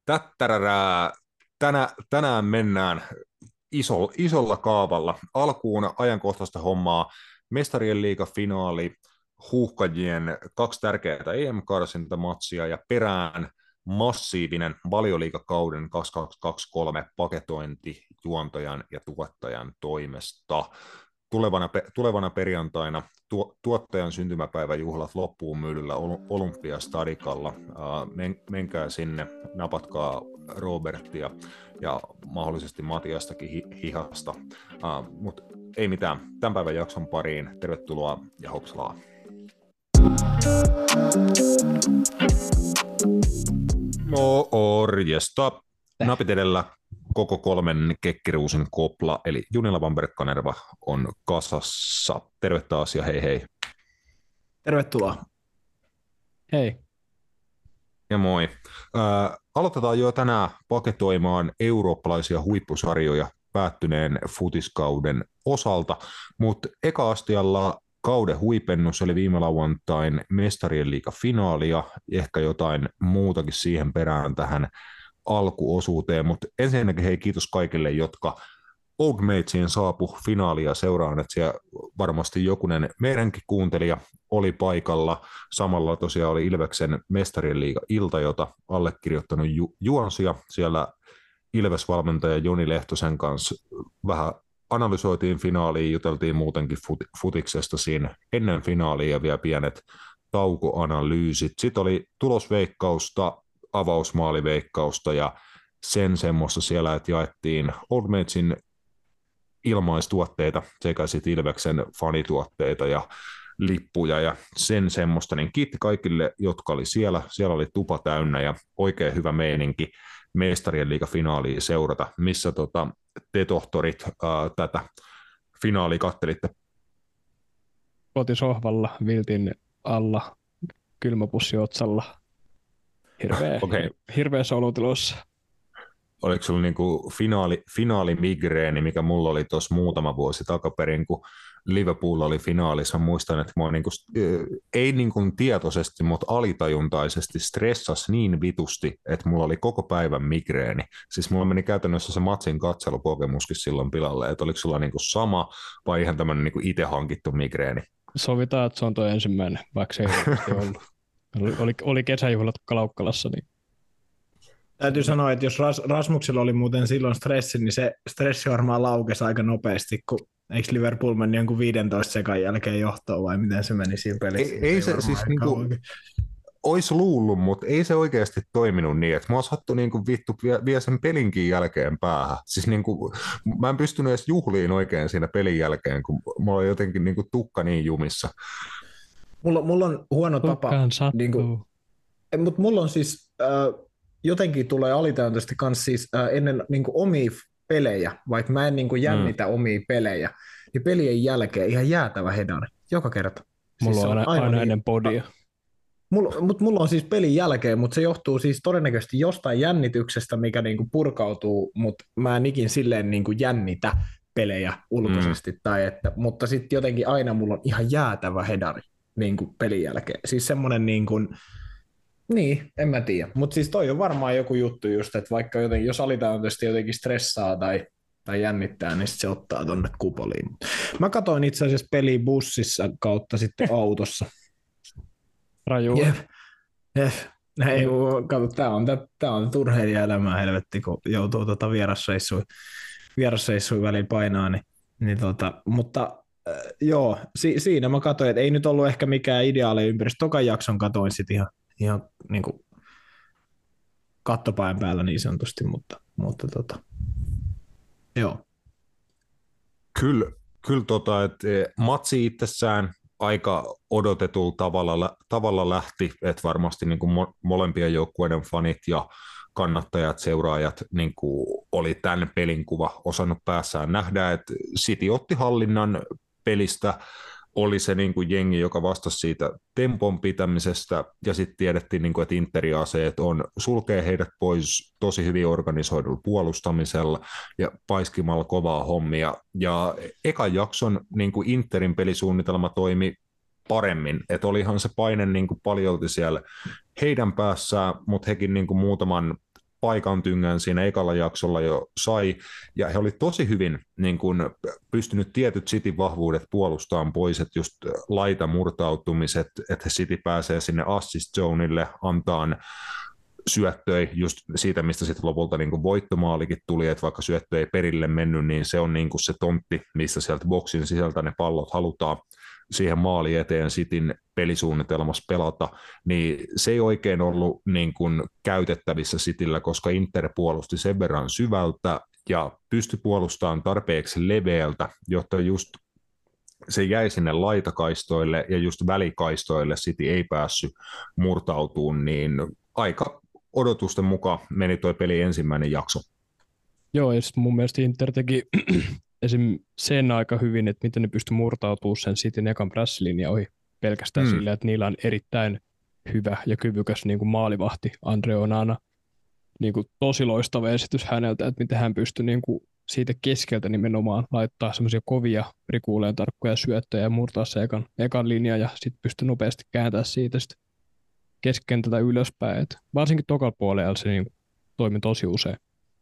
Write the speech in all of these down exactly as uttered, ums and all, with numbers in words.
Tättärärää. Tänä, tänään mennään iso, isolla kaavalla. Alkuun ajankohtaista hommaa. Mestarien liiga-finaali, huuhkajien kaksi tärkeää E M-karsintamatsia ja perään massiivinen valioliigakauden kaksituhattakaksikymmentäkolme paketointi juontajan ja tuottajan toimesta. Tulevana, tulevana perjantaina tu, tuottajan syntymäpäiväjuhlat loppuun myydyllä Olympiastadikalla. Men, menkää sinne, napatkaa Robertia ja mahdollisesti Matiastakin hi, hihasta. Uh, Mutta ei mitään, tämän päivän jakson pariin. Tervetuloa ja hopslaa. No orjesta. Napit edellä koko kolmen kekkiruusin kopla, eli Junila Bamberg Kanerva on kasassa. Terve taas ja hei hei. Tervetuloa. Hei. Ja moi. Äh, aloitetaan jo tänään paketoimaan eurooppalaisia huippusarjoja päättyneen futiskauden osalta, mutta eka astialla kauden huipennus eli viime lauantain Mestarien liiga-finaali ja ehkä jotain muutakin siihen perään tähän alkuosuuteen, mutta ensinnäkin hei kiitos kaikille, jotka Old Matesiin saapu finaalia seuraan, että siellä varmasti jokunen meidänkin kuuntelija oli paikalla. Samalla tosiaan oli Ilveksen Mestarien liiga-ilta, jota allekirjoittanut ju- juonsia. Siellä Ilves-valmentaja Joni Lehtosen kanssa vähän analysoitiin finaaliin, juteltiin muutenkin fut- futiksesta siinä ennen finaalia ja vielä pienet taukoanalyysit. Sitten oli tulosveikkausta, avausmaaliveikkausta ja sen semmoista siellä, että jaettiin Old Matesin ilmaistuotteita sekä sitten Ilveksen fanituotteita ja lippuja ja sen semmoista, niin kiitti kaikille, jotka oli siellä. Siellä oli tupa täynnä ja oikein hyvä meininki Mestarien liiga-finaaliin seurata. Missä tota, te tohtorit ää, tätä finaalia kattelitte? Kotisohvalla, viltin alla, kylmäpussi otsalla. Hirveä, okay. hirveä solutilossa. Oliko sulla niinku finaali, finaalimigreeni, mikä mulla oli tuossa muutama vuosi takaperin, kun Liverpool oli finaalissa. Muistan, että mua niinku, ei niinku tietoisesti, mutta alitajuntaisesti stressasi niin vitusti, että mulla oli koko päivän migreeni. Siis mulla meni käytännössä se matsin katselukokemuskin silloin pilalle, että oliko sulla niinku sama vai ihan tämmöinen niinku itse hankittu migreeni? Sovitaan, että se on tuo ensimmäinen, vaikka se ei ollut. Oli, oli, oli kesäjuhlat Klaukkalassa, niin täytyy sanoa, että jos Ras- Rasmuksella oli muuten silloin stressi, niin se stressi varmaan laukesi aika nopeasti, kun eikö Liverpool meni jonkun viidentoista sekan jälkeen johtoon vai miten se meni siinä pelissä? Ei, ei se siis niinku, olisi luullut, mutta ei se oikeasti toiminut niin, että mua sattui niinku vittu vie, vie sen pelinkin jälkeen päähän. Siis niinku, mä en pystynyt edes juhliin oikein siinä pelin jälkeen, kun mulla oli jotenkin niinku tukka niin jumissa. Mulla, mulla on huono tapa. Niinku, mutta mulla on siis... Äh, jotenkin tulee alitajuntaisesti kanssa siis äh, ennen niin kuin omia pelejä, vaikka mä en niin kuin jännitä mm. omia pelejä, niin pelien jälkeen ihan jäätävä hedari, joka kerta. Mulla siis on aina, aina niin, ennen podia. Mulla, mut mulla on siis pelin jälkeen, mutta se johtuu siis todennäköisesti jostain jännityksestä, mikä niin kuin purkautuu, mutta mä en ikin silleen niin kuin jännitä pelejä ulkoisesti, mm. tai että, mutta sitten jotenkin aina mulla on ihan jäätävä hedari niin kuin pelin jälkeen. Siis semmoinen niin kuin niin, en mä tiedä. Mutta siis toi on varmaan joku juttu just, että vaikka jotenkin, jos alitajuntaisesti jotenkin stressaa tai, tai jännittää, niin sit se ottaa tonne kupoliin. Mä katsoin itse asiassa peliä bussissa kautta sitten autossa. Raju. Jep. Jep. Ei, kato, tää on, tää on urheilijaelämää helvetti, kun joutuu tota vierasseissuja, vierasseissuja välillä painaa. Niin, niin tota, mutta äh, joo, si, siinä mä katsoin, että ei nyt ollut ehkä mikään ideaali ympäristö. Tokan jakson katoin sitten ihan ihan niin kuin kattopain päällä niin sanotusti, mutta, mutta tota, joo. Kyllä, kyllä tota, että matsi itsessään aika odotetulla tavalla, tavalla lähti, että varmasti niin kuin mo- molempien joukkueiden fanit ja kannattajat, seuraajat niin kuin oli tämän pelin kuva osannut päässään nähdä, että City otti hallinnan pelistä, oli se niin kuin jengi, joka vastasi siitä tempon pitämisestä, ja sitten tiedettiin, niin kuin, että Interi-aseet on, sulkee heidät pois tosi hyvin organisoidulla puolustamisella ja paiskimalla kovaa hommia. Ja ekan jakson niin kuin Interin pelisuunnitelma toimi paremmin, että olihan se paine niin kuin paljolti siellä heidän päässään, mutta hekin niin kuin muutaman paikan tyngän siinä ekalla jaksolla jo sai, ja he oli tosi hyvin niin kuin, pystynyt tietyt Cityn vahvuudet puolustamaan pois, että just laitamurtautumiset, että City pääsee sinne assist zoneille, antaa syöttöi just siitä, mistä sitten lopulta niin kuin voittomaalikin tuli, että vaikka syöttö ei perille mennyt, niin se on niin kuin se tontti, missä sieltä boksin sisältä ne pallot halutaan siihen maali eteen Cityn pelisuunnitelmassa pelata, niin se ei oikein ollut niin kuin käytettävissä Cityllä, koska Inter puolusti sen verran syvältä ja pystyi puolustamaan tarpeeksi leveältä, jotta just se jäi sinne laitakaistoille ja just välikaistoille City ei päässyt murtautumaan, niin aika odotusten mukaan meni toi peli ensimmäinen jakso. Joo, ja sitten mun mielestä Inter teki esim. Sen aika hyvin, että miten ne pystyi murtautumaan sen Cityn ekan prässilinjan ohi pelkästään mm. sillä, että niillä on erittäin hyvä ja kyvykäs niin kuin maalivahti Andre Onana. Niin kuin tosi loistava esitys häneltä, että miten hän pystyi niin kuin siitä keskeltä nimenomaan laittaa semmoisia kovia prikuuleen tarkkoja syöttöjä ja murtaa se ekan, ekan linjan ja sitten pystyi nopeasti kääntämään siitä sitten keskikentältä ylöspäin. Et varsinkin tokalla puolella se niin toimi tosi usein.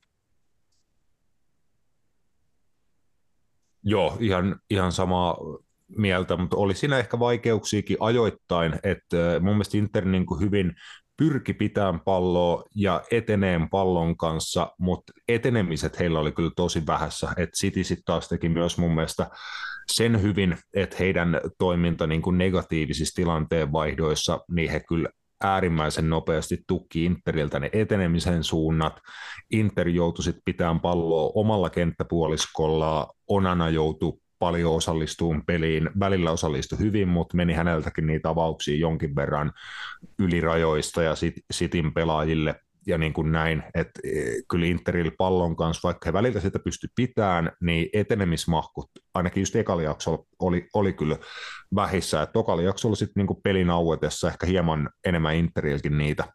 Joo, ihan, ihan samaa mieltä, mutta oli siinä ehkä vaikeuksiakin ajoittain, että mun mielestä Inter niin kuin hyvin pyrki pitämään palloa ja eteneen pallon kanssa, mutta etenemiset heillä oli kyllä tosi vähässä, että City sitten taas teki myös mun mielestä sen hyvin, että heidän toiminta niin kuin negatiivisissa tilanteenvaihdoissa, niin he kyllä äärimmäisen nopeasti tukki Interiltä ne etenemisen suunnat. Inter joutui sitten pitämään palloa omalla kenttäpuoliskolla, Onana joutui paljon osallistumaan peliin, välillä osallistui hyvin, mutta meni häneltäkin niitä avauksia jonkin verran ylirajoista ja sit, Cityn pelaajille ja niin kuin näin, että kyllä Interillä pallon kanssa, vaikka he välillä sitä pystyi pitämään, niin etenemismahkut, ainakin just ekalla jaksolla oli, oli kyllä vähissä, että tokalla jaksolla sitten niin kuin pelin auetessa ehkä hieman enemmän Interilläkin niitä.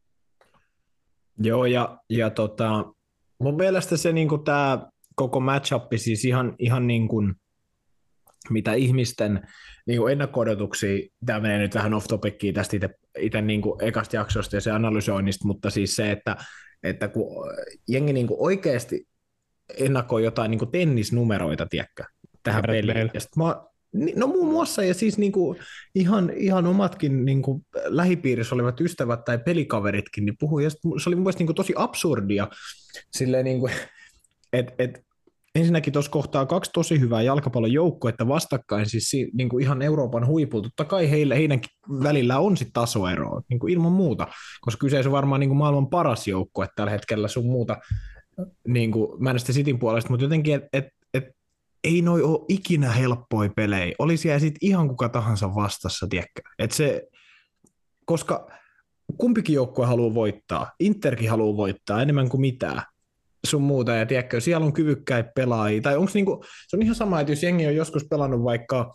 Joo, ja, ja tota, mun mielestä se niin kuin tämä koko match-up, siis ihan, ihan niin kuin mitä ihmisten niin kuin ennakko-odotuksia, tämä menee nyt vähän off-topickiin tästä itse, itse niin kuin ekasta jaksosta ja se analysoinnista, mutta siis se, että, että kun jengi niin kuin oikeasti ennakoi jotain niin kuin tennisnumeroita, tiedätkö, tähän Gareth peliin. Bale. Ja sit mä, no muun muassa, ja siis niin kuin ihan, ihan omatkin niin kuin lähipiirissä olevat ystävät tai pelikaveritkin, niin puhui, ja se oli mun mielestä niin kuin tosi absurdia, silleen niin kuin, että et, ensinnäkin tuossa kohtaa kaksi tosi hyvää jalkapallon joukkuetta vastakkain, siis niin kuin ihan Euroopan huipulta. Totta kai heillä, heidänkin välillä on sitten tasoeroa, niin kuin ilman muuta, koska kyseessä on varmaan niin kuin maailman paras joukkue tällä hetkellä sun muuta, niin kuin Manchester Cityn puolesta, mutta jotenkin, että et, et, ei noi ole ikinä helppoja pelejä. Olisi siellä sitten ihan kuka tahansa vastassa, tiedätkö? Et se, koska kumpikin joukkue haluaa voittaa, Interkin haluaa voittaa enemmän kuin mitään. Sun muuta, ja tiedätkö, siellä on kyvykkäitä pelaajia, tai onko niinku, se on ihan sama, että jos jengi on joskus pelannut vaikka,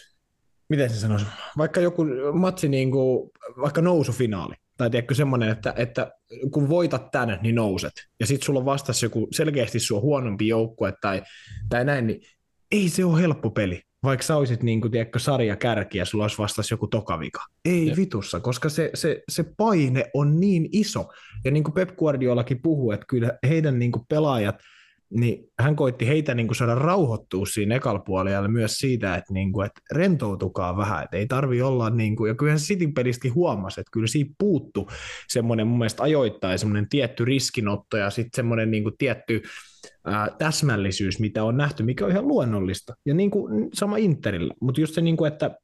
miten se sanoisi, vaikka joku matsi, niinku, vaikka nousufinaali, tai tiedätkö semmoinen, että, että kun voitat tän, niin nouset, ja sitten sulla on vastassa joku selkeästi sua huonompi joukkue, tai, tai näin, niin ei se ole helppo peli, vaikka sä olisit niinku, tiedätkö, sarja kärki, ja sulla olisi vastassa joku tokavika. Ei Jep. vitussa, koska se, se, se paine on niin iso. Ja niin kuin Pep Guardiolakin puhuu, että kyllä heidän niin kuin pelaajat, niin hän koitti heitä niin kuin saada rauhoittua siinä ekalla puolella myös siitä, että, niin kuin, että rentoutukaa vähän, että ei tarvi olla, niin kuin, ja kyllähän se Cityn pelistäkin huomasi, että kyllä siitä puuttu semmoinen mun mielestä ajoittain semmoinen tietty riskinotto ja sitten semmoinen niin kuin tietty ää, täsmällisyys, mitä on nähty, mikä on ihan luonnollista. Ja niin kuin sama Interillä, mutta just se, niin kuin, että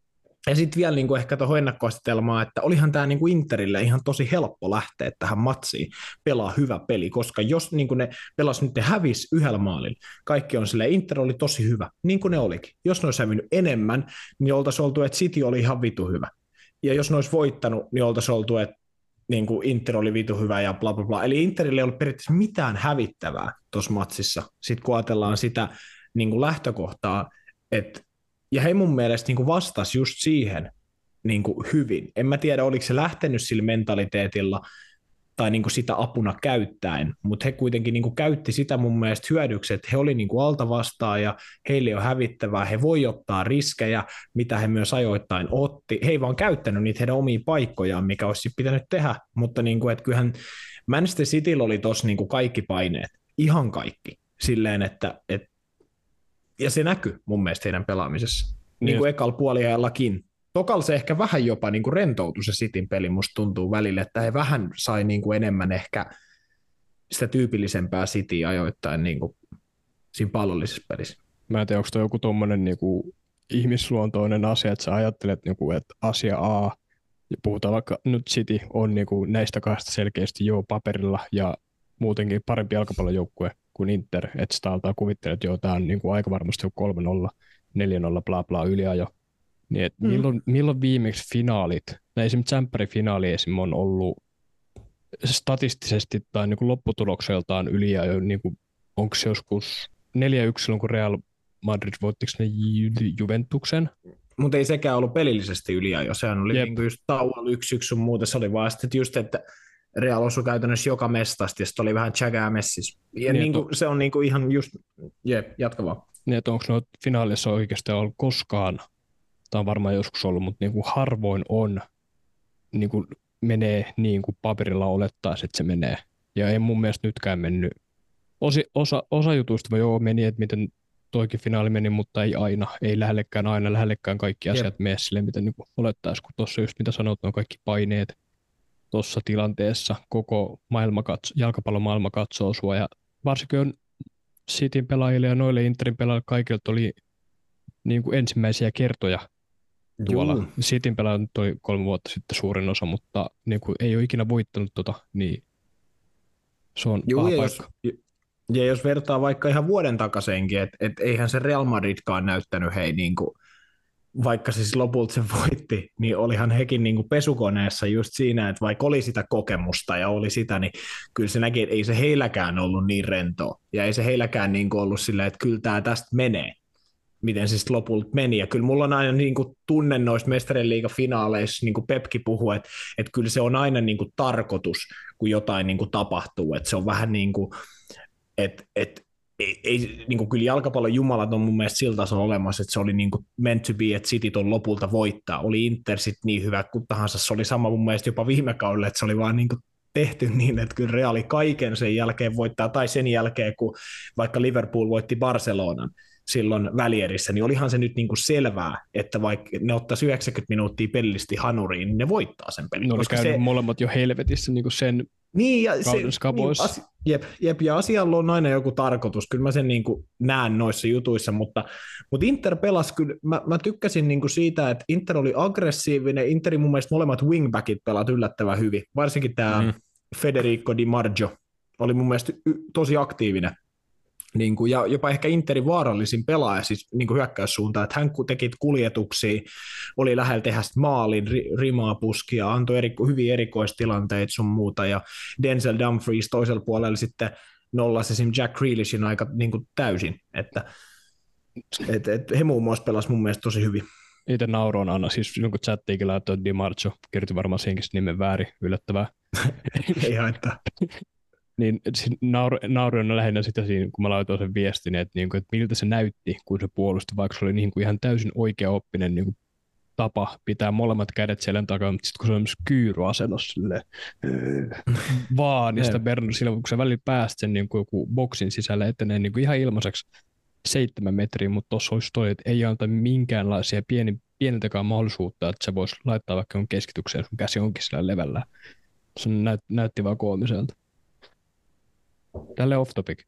ja sitten vielä niinku ehkä tuohon ennakkoasetelmaan, että olihan tämä niinku Interille ihan tosi helppo lähteä tähän matsiin, pelaa hyvä peli, koska jos niinku ne pelas nyt ne hävis yhdellä maalilla, kaikki on silleen, Inter oli tosi hyvä, niin kuin ne olikin. Jos ne olisi hävinnyt enemmän, niin oltaisiin oltu, että City oli ihan vitu hyvä. Ja jos ne olisi voittanut, niin oltaisiin oltu, että niinku Inter oli vitu hyvä ja bla bla bla. Eli Interille ei ollut periaatteessa mitään hävittävää tuossa matsissa, sitten kun ajatellaan sitä niinku lähtökohtaa, että ja he mun mielestä niin kuin vastasi just siihen niin kuin hyvin. En mä tiedä, oliko se lähtenyt sillä mentaliteetilla tai niin kuin sitä apuna käyttäen, mutta he kuitenkin niin kuin käytti sitä mun mielestä hyödyksi, että he oli niin kuin alta vastaan ja heille on hävittävää, he voi ottaa riskejä, mitä he myös ajoittain otti. He ei vaan käyttänyt niitä heidän omia paikkojaan, mikä olisi pitänyt tehdä, mutta niin kuin, että kyllähän Manchester Cityllä oli tossa niinku kaikki paineet, ihan kaikki, silleen, että et, ja se näkyy mun mielestä heidän pelaamisessa, niin, niin kuin ekalla puoliajallakin. Tokalla se ehkä vähän jopa niinku rentoutui se Cityn peli, musta tuntuu välillä, että he vähän sai niinku enemmän ehkä sitä tyypillisempää Cityä ajoittain niinku siinä pallollisessa pelissä. Mä en tiedä, onko toi joku tommonen niinku ihmisluontoinen asia, että sä ajattelet, niinku, että asia A, ja puhutaan vaikka nyt City on niinku näistä kahdesta selkeästi jo paperilla ja muutenkin parempi jalkapallojoukkue kuin Inter, että sitä altaa kuvittele, että joo, tää on niinku aika varmasti kolme nolla, neljä nolla, bla bla yliajo. Niin, et mm. milloin, milloin viimeksi finaalit, no esimerkiksi tsemppäri-finaali esim. On ollut statistisesti tai niinku lopputulokseltaan yliajo, niinku, onko se joskus neljä yksi silloin, kun Real Madrid voittiko ne Ju- Juventuksen? Mutta ei sekään ollut pelillisesti yliajo, sehän oli niinku just tauolla yksi yksi sun muuta, se oli vaan sitten just, että Real osui käytännössä joka mestasta ja sitten oli vähän Chagaa messissä. Ja niin, niinku, to... se on niinku ihan just, jep, jatka vaan. Niin, että onko noita finaalissa oikeastaan ollut koskaan, tämä on varmaan joskus ollut, mutta niinku harvoin on, niinku menee niin kuin paperilla olettaisiin, että se menee. Ja ei mun mielestä nytkään mennyt. Osi, osa, osa jutuista joo meni, että miten toikin finaali meni, mutta ei aina, ei lähellekään aina, lähellekään kaikki asiat yep. mene silleen, mitä niin olettaisiin, kun tuossa just mitä sanot, on kaikki paineet tuossa tilanteessa, koko maailma katso, jalkapallon maailma katsoo sua, ja varsinkin on Cityn pelaajille ja noille Interin pelaajille kaikilta oli niin kuin ensimmäisiä kertoja tuolla. Cityn pelaajille toi kolme vuotta sitten suurin osa, mutta niin kuin ei ole ikinä voittanut tota, niin se on Juu, paha paikka. Jos, ja jos vertaa vaikka ihan vuoden takaisenkin, että et eihän se Real Madridkaan näyttänyt hei niin kuin, vaikka siis lopulta se voitti, niin olihan hekin niin kuin pesukoneessa just siinä, että vaikka oli sitä kokemusta ja oli sitä, niin kyllä se näki, että ei se heilläkään ollut niin rentoa. Ja ei se heilläkään niin kuin ollut silleen, että kyllä tämä tästä menee, miten se sitten lopulta meni. Ja kyllä mulla on aina niin kuin tunne noissa Mestarien liiga-finaaleissa, niin kuin Pepki puhuu, että, että kyllä se on aina niin kuin tarkoitus, kun jotain niin kuin tapahtuu. Että se on vähän niin kuin, että, että ei, ei, niin kuin kyllä jalkapallon jumalat on mun mielestä sillä tasolla olemassa, että se oli niin kuin meant to be, että City ton lopulta voittaa. Oli Inter sitten niin hyvä kuin tahansa, se oli sama mun mielestä jopa viime kaudella, että se oli vaan niin kuin tehty niin, että kyllä Reali kaiken sen jälkeen voittaa, tai sen jälkeen, kun vaikka Liverpool voitti Barcelonan silloin välierissä, niin olihan se nyt niin kuin selvää, että vaikka ne ottaisi yhdeksänkymmentä minuuttia pelillisesti hanuriin, niin ne voittaa sen pelin. Ne oli käynyt se... molemmat jo helvetissä niin kuin sen niin, ja kauden skaboissa. Niin, asi- jep, jep, ja asialla on aina joku tarkoitus, kyllä mä sen niin kuin näen noissa jutuissa, mutta, mutta Inter pelasi kyllä, mä, mä tykkäsin niin kuin siitä, että Inter oli aggressiivinen, Interin mun mielestä molemmat wingbackit pelaat yllättävän hyvin, varsinkin tämä mm. Federico Di Marzio oli mun mielestä y- tosi aktiivinen. Niin kuin, ja jopa ehkä Interin vaarallisin pelaaja siis niin kuin hyökkäyssuuntaan, että hän teki kuljetuksia, oli lähellä tehdä maalin, rimaa puskia, antoi eri, hyvin erikoistilanteita sun muuta, ja Denzel Dumfries toisella puolella sitten nollasi esimerkiksi Jack Grealishin aika niin kuin täysin, että et, et, he muun muassa pelasivat mun mielestä tosi hyvin. Itse nauroin Anna, siis niin kuin chattiinkin laittoi Di Marzio, kirjoitin varmaan senkin nimen väärin, yllättävää. Ei haittaa. Niin nauroin lähinnä sitä siinä, kun mä laitoin sen viestin, että, niin kuin, että miltä se näytti, kun se puolusti, vaikka se oli niin kuin ihan täysin oikeaoppinen niin kuin tapa pitää molemmat kädet selän takaa, mutta sitten kun se on kyyryasennossa silleen, vaan, niin sitä Bernardo Silva, kun sä välillä pääst sen niin kuin joku boksin sisälle etenee niin kuin ihan ilmaiseksi seitsemän metriä, mutta tuossa olisi toi, että ei anta minkäänlaisia pieni, pienentäkään mahdollisuutta, että se voisi laittaa vaikka on keskitykseen, sun käsi onkin sillä levällä. Se näyt, näytti vaan koomiselta. Tälle off topic.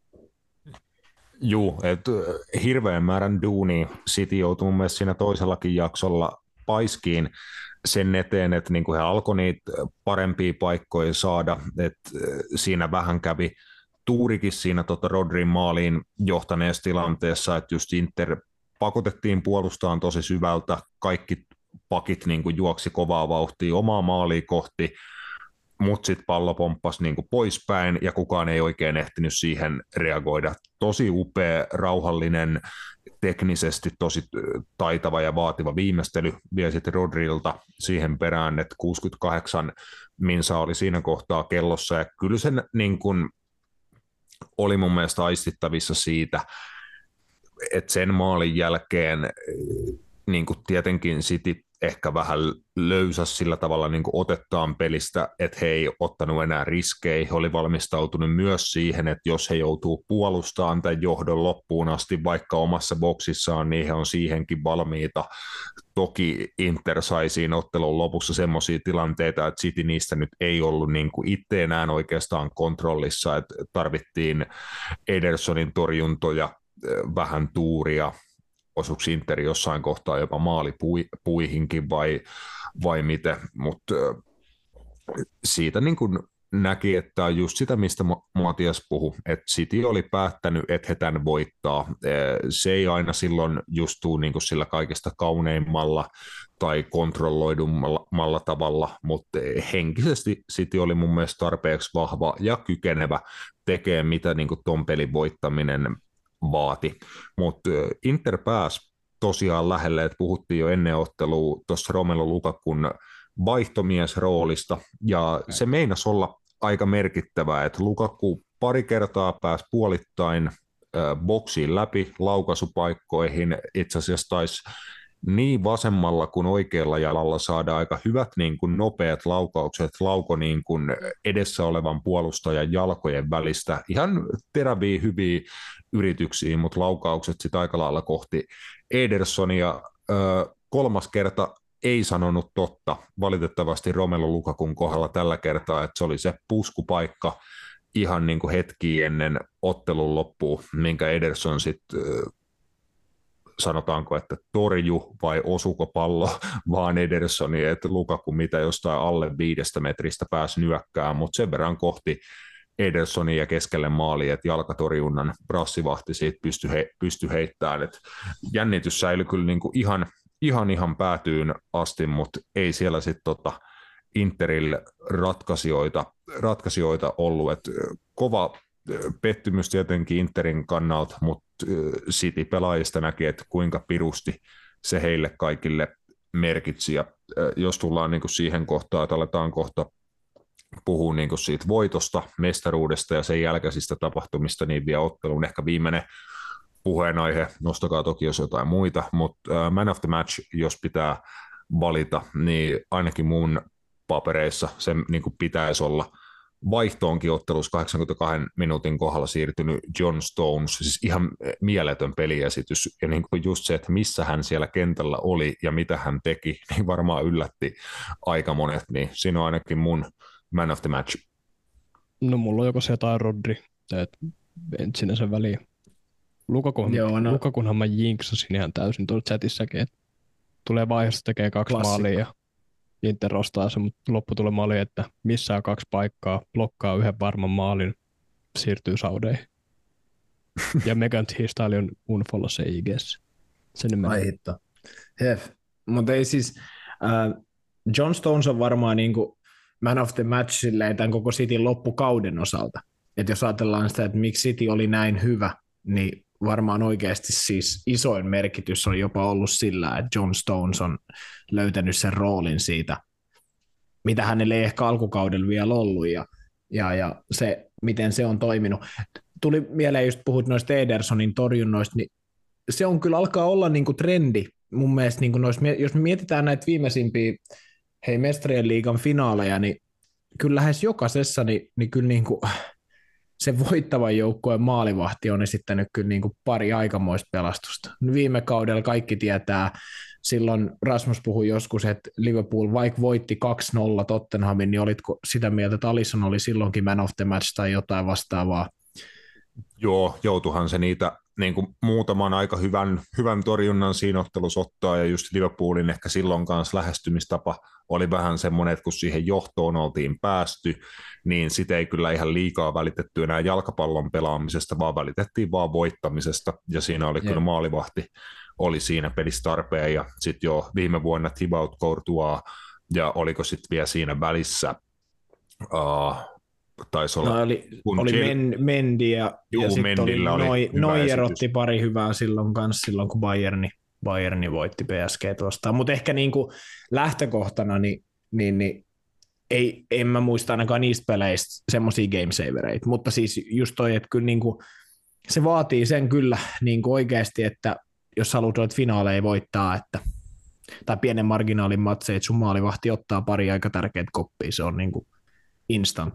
Juu, että hirveän määrän duunia City joutui mun mielestä siinä toisellakin jaksolla paiskiin sen eteen, että niin kuin he alkoi niitä parempia paikkoja saada, että siinä vähän kävi tuurikin siinä tota Rodrin maaliin johtaneessa tilanteessa, että just Inter pakotettiin puolustamaan tosi syvältä, kaikki pakit niin kuin juoksi kovaa vauhtia omaa maalia kohti, mutta sitten pallo pomppasi niinku poispäin ja kukaan ei oikein ehtinyt siihen reagoida. Tosi upea, rauhallinen, teknisesti tosi taitava ja vaativa viimeistely vielä sitten Rodrilta siihen perään, että kuusikymmentäkahdeksan minsa oli siinä kohtaa kellossa ja kyllä sen niin kun oli mun mielestä aistittavissa siitä, että sen maalin jälkeen niin kuin tietenkin City ehkä vähän löysäs sillä tavalla niin kuin otettaan pelistä, että he ei ottanut enää riskejä. He oli valmistautunut myös siihen, että jos he joutuu puolustamaan tämän johdon loppuun asti vaikka omassa boksissaan, niin he on siihenkin valmiita. Toki Inter sai siinä ottelun lopussa semmoisia tilanteita, että City niistä nyt ei ollut niin kuin itse enää oikeastaan kontrollissa, että tarvittiin Edersonin torjuntoja, vähän tuuria, osuuko Inter jossain kohtaa jopa maalipuihinkin vai, vai miten, mutta siitä niin kuin näki, että on just sitä, mistä Matias puhui, että City oli päättänyt, että he tämän voittaa. Se ei aina silloin just tule niin kuin sillä kaikista kauneimmalla tai kontrolloidummalla tavalla, mutta henkisesti City oli mun mielestä tarpeeksi vahva ja kykenevä tekemään, mitä niin kuin ton pelin voittaminen vaati, mutta Inter pääsi tosiaan lähelle, että puhuttiin jo ennen ottelua tuossa Romelu Lukakun vaihtomiesroolista, ja se meinasi olla aika merkittävää, että Lukaku pari kertaa pääsi puolittain äh, boksiin läpi laukaisupaikkoihin, itse asiassa taisi niin vasemmalla kuin oikealla jalalla saada aika hyvät niin kuin nopeat laukaukset, lauko niin kuin edessä olevan puolustajan jalkojen välistä. Ihan teräviä, hyviä yrityksiä, mutta laukaukset sitten aika lailla kohti Edersonia. Ö, kolmas kerta ei sanonut totta. Valitettavasti Romelu Lukakun kohdalla tällä kertaa, että se oli se puskupaikka ihan niin kuin hetki ennen ottelun loppua, minkä Ederson sitten sanotaanko, että torju vai osuko pallo vaan Edersoni, että Lukaku mitä jostain alle viidestä metristä pääsi nyökkään, mutta sen verran kohti Edersonia ja keskelle maali, että jalkatorjunnan brassivahti siitä pystyi he, pysty heittämään. Et jännitys säilyi kyllä niinku ihan, ihan, ihan päätyyn asti, mutta ei siellä sitten tota Interille ratkaisijoita, ratkaisijoita ollut. Et kova pettymys tietenkin Interin kannalta, mutta City-pelaajista näki, että kuinka pirusti se heille kaikille merkitsi. Ja jos tullaan niin kuin siihen kohtaan, että aletaan kohta puhua niin kuin siitä voitosta, mestaruudesta ja sen jälkeisistä tapahtumista, niin vielä otteluun ehkä viimeinen puheenaihe, nostakaa toki jos jotain muita, mutta man of the match, jos pitää valita, niin ainakin mun papereissa se niin kuin pitäisi olla vaihtoonkin ottelussa kahdeksankymmentäkaksi minuutin kohdalla siirtynyt John Stones, siis ihan mieletön peliesitys, ja niin kuin just se, että missä hän siellä kentällä oli ja mitä hän teki, niin varmaan yllätti aika monet, niin siinä on ainakin mun man of the match. No mulla on joko se tai Rodri, että en sinänsä väliä. Lukakun, Joo, no. Lukakunhan mä jinksasin ihan täysin tuolla chatissakin, että tulee vaiheessa tekee kaksi Klassikko. maalia ja Inter ostaa se, mutta lopputulemma oli, että missään kaksi paikkaa, blokkaa yhden varman maalin, siirtyy saudeihin. Ja Megan Thee Stallion unfollow se I G:ssä. Ai hitto. Hef. Mutta ei siis, äh, John Stones on varmaan niinku man of the match silleen tämän koko Cityn loppukauden osalta. Että jos ajatellaan sitä, että miksi City oli näin hyvä, niin varmaan oikeasti siis isoin merkitys on jopa ollut sillä, että John Stones on löytänyt sen roolin siitä, mitä hänelle ei ehkä alkukaudella vielä ollut, ja, ja, ja se, miten se on toiminut. Tuli mieleen, just puhut noista Edersonin torjunnoista, niin se on kyllä alkaa olla niin kuin trendi mun mielestä, niin kuin noissa, jos me mietitään näitä viimeisimpiä hei, Mestarien liigan finaaleja, niin kyllä lähes jokaisessa, niin, niin kyllä niin kuin se voittavan joukkueen maalivahti on esittänyt kyllä niin kuin pari aikamoista pelastusta. Viime kaudella kaikki tietää, silloin Rasmus puhui joskus, että Liverpool vaikka voitti kaksi nolla Tottenhamin, niin olitko sitä mieltä, että Alisson oli silloinkin man of the match tai jotain vastaavaa? Joo, joutuhan se niitä niin kuin muutaman aika hyvän, hyvän torjunnan siinä ottelussa ottaa, ja just Liverpoolin ehkä silloin kanssa lähestymistapa oli vähän semmoinen, että kun siihen johtoon oltiin päästy, niin sitä ei kyllä ihan liikaa välitetty enää jalkapallon pelaamisesta, vaan välitettiin vaan voittamisesta, ja siinä oli yeah. kyllä maalivahti, oli siinä pelissä tarpeen, ja sitten jo viime vuonna Thibaut Courtois, ja oliko sitten vielä siinä välissä, uh, taisi olla. No oli oli Jel... Men, Mendy ja, ja sitten oli, oli Neuer otti pari hyvää silloin kanssa, silloin kun Bayerni, Bayerni voitti P S G vastaan, mutta ehkä niinku lähtökohtana niin, niin, niin ei, en mä muista ainakaan niistä peleistä semmoisia gamesavereita, mutta siis just toi, että kyllä niinku, se vaatii sen kyllä niinku oikeasti, että jos haluat finaaleja voittaa, että tai pienen marginaalin matseja, että sun maalivahti ottaa pari aika tärkeät koppia, se on niin kuin instant.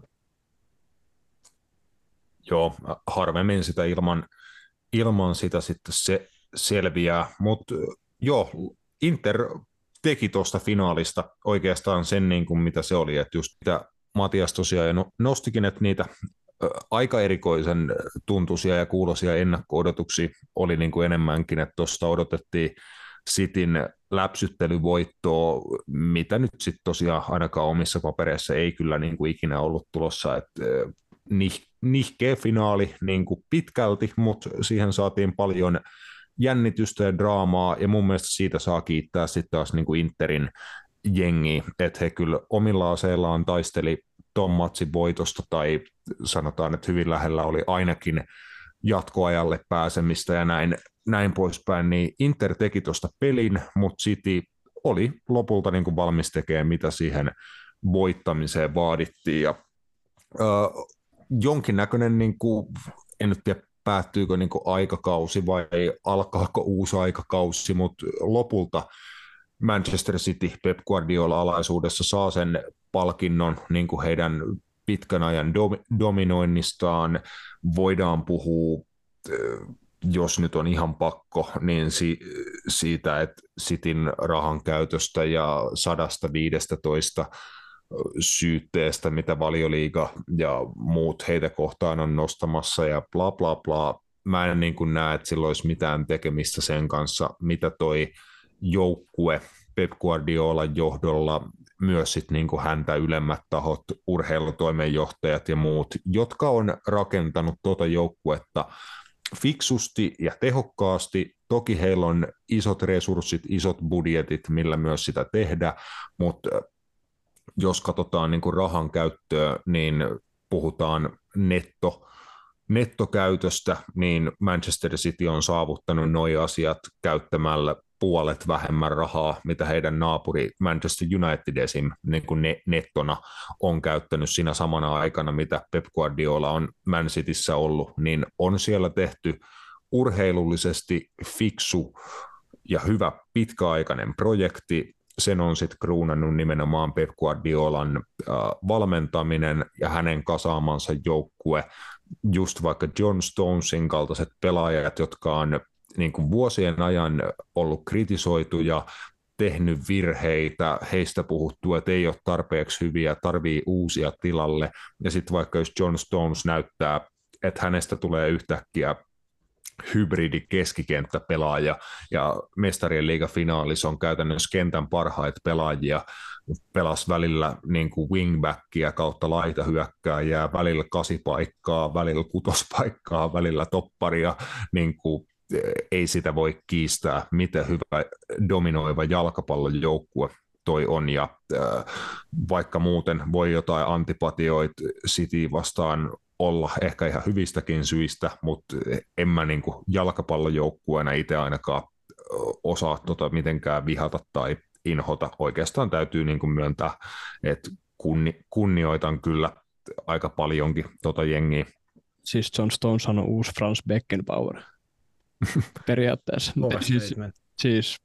Joo, harvemmin sitä ilman, ilman sitä sitten se selviää, mutta joo, Inter teki tuosta finaalista oikeastaan sen, niin kuin mitä se oli, että just mitä Matias tosiaan nostikin, että niitä aika erikoisen tuntuisia ja kuuloisia ennakko-odotuksia oli niin kuin enemmänkin, että tuosta odotettiin Cityn läpsyttelyvoittoa, mitä nyt sitten tosiaan ainakaan omissa papereissa ei kyllä niin kuin ikinä ollut tulossa, että nihkeä finaali niin kuin pitkälti, mutta siihen saatiin paljon jännitystä ja draamaa, ja mun mielestä siitä saa kiittää sitten taas niin kuin Interin jengi, että he kyllä omilla aseillaan taisteli ton matsin voitosta, tai sanotaan, että hyvin lähellä oli ainakin jatkoajalle pääsemistä ja näin, näin poispäin, niin Inter teki tuosta pelin, mutta City oli lopulta niin kuin valmis tekemään, mitä siihen voittamiseen vaadittiin, ja äh, jonkinnäköinen, niin kuin, en nyt tiedä, päättyykö niin kuin aikakausi vai alkaako uusi aikakausi, mutta lopulta Manchester City Pep Guardiola alaisuudessa saa sen palkinnon niin kuin heidän pitkän ajan dominoinnistaan. Voidaan puhua, jos nyt on ihan pakko, niin siitä, että Cityn rahan käytöstä ja sadasta viidestätoista syytteestä, mitä Valioliiga ja muut heitä kohtaan on nostamassa ja bla bla bla. Mä en niin kuin näe, että sillä olisi mitään tekemistä sen kanssa, mitä toi joukkue Pep Guardiolan johdolla, myös sit niin kuin häntä ylemmät tahot, urheilutoimenjohtajat ja muut, jotka on rakentanut tuota joukkuetta fiksusti ja tehokkaasti. Toki heillä on isot resurssit, isot budjetit, millä myös sitä tehdä, mutta jos katsotaan niin kuin rahan käyttöä, niin puhutaan netto, nettokäytöstä, niin Manchester City on saavuttanut nuo asiat käyttämällä puolet vähemmän rahaa, mitä heidän naapuri Manchester United esim. Niin kuin nettona on käyttänyt siinä samana aikana, mitä Pep Guardiola on Man Cityssä ollut, niin on siellä tehty urheilullisesti fiksu ja hyvä pitkäaikainen projekti. Sen on sitten kruunannut nimenomaan Pep Guardiolan äh, valmentaminen ja hänen kasaamansa joukkue, just vaikka John Stonesin kaltaiset pelaajat, jotka on niin kuin vuosien ajan ollut kritisoituja, tehnyt virheitä, heistä puhuttu, että ei ole tarpeeksi hyviä, tarvii uusia tilalle, ja sitten vaikka jos John Stones näyttää, että hänestä tulee yhtäkkiä hybridi keskikenttäpelaaja, ja mestarien liigafinaalissa on käytännössä kentän parhaita pelaajia, pelasi välillä niin kuin wingbackia kautta laitahyökkääjää, välillä kasipaikkaa, välillä kutospaikkaa, välillä topparia, niin kuin ei sitä voi kiistää, miten hyvä dominoiva jalkapallojoukkue toi on, ja äh, vaikka muuten voi jotain antipatioita City vastaan olla ehkä ihan hyvistäkin syistä, mutta en mä niin kuin jalkapallojoukkueena itse ainakaan osaa tota mitenkään vihata tai inhota. Oikeastaan täytyy niin kuin myöntää, että kunni, kunnioitan kyllä aika paljonkin tota jengiä. Siis John Stones on uusi Franz Beckenbauer periaatteessa. siis, siis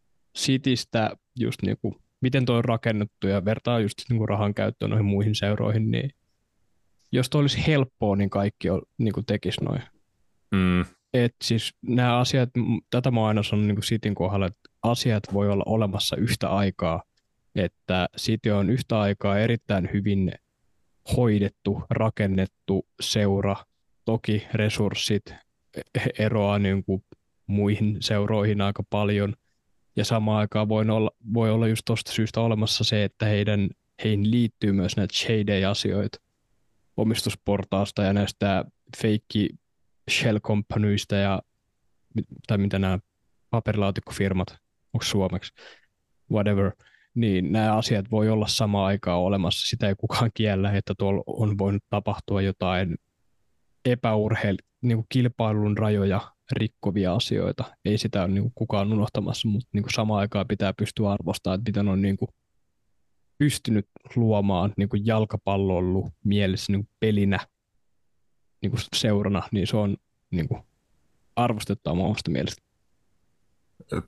Citystä just niinku, miten toi on rakennettu ja vertaa just niinku rahan käyttöön noihin muihin seuroihin, niin jos toi olisi helppoa, niin kaikki on, niinku tekisi noin. Mm. Et siis nämä asiat, tätä mä oon aina sanonut niinku Cityn kohdalla, että asiat voi olla olemassa yhtä aikaa, että City on yhtä aikaa erittäin hyvin hoidettu, rakennettu seura, toki resurssit eroaa niin kuin muihin seuroihin aika paljon, ja samaan aikaan voi olla, voi olla just tuosta syystä olemassa se, että heidän, heihin liittyy myös näitä shady-asioita omistusportaasta ja näistä feikki shell companyista ja tai mitä nämä paperilaatikkofirmat, onko suomeksi, whatever, niin nämä asiat voi olla samaan aikaan olemassa. Sitä ei kukaan kiellä, että tuolla on voinut tapahtua jotain epäurheil, niin kuin kilpailun rajoja rikkovia asioita. Ei sitä ole niin kuin kukaan unohtamassa, mutta niin kuin samaan aikaan pitää pystyä arvostamaan, että miten on niin kuin pystynyt luomaan niin kuin jalkapallon mielessä niin kuin pelinä niin kuin seurana, niin se on niin kuin arvostettavaa omasta mielestä.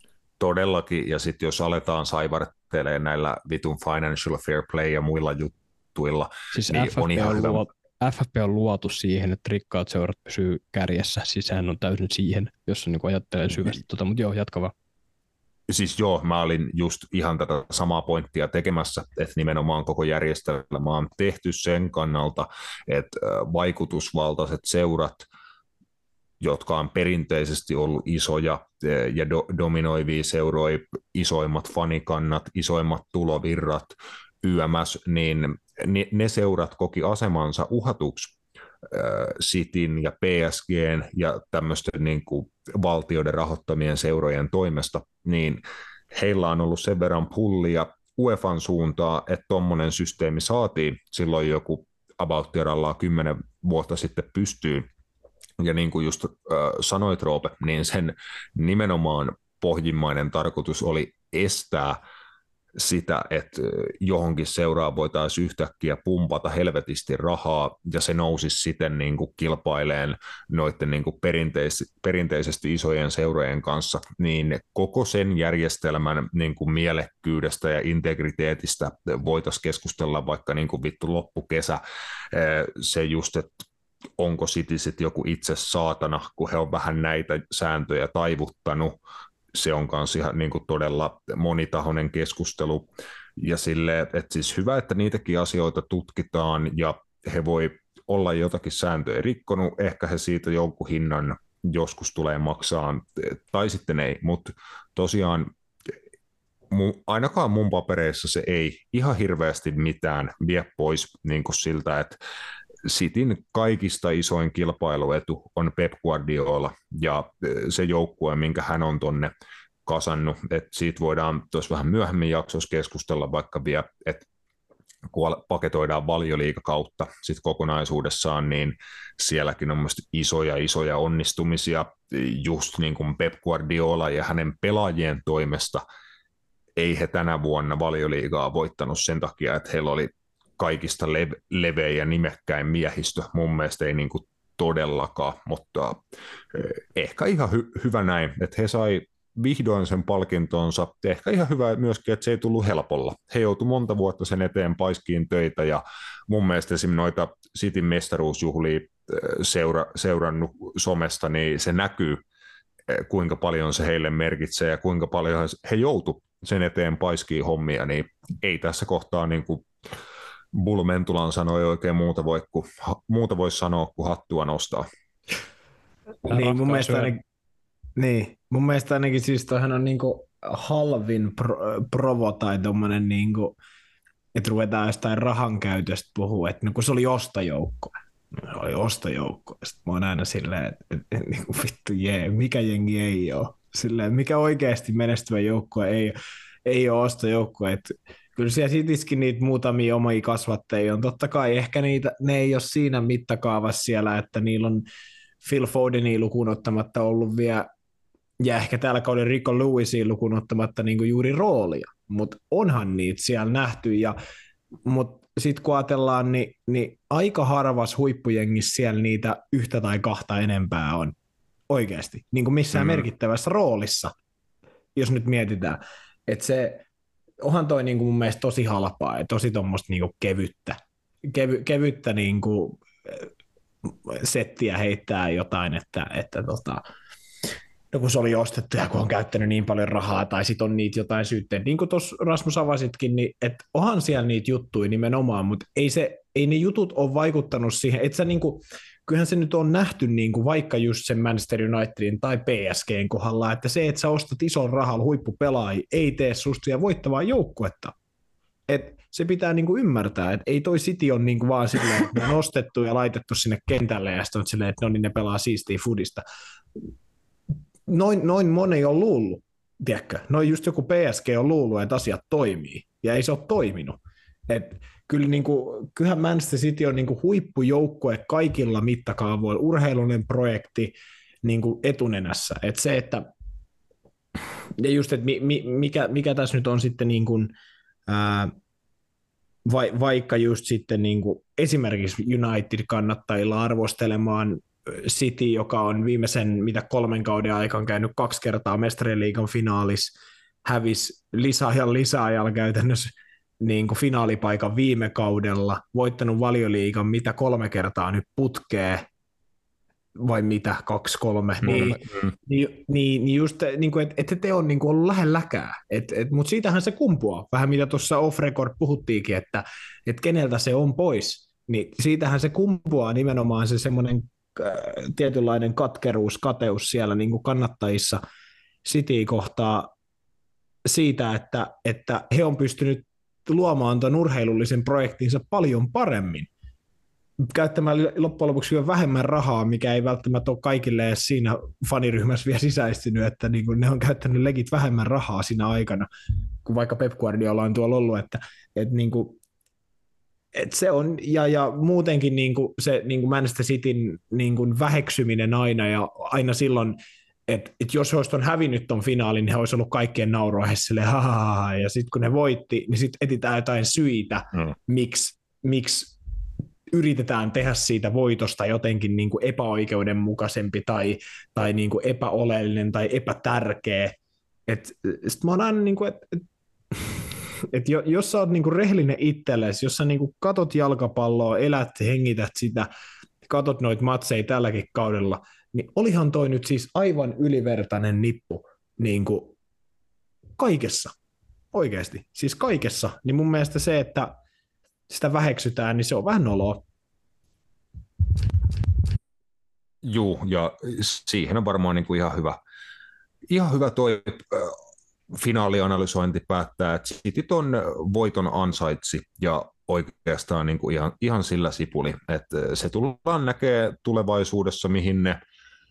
todellakin, ja sitten jos aletaan saivartelemaan näillä vitun financial fair play ja muilla juttuilla, siis niin F F P on ihan on hyvä. luo, F F P on luotu siihen, että rikkaat seurat pysyy kärjessä, siis sehän on täysin siihen, jos niin ajattelee syvästi, tota, mutta joo, jatka vaan. Siis joo, mä olin just ihan tätä samaa pointtia tekemässä, että nimenomaan koko järjestelmä on tehty sen kannalta, että vaikutusvaltaiset seurat, jotka on perinteisesti ollut isoja ja do, dominoivia seuroja, isoimmat fanikannat, isoimmat tulovirrat, Y M S, niin ne, ne seurat koki asemansa uhatuksi Cityn ja P S G:n ja tämmöisten niin kuin valtioiden rahoittamien seurojen toimesta, niin heillä on ollut sen verran pullia UEFan suuntaa, että tuommoinen systeemi saatiin silloin joku about kymmenen vuotta sitten pystyyn. Ja niin kuin just äh, sanoit, Roope, niin sen nimenomaan pohjimmainen tarkoitus oli estää sitä, että johonkin seuraan voitaisiin yhtäkkiä pumpata helvetisti rahaa, ja se nousisi siten niin kuin kilpaileen noiden niin kuin perinteis- perinteisesti isojen seurojen kanssa, niin koko sen järjestelmän niin kuin mielekkyydestä ja integriteetistä voitaisiin keskustella vaikka niin kuin vittu loppukesä. Se just, että onko City sitten joku itse saatana, kun he on vähän näitä sääntöjä taivuttanut. Se on myös ihan niin kuin todella monitahoinen keskustelu. Ja sille, että siis hyvä, että niitäkin asioita tutkitaan ja he voi olla jotakin sääntöjä rikkonut. Ehkä he siitä jonkun hinnan joskus tulee maksaa tai sitten ei. Mutta tosiaan ainakaan mun papereissa se ei ihan hirveästi mitään vie pois niin kuin siltä, että Cityn kaikista isoin kilpailuetu on Pep Guardiola ja se joukkue, minkä hän on tonne kasannut. Et siitä voidaan tuossa vähän myöhemmin jaksossa keskustella vaikka vielä, että kun paketoidaan Valioliiga-kautta sit kokonaisuudessaan, niin sielläkin on mielestäni isoja, isoja onnistumisia just niin kuin Pep Guardiola ja hänen pelaajien toimesta. Ei he tänä vuonna Valioliigaa voittanut sen takia, että heillä oli kaikista lev- leveä ja nimekkäin miehistö. Mun mielestä ei niin kuin todellakaan, mutta ehkä ihan hy- hyvä näin, että he sai vihdoin sen palkintonsa. Ehkä ihan hyvä myöskin, että se ei tullut helpolla. He joutuivat monta vuotta sen eteen paiskiin töitä, ja mun mielestä esimerkiksi noita Cityn mestaruusjuhlia seura- seurannut somesta, niin se näkyy, kuinka paljon se heille merkitsee ja kuinka paljon he joutu sen eteen paiskiin hommia, niin ei tässä kohtaa niin kuin Bull Mentulan sanoi oikein muuta voi, kuin, muuta voi sanoa kuin hattua nostaa. Niin mun, mielestä ainakin, niin, mun mielestä ainakin siis toihan on niinku halvin pro, provo tai tommonen, niinku, että ruvetaan jostain rahan käytöstä puhua, että no, kun se oli ostojoukko. Se oli ostojoukko. Sitten mä oon aina silleen, että, että, että niinku, vittu jee, mikä jengi ei ole. Silleen, mikä oikeasti menestyvä joukkue ei, ei ole ostojoukko. Että kyllä siellä Cityskin niitä muutamia omia kasvattajia on. Totta kai ehkä niitä, ne ei ole siinä mittakaavassa siellä, että niillä on Phil Fodenia lukuun ottamatta ollut vielä, ja ehkä tällä kauden Rico Lewisia lukuun ottamatta niin kuin juuri roolia, mutta onhan niitä siellä nähty, ja, mutta sitten kun ajatellaan, niin, niin aika harvas huippujengissä siellä niitä yhtä tai kahta enempää on oikeasti, niin kuin missään mm. merkittävässä roolissa, jos nyt mietitään, että se onhan toi niin kuin mun mielestä tosi halpaa ja tosi tuommoista niin kuin kevyttä, Kevy, kevyttä niin kuin settiä heittää jotain, että, että tota, no kun se oli ostettu ja kun on käyttänyt niin paljon rahaa tai sitten on niitä jotain syytteitä, niin kuin tuossa Rasmus avasitkin, niin että onhan siellä niitä juttuja nimenomaan, mutta ei, se, ei ne jutut ole vaikuttanut siihen, että sä niin kuin, kyllähän se nyt on nähty niin kuin vaikka just sen Manchester Unitedin tai P S G:n kohdalla, että se, että sä ostat ison rahalla huippupelaajia, ei tee susta ja voittavaa joukkuetta. Et se pitää niinku ymmärtää, että ei toi City ole niinku vaan silleen, että ne on ostettu ja laitettu sinne kentälle ja sitten on silleen, että no niin ne pelaa siistiä fudista. Noin, noin moni on luullut, tiedätkö? Noin just joku P S G on luullut, että asiat toimii ja ei se ole toiminut. Et kyllä niinku, kyllähän Manchester City on niinku huippujoukkue kaikilla mittakaavoilla, urheilullinen projekti niinku etunenässä. Et se, että ja just, että mi, mi, mikä, mikä tässä nyt on sitten niin kuin, ää, vai, vaikka just sitten niin kuin esimerkiksi United-kannattajilla arvostelemaan City, joka on viimeisen mitä kolmen kauden aikana käynyt kaksi kertaa Mestarien liigan finaalissa, hävisi lisäajan lisäajalla käytännössä niin kuin finaalipaikan viime kaudella, voittanut Valioliigan mitä kolme kertaa nyt putkee, vai mitä, kaksi, kolme, Kolme. niin, Mm. niin, niin, niin just, niin kuin, että ette te ole niin kuin ollut lähelläkään, et, et, mutta siitähän se kumpuaa, vähän mitä tuossa off-record puhuttiinkin, että et keneltä se on pois, niin siitähän se kumpuaa nimenomaan se semmoinen äh, tietynlainen katkeruus, kateus siellä niin kuin kannattajissa Cityä kohtaa siitä, että, että he on pystynyt luomaan tuon urheilullisen projektinsa paljon paremmin, käyttämään loppujen lopuksi vielä vähemmän rahaa, mikä ei välttämättä ole kaikille edes siinä faniryhmässä vielä sisäistynyt, että niin kuin ne on käyttänyt legit vähemmän rahaa siinä aikana, kun vaikka Pep Guardiola on tuolla ollut, että, että, niin kuin, että se on, ja, ja muutenkin niin kuin se niin kuin Manchester Cityn niin kuin väheksyminen aina, ja aina silloin, että, että jos he olisivat hävinnyt tuon finaalin, niin he olisivat ollut kaikkien nauroaiheessa silleen, ja sitten kun ne voitti, niin sitten etsitään jotain syitä, mm. miksi, miksi yritetään tehdä siitä voitosta jotenkin niin kuin epäoikeudenmukaisempi tai, tai niin kuin epäoleellinen tai epätärkeä. Sitten mä oon aina, niin kuin, että et, et jos sä oot niin kuin rehellinen itsellesi, jos sä niin kuin katot jalkapalloa, elät, hengität sitä, katot noita matseja tälläkin kaudella, niin olihan toi nyt siis aivan ylivertainen nippu niin kuin kaikessa, oikeasti, siis kaikessa. Niin mun mielestä se, että sitä väheksytään, niin se on vähän noloa. Juu, ja siihen on varmaan niin kuin ihan hyvä, ihan hyvä toi äh, finaalianalysointi päättää, että City ton voiton ansaitsi ja oikeastaan niin kuin ihan, ihan sillä sipuli, että se tullaan näkee tulevaisuudessa, mihin ne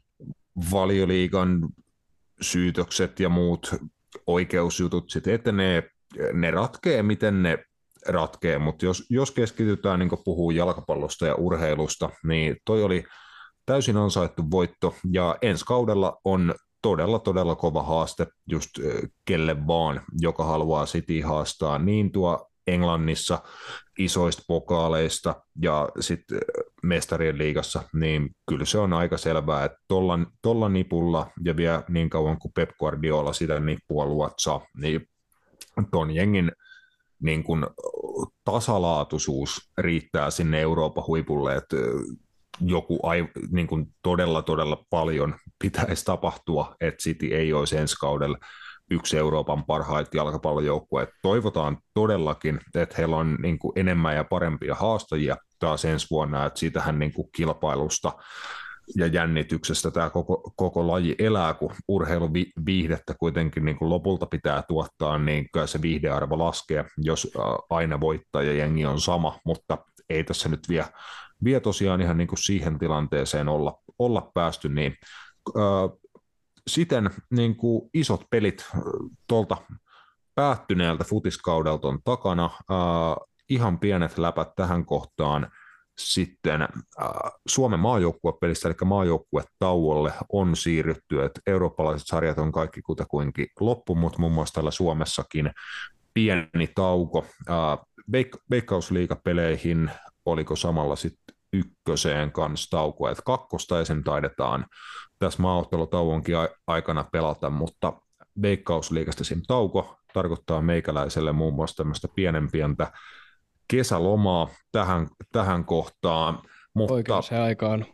Valioliigan syytökset ja muut oikeusjutut sitten etenee, ne ratkee, miten ne ratkee, mutta jos, jos keskitytään niin puhuu jalkapallosta ja urheilusta, niin toi oli täysin ansaittu voitto, ja ensi kaudella on todella, todella kova haaste just kelle vaan, joka haluaa City haastaa niin tuo Englannissa isoista pokaaleista ja sitten mestarien liigassa, niin kyllä se on aika selvää, että tolla, tolla nipulla ja vielä niin kauan kuin Pep Guardiola sitä nippua luotsaa, niin ton jengin niin kuin tasalaatuisuus riittää sinne Euroopan huipulle, että joku ai, niin kuin todella, todella paljon pitäisi tapahtua, että City ei olisi ensi kaudella yksi Euroopan parhaita jalkapallojoukkueita. Toivotaan todellakin, että heillä on niin kuin enemmän ja parempia haastajia taas ensi vuonna, että siitähän niin kuin kilpailusta ja jännityksestä tämä koko, koko laji elää, kun urheiluviihdettä kuitenkin niin kuin lopulta pitää tuottaa, niin kyllä se viihdearvo laskee, jos aina voittajajengi on sama, mutta ei tässä nyt vielä, vielä tosiaan ihan niin kuin siihen tilanteeseen olla, olla päästy, niin äh, siten niin kuin isot pelit tuolta päättyneeltä futiskaudelta on takana, äh, ihan pienet läpät tähän kohtaan. Sitten äh, Suomen maajoukkuepelistä, eli maajoukkuetauolle on siirrytty, että eurooppalaiset sarjat on kaikki kutakuinkin loppu, mutta muun muassa täällä Suomessakin pieni tauko. Äh, veik- Veikkausliigapeleihin oliko samalla sitten ykköseen kanssa tauko, että kakkosta esim. Taidetaan tässä maaottelutauonkin aikana pelata, mutta Veikkausliigasta siinä tauko tarkoittaa meikäläiselle muun muassa tämmöistä pienen pientä kesälomaa tähän, tähän kohtaan. Mutta, oikeaan aikaan.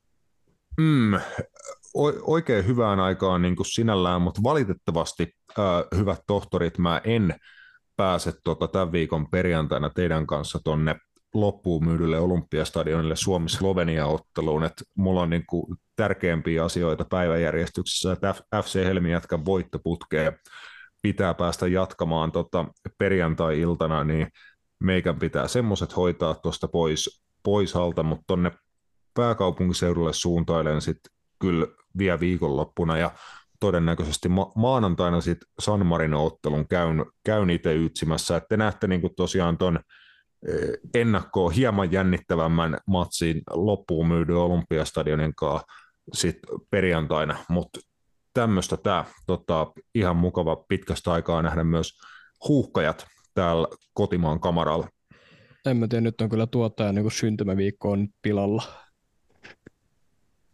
Mm, oikein hyvään aikaan niin kuin sinällään, mutta valitettavasti äh, hyvät tohtorit, mä en pääse tota, tämän viikon perjantaina teidän kanssa tonne loppuun myydylle Olympiastadionille Suomi-Slovenia-otteluun, että mulla on niin kuin tärkeämpiä asioita päiväjärjestyksessä, että F C Helmi jätkän voittoputkeen pitää päästä jatkamaan tota perjantai-iltana, niin meikän pitää semmoiset hoitaa tuosta pois, pois alta, mutta tonne pääkaupunkiseudulle suuntailen sitten kyllä vielä viikonloppuna ja todennäköisesti ma- maanantaina sitten San Marino-ottelun käyn, käyn itse ytsimässä, että te näette niin kuin tosiaan ton ennakkoon hieman jännittävämmän matsin loppuun myydyn Olympiastadionin kanssa sitten perjantaina, mutta tämmöistä tämä tota, ihan mukava pitkästä aikaa nähdä myös huuhkajat täällä kotimaan kamaralla. En mä tiedä, nyt on kyllä tuottaja niin syntymäviikko on pilalla.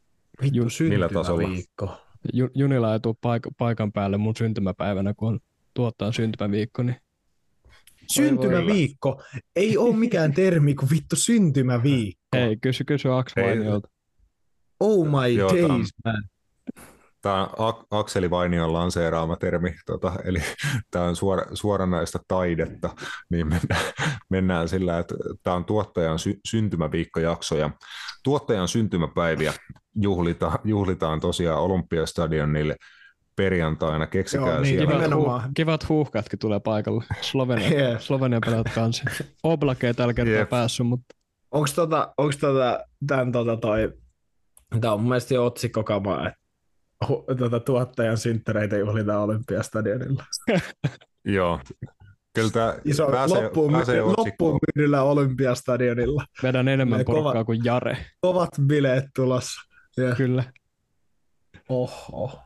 Vittu syntymäviikko. Junilla ei tule paik- paikan päälle mun syntymäpäivänä, kun on tuottaa syntymäviikko, niin Syntymäviikko ei ole mikään termi kuin vittu syntymäviikko. Hei, kysy, kysy Aks Vainiolta. Oh my Joo, days, man. Tämä on Akseli Vainion lanseeraama termi, tota, eli tämä on suora, suoranaista taidetta, niin mennään, mennään sillä, että tämä on tuottajan sy- syntymäviikkojakso, ja tuottajan syntymäpäiviä juhlitaan, juhlitaan tosiaan Olympiastadionille perjantaina, keksikää Joo, niin, siellä. Kivat, nimenomaan. huu, kivat huuhkatkin tulee paikalle. Slovenia, Yeah. Slovenia pelaat kanssa. Oblak ei tällä kertaa Jep. päässyt, mutta Onko tota, onks tota, tämän tota toi, tää on mun mielestä jo otsikkokama, että hu- tota, tuottajan synttäreitä juhlitaan Olympiastadionilla. Joo, kyllä tämä Iso pääsee, loppuun, pääsee loppuun otsikkoon. myydyllä Olympiastadionilla. vedän enemmän Ne porukkaa kova- kuin Jare. Kovat bileet tulossa. Yeah. Kyllä. Oho.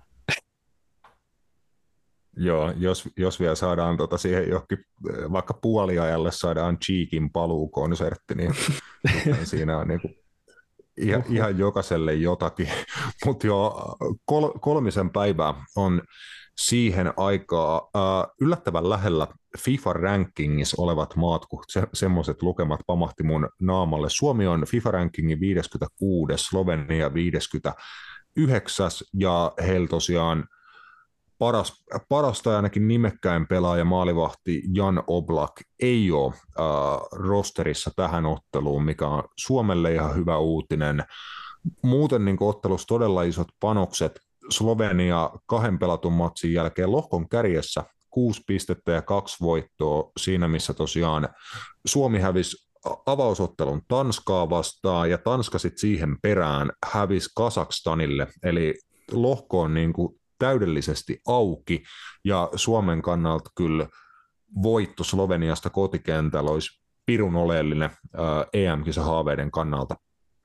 Joo, jos, jos vielä saadaan tota siihen johonkin, vaikka puoliajalle saadaan Cheekin paluukonsertti, niin siinä on niinku ihan, ihan jokaiselle jotakin. Mutta joo, kol, kolmisen päivää on siihen aikaa äh, yllättävän lähellä FIFA rankingissa olevat maat, kun se, semmoiset lukemat pamahti mun naamalle. Suomi on FIFA rankingin viideskymmeneskuudes, Slovenia viideskymmenesyhdeksäs ja heillä tosiaan Paras, parasta ja ainakin nimekkäin pelaaja maalivahti Jan Oblak ei ole äh, rosterissa tähän otteluun, mikä on Suomelle ihan hyvä uutinen. Muuten niin ottelussa todella isot panokset. Slovenia kahden pelatun matsin jälkeen lohkon kärjessä kuusi pistettä ja kaksi voittoa siinä, missä tosiaan Suomi hävisi avausottelun Tanskaa vastaan ja Tanska sitten siihen perään hävisi Kazakstanille, eli lohko on niin kuin täydellisesti auki, ja Suomen kannalta kyllä voitto Sloveniasta kotikentällä olisi pirun oleellinen ää, E M-kisahaaveiden kannalta.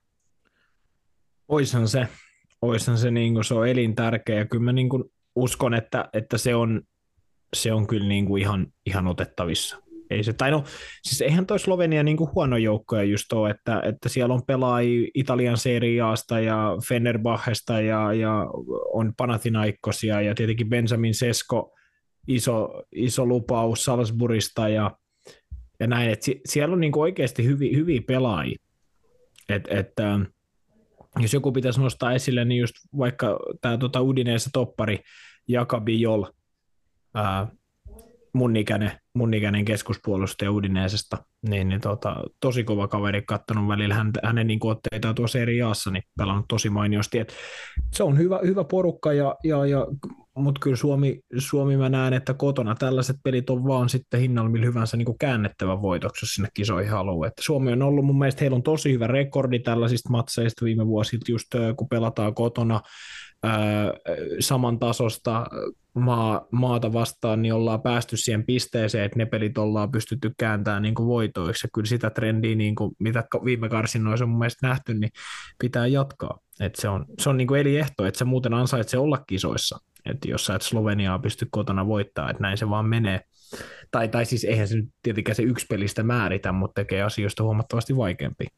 Oishan se, oishan se, niin kuin, se on elintärkeä, ja kyllä mä niin kuin uskon, että, että se, on, se on kyllä niin kuin ihan, ihan otettavissa. Ei se, tai no, siis eihän toi Slovenia niin kuin huono joukkoja just ole, että, että siellä on pelaajia Italian Serie A:sta ja Fenerbahcesta ja, ja on Panathinaikkosia ja tietenkin Benjamin Sesko, iso, iso lupaus Salzburgista ja, ja näin, että siellä on niin kuin oikeasti hyviä, hyviä pelaajia. Et, että jos joku pitäisi nostaa esille, niin just vaikka tämä tota Udinese toppari Jakabi Jol, ää, mun ikäinen, mun ikäinen keskuspuolustaja Udineesesta, niin, niin tota, tosi kova kaveri, kattonut välillä hän, hänen niin otteitaan tuossa Serie A:ssa, niin pelannut tosi mainiosti. Et se on hyvä, hyvä porukka, ja, ja, ja, mutta kyllä Suomi, Suomi mä näen, että kotona tällaiset pelit on vaan sitten hinnalla millä hyvänsä niin käännettävä voitoksi, jos sinne kisoihin haluaa. Että Suomi on ollut, mun mielestä heillä on tosi hyvä rekordi tällaisista matseista viime vuosilta, just kun pelataan kotona ää, saman tasosta maa, maata vastaan, niin ollaan päästy siihen pisteeseen, että ne pelit ollaan pystytty kääntämään niin kuin voitoiksi, ja kyllä sitä trendiä, niin kuin, mitä viime karsinnoissa on mun mielestä nähty, niin pitää jatkaa. Et se on, se on niin kuin eliehto, että sä muuten ansaitsee olla kisoissa, että jos sä et Sloveniaa pysty kotona voittaa, että näin se vaan menee. Tai, tai siis eihän se nyt tietenkään se yksi pelistä määritä, mutta tekee asioista huomattavasti vaikeampia.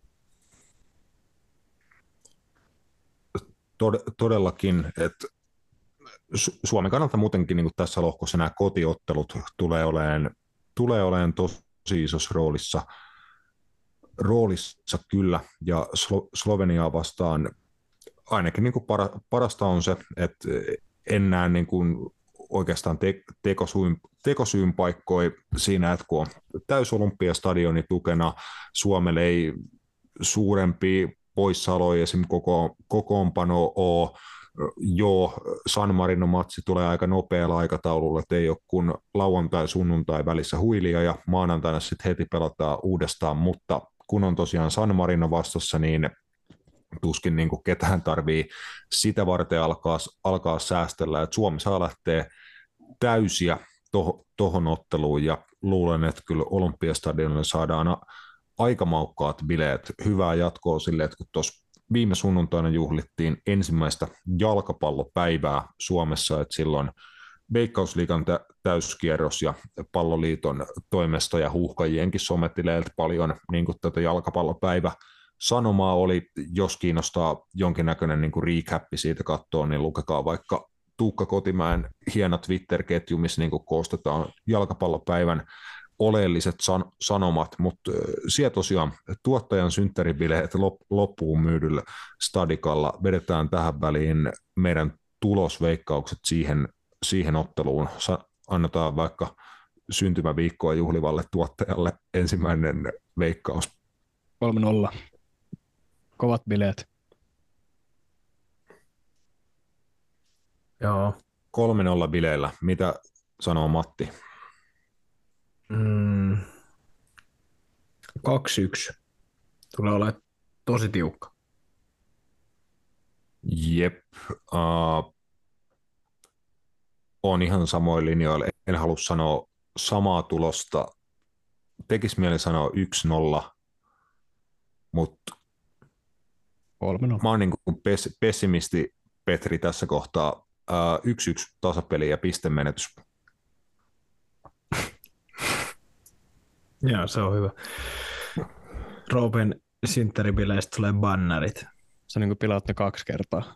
Todellakin, että Suomen kannalta muutenkin niin kuin tässä lohkossa nämä kotiottelut tulee olemaan, tulee olemaan tosi isossa roolissa, roolissa kyllä, ja Slo- Sloveniaa vastaan ainakin niin kuin para, parasta on se, että en näe niin kuin oikeastaan te, tekosyyn, tekosyyn paikkoja siinä, että kun on täysolympiastadioni tukena, Suomelle ei suurempi poissaoloja esimerkiksi koko, kokoonpano ole. Joo, San Marino-matsi tulee aika nopealla aikataululla, että ei ole kuin lauantai-sunnuntai välissä huilia ja maanantaina sitten heti pelataan uudestaan, mutta kun on tosiaan San Marino vastassa, niin tuskin niin kuin ketään tarvii sitä varten alkaa, alkaa säästellä, että Suomi saa lähteä täysiä tuohon otteluun ja luulen, että kyllä Olympiastadionille saadaan aika maukkaat bileet, hyvää jatkoa sille, että kun tuossa viime sunnuntaina juhlittiin ensimmäistä jalkapallopäivää Suomessa, että silloin Veikkausliigan tä- täyskierros ja Palloliiton toimesta ja huuhkajienkin sometileiltä paljon niin kuin tätä jalkapallopäivä sanomaa oli, jos kiinnostaa jonkinnäköinen niin kuin recap siitä katsoa, niin lukekaa vaikka Tuukka Kotimäen hieno Twitter-ketju, missä niin kuin koostetaan jalkapallopäivän oleelliset san- sanomat, mutta siellä tosiaan tuottajan synttäribileet lop- loppuun myydyllä stadikalla vedetään tähän väliin meidän tulosveikkaukset siihen, siihen otteluun. Sa- annetaan vaikka syntymäviikkoa juhlivalle tuottajalle ensimmäinen veikkaus. kolme nolla. Kovat bileet. Joo. kolme nolla bileillä. Mitä sanoo Matti? Mm. kaksi yksi. Tulee olemaan tosi tiukka. Jep. Uh, on ihan samoin linjoilla. En halua sanoa samaa tulosta. Tekisi mieli sanoa yksi nolla, mutta kolme nolla. mä oon niin kuin pes- pessimisti Petri tässä kohtaa. Uh, yksi yksi tasapeli ja pistemenetys. Joo, se on hyvä. Roopen synttäribileistä tulee bannerit. Se on niin kuin pilaat ne kaksi kertaa.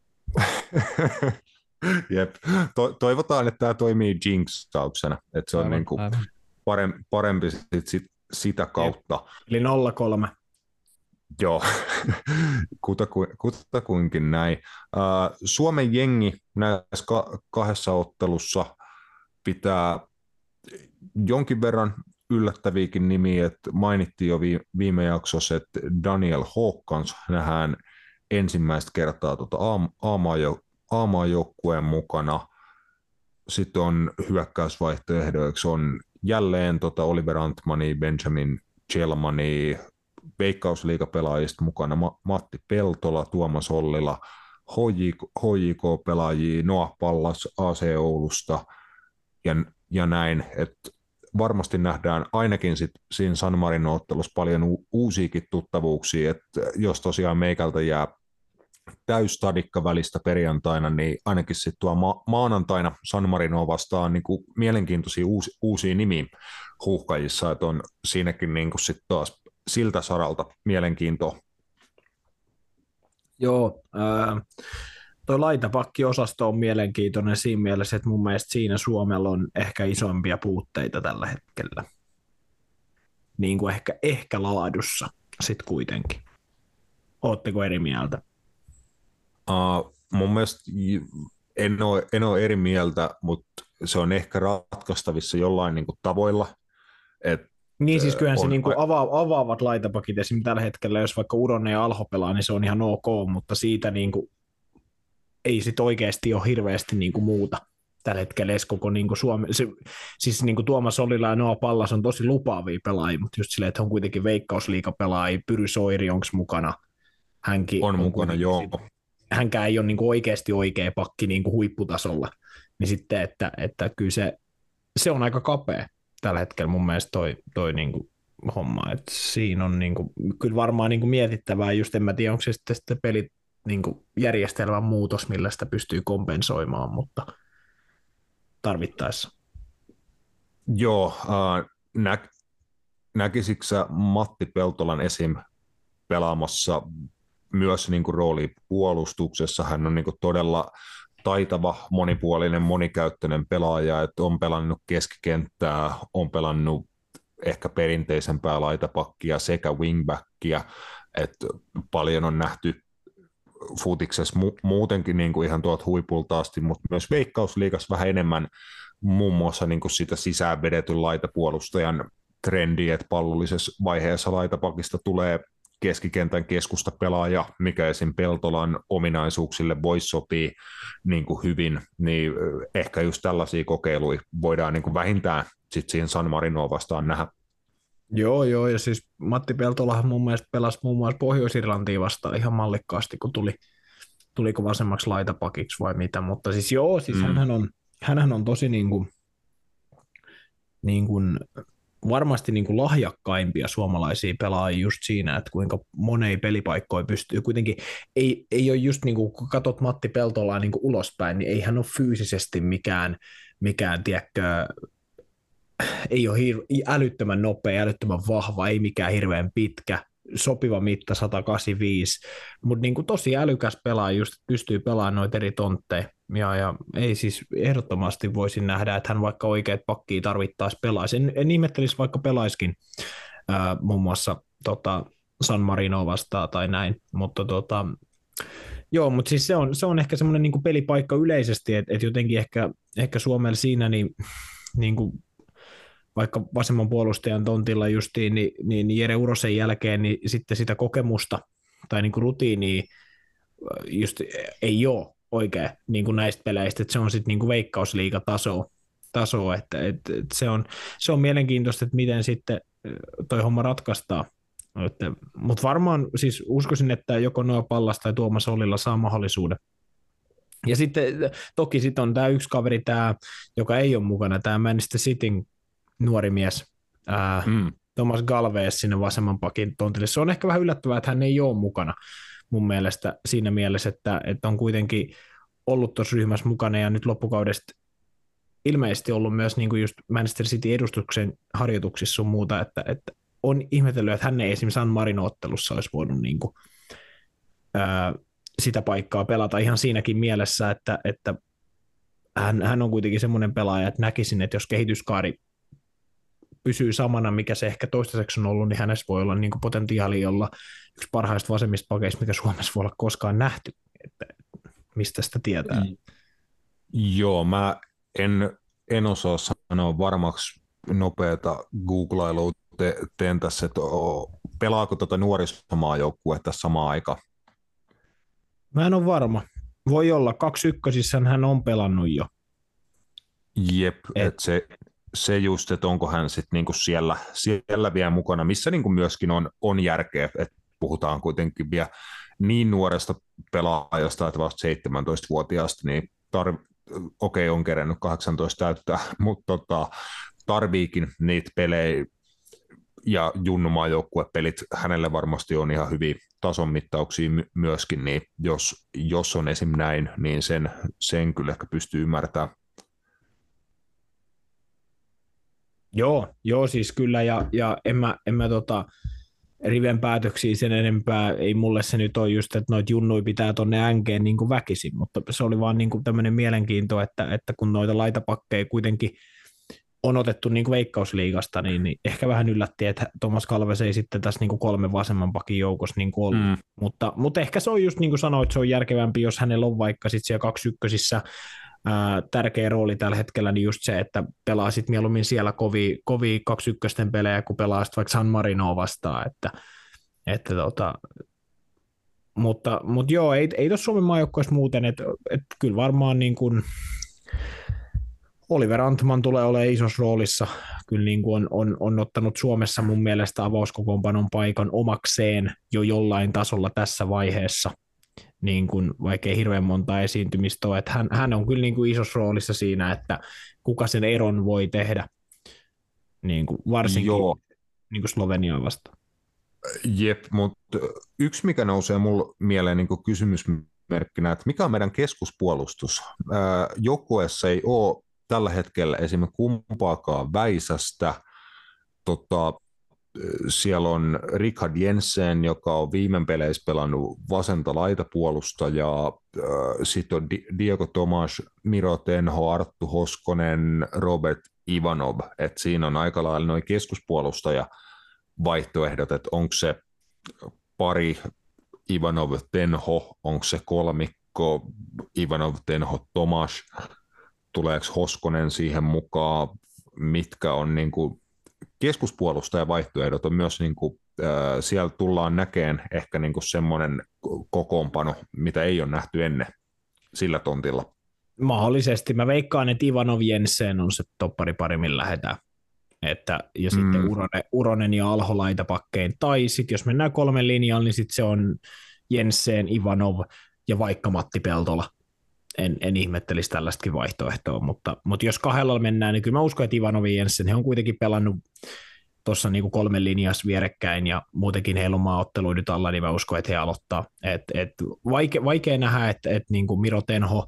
Jep. To- toivotaan, että tämä toimii jinxauksena, että se on Aivan, niin kuin aivan. parempi, parempi sit, sit, sitä kautta. Eli nolla kolme. Joo, kutaku, kutakuinkin näin. Uh, Suomen jengi näissä ka- kahdessa ottelussa pitää jonkin verran yllättäviäkin nimiä, että mainittiin jo vi- viime jaksossa, että Daniel Hawkins nähdään ensimmäistä kertaa tuota A-maajoukkueen mukana. Sitten on hyökkäysvaihtoehdoiksi on jälleen tota Oliver Antmani, Benjamin Chelmani, Veikkausliigapelaajista mukana Ma- Matti Peltola, Tuomas Ollila, H J K-pelaajia, Noah Pallas A C Oulusta ja, ja näin, että varmasti nähdään ainakin sit siinä San Marino-ottelussa paljon u- uusiakin tuttavuuksia, että jos tosiaan meikältä jää täystadikka välistä perjantaina, niin ainakin sitten tuo ma- maanantaina San Marinoa vastaan niin kuin mielenkiintoisia uusi, uusia nimiä huuhkajissa, että on siinäkin niin kuin sit taas siltä saralta mielenkiintoa. Joo, ää, toi laitapakkiosasto on mielenkiintoinen siinä mielessä, että mun mielestä siinä Suomella on ehkä isompia puutteita tällä hetkellä. Niin kuin ehkä, ehkä laadussa sitten kuitenkin. Ootteko eri mieltä? Uh, mun mielestä en ole, en ole eri mieltä, mutta se on ehkä ratkaistavissa jollain niin kuin tavoilla. Et Niin siis kyllähän se on- niin kuin ava- avaavat laitapakit esimerkiksi tällä hetkellä, jos vaikka Uronen ja Alho pelaa, niin se on ihan ok, mutta siitä niin kuin ei sit oikeasti ole hirveästi niin kuin muuta tällä hetkellä edes koko niin kuin Suomi. Se, siis niin kuin Tuomas Olila ja Noa Pallas on tosi lupaavia pelaajia, mutta just silleen, että on kuitenkin veikkausliigapelaajia, Pyry Soiri onko mukana, hänkin on mukana, kuitenkin joo. sit- hänkään ei ole niin kuin oikeasti oikea pakki niin kuin huipputasolla, niin sitten, että, että kyllä se, se on aika kapea tällä hetkellä mun mielestä toi, toi niin kuin homma, että siinä on niin kuin, kyllä varmaan niin kuin mietittävää, just en mä tiedä, onko se sitten, sitten pelit niin kuin järjestelmän muutos, millä sitä pystyy kompensoimaan, mutta tarvittaessa. Joo, uh, nä, näkisikö sä Matti Peltolan esim. Pelaamassa myös niin kuin rooli puolustuksessa? Hän on niin kuin todella taitava, monipuolinen, monikäyttöinen pelaaja, että on pelannut keskikenttää, on pelannut ehkä perinteisempää laitapakkia sekä wingbackia, että paljon on nähty futiksessa mu- muutenkin niin kuin ihan tuolta huipulta asti, mutta myös Veikkausliigassa vähän enemmän muun muassa niin kuin sitä sisään vedetyn laitapuolustajan trendi, että pallollisessa vaiheessa laitapakista tulee keskikentän keskusta pelaaja, mikä esim. Peltolan ominaisuuksille voisi sopia niin kuin hyvin, niin ehkä just tällaisia kokeiluja voidaan niin kuin vähintään sit siihen San Marinoa vastaan nähdä. Joo, joo, ja siis Matti Peltolahan mun mielestä pelasi muun muassa Pohjois-Irlantia vastaan ihan mallikkaasti, kun tuli, tuliko vasemmaksi laitapakiksi vai mitä, mutta siis joo, siis Mm. hänhän on, hänhän on tosi niin kuin, niin kuin, varmasti niin kuin lahjakkaimpia suomalaisia pelaajia just siinä, että kuinka monia pelipaikkoja pystyy. Kuitenkin ei, ei ole just niin kuin, kun katsot Matti Peltolaa niin kuin ulospäin, niin ei hän ole fyysisesti mikään, mikään tiedätkö, ei ole hir- älyttömän nopea, älyttömän vahva, ei mikään hirveän pitkä, sopiva mitta sata kahdeksankymmentäviisi, mutta niin kuin tosi älykäs pelaaja, just pystyy pelaamaan noita eri tontteja, ja, ja ei siis ehdottomasti voisin nähdä, että hän vaikka oikeat pakkia tarvittaisi pelaisi. En, en ihmettelisi vaikka pelaiskin ää, muun muassa tota, San Marino vastaan tai näin, mutta tota, joo, mutta siis se on, se on ehkä semmoinen niin pelipaikka yleisesti, että et jotenkin ehkä, ehkä Suomella siinä niin, niin kuin vaikka vasemman puolustajan tontilla justiin, niin, niin Jere Urosen jälkeen niin sitten sitä kokemusta tai niin kuin rutiinia just ei ole oikein niin kuin näistä peleistä, että se on sitten niin kuin veikkausliigatasoa, tasoa, että, että, että se, on, se on mielenkiintoista, että miten sitten toi homma ratkaistaan. Mutta varmaan siis uskoisin, että joko Noa Pallas tai Tuomas Ollila saa mahdollisuuden. Ja sitten toki sitten on tämä yksi kaveri, tää, joka ei ole mukana, tämä Manchester Cityn nuori mies, ää, mm. Thomas Galvez sinne vasemman pakin tontille. Se on ehkä vähän yllättävää, että hän ei ole mukana mun mielestä siinä mielessä, että, että on kuitenkin ollut tuossa ryhmässä mukana ja nyt loppukaudesta ilmeisesti ollut myös niin kuin just Manchester City edustuksen harjoituksissa sun muuta, että, että on ihmetellyt, että hän ei esimerkiksi San Marino-ottelussa olisi voinut niin kuin, ää, sitä paikkaa pelata ihan siinäkin mielessä, että, että hän, hän on kuitenkin semmoinen pelaaja, että näkisin, että jos kehityskaari pysyy samana, mikä se ehkä toistaiseksi on ollut, niin hänessä voi olla niin kuin potentiaali olla yksi parhaista vasemmista pakeista, mikä Suomessa voi olla koskaan nähty, että mistä sitä tietää. Joo, mä en, en osaa sanoa varmaksi nopeata googlailua te, teen tässä, että pelaako tuota nuorisomaajoukkuetta samaan aikaan? Mä en ole varma. Voi olla. Kaksi ykkösissä hän on pelannut jo. Jep, Et... että se, se just, että onko hän sitten niinku siellä, siellä vielä mukana, missä niinku myöskin on, on järkeä, että puhutaan kuitenkin vielä niin nuoresta pelaajasta, että vasta seitsemäntoistavuotiaasta, niin tar- okei, okay, on kerennyt kahdeksantoista täyttää, mutta tota, tarviikin niitä pelejä ja junnumaajoukkuepelit hänelle varmasti on ihan hyviä tason mittauksia myöskin, niin jos, jos on esim. Näin, niin sen, sen kyllä ehkä pystyy ymmärtämään. Joo, joo siis kyllä, ja, ja en mä, en mä tota, riven päätöksiä sen enempää, ei mulle se nyt ole just, että noita junnui pitää tonne änkeen niin kuin väkisin, mutta se oli vaan niin kuin tämmöinen mielenkiinto, että, että kun noita laitapakkeja kuitenkin on otettu niin kuin Veikkausliigasta, niin, niin ehkä vähän yllätti, että Thomas Galvez ei sitten tässä niin kuin kolme vasemman pakin joukossa niin kuin ollut. Mm. Mutta, mutta ehkä se on just niin kuin sanoit, se on järkevämpi, jos hänellä on vaikka sitten siellä kaksi ykkösissä ää, tärkeä rooli tällä hetkellä, niin just se, että pelaa sitten mieluummin siellä kovia, kovia kaksi ykkösten pelejä, kun pelaa sitten vaikka San Marinoa vastaan, että, että tota, mutta, mutta joo, ei, ei tuossa Suomen maajoukkueessa muuten, että, että kyllä varmaan niin kuin Oliver Antman tulee olemaan isossa roolissa, kyllä niin kuin on, on, on ottanut Suomessa mun mielestä avauskokoonpanon paikan omakseen jo jollain tasolla tässä vaiheessa, niin kuin, vaikka ei hirveän monta esiintymistä ole, että hän, hän on kyllä niin kuin isossa roolissa siinä, että kuka sen eron voi tehdä, niin kuin varsinkin Joo. Niin kuin Sloveniaa vastaan. Jep, mutta yksi mikä nousee mulle mieleen niin kuin kysymysmerkkinä, että mikä on meidän keskuspuolustus? Joukkueessa ei ole tällä hetkellä esimerkiksi kumpaakaan Väisästä. Tota, siellä on Richard Jensen, joka on viime peleissä pelannut vasenta laitapuolustajaa. Sitten on Diego Tomas, Miro Tenho, Arttu Hoskonen, Robert Ivanov. Et siinä on aika lailla noin keskuspuolustaja vaihtoehdot, että onko se pari Ivanov Tenho, onko se kolmikko Ivanov Tenho Tomas, tuleeko Hoskonen siihen mukaan, mitkä on niin kuin keskuspuolustajavaihtoehdot on myös niin kuin, äh, siellä tullaan näkeen ehkä niin kuin semmoinen kokoonpano, mitä ei ole nähty ennen sillä tontilla. Mahdollisesti. Mä veikkaan, että Ivanov Jensen on se topparipari, millä lähdetään. Että, ja sitten mm. Uronen, Uronen ja Alho laitapakkein. Tai sitten jos mennään kolmen linjaan, niin sitten se on Jensen, Ivanov ja vaikka Matti Peltola. En, en ihmettelisi tällaistakin vaihtoehtoa, mutta, mutta jos kahdella mennään, niin kyllä mä uskon, että Ivanov ja Jensen, he on kuitenkin pelannut tuossa niin kuin kolmen linjassa vierekkäin ja muutenkin heillä on maaotteluja nyt alla, niin mä uskon, että he aloittaa. Et, et vaikea, vaikea nähdä, että et niin kuin Miro Tenho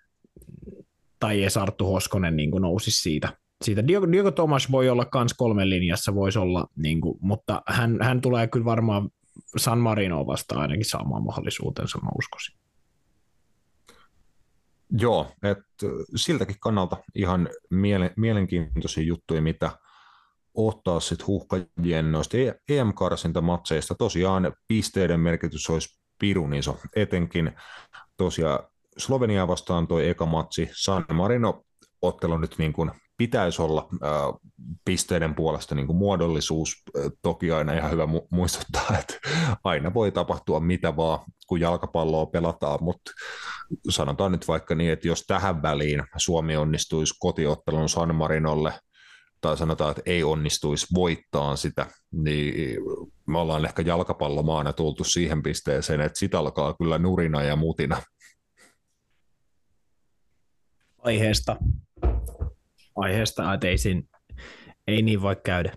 tai edes Arttu Hoskonen niin kuin nousisi siitä. siitä. Diego, Diego Tomas voi olla myös kolmen linjassa, voisi olla, niin kuin, mutta hän, hän tulee kyllä varmaan San Marino vastaan ainakin saamaan mahdollisuutensa, mä uskoisin. Joo, että siltäkin kannalta ihan miele- mielenkiintoisia juttuja, mitä ottaa sitten huuhkajien noista E M-karsintamatseista. Tosiaan pisteiden merkitys olisi pirun iso, etenkin tosiaan Sloveniaa vastaan toi eka matsi. San Marino-ottelu nyt niin kuin pitäisi olla äh, pisteiden puolesta niin kuin muodollisuus. Toki aina ihan hyvä mu- muistuttaa, että aina voi tapahtua mitä vaan, kun jalkapalloa pelataan, mutta sanotaan nyt vaikka niin, että jos tähän väliin Suomi onnistuisi kotiottelun San Marinolle, tai sanotaan, että ei onnistuisi voittaa sitä, niin me ollaan ehkä jalkapallomaana tultu siihen pisteeseen, että sit alkaa kyllä nurina ja mutina. Aiheesta. Aiheesta, että ei, siinä, ei niin voi käydä.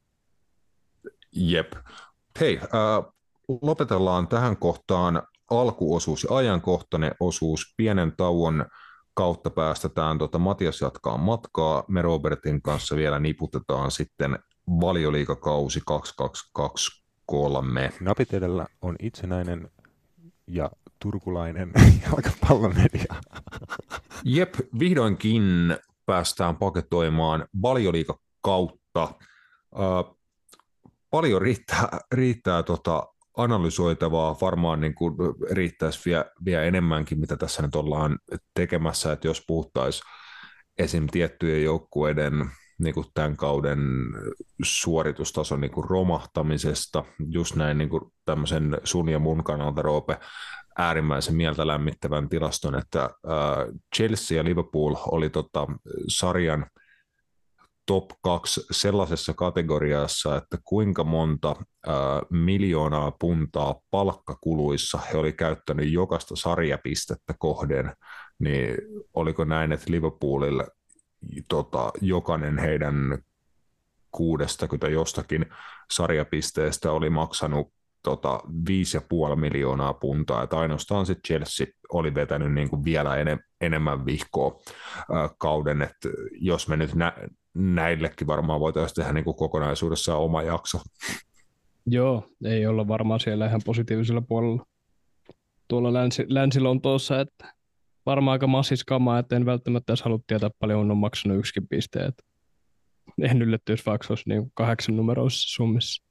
Jep. Hei, äh, lopetellaan tähän kohtaan alkuosuus ja ajankohtainen osuus. Pienen tauon kautta päästetään, tota, Matias jatkaa matkaa, me Robertin kanssa vielä niputetaan sitten Valioliigakausi kaksituhattakaksikymmentäkolme. Napit edellä on itsenäinen ja turkulainen jalkapallomedia. Jep, vihdoinkin päästään paketoimaan Valioliigakautta. Äh, paljon riittää, riittää tota analysoitavaa, varmaan niin kuin riittäisi vielä, vielä enemmänkin, mitä tässä nyt ollaan tekemässä, että jos puhuttaisiin esim. Tiettyjen joukkueiden niin kuin tämän kauden suoritustason niin kuin romahtamisesta, just näin niin kuin tämmöisen sun ja mun kannalta, Roope, äärimmäisen mieltä lämmittävän tilaston, että Chelsea ja Liverpool oli tota sarjan top kaksi sellaisessa kategoriassa, että kuinka monta ää, miljoonaa puntaa palkkakuluissa he oli käyttänyt jokaista sarjapistettä kohden, niin oliko näin, että Liverpoolille tota, jokainen heidän kuudestakymmentä jostakin sarjapisteestä oli maksanut tota, viisi pilkku viisi miljoonaa puntaa, että ainoastaan sitten Chelsea oli vetänyt niin kuin vielä enem, enemmän vihkoa ää, kauden, että jos me nyt nä- näillekin varmaan voitaisiin tehdä niin kuin kokonaisuudessaan oma jakso. Joo, ei olla varmaan siellä ihan positiivisella puolella tuolla Länsi- Länsi-Lontoossa, että varmaan aika massiskamaa, että en välttämättä edes halua tietää paljon on maksanut yksikin pisteet. En yllättyisi, vaikka se olisi niin kahdeksan numeroissa summissa.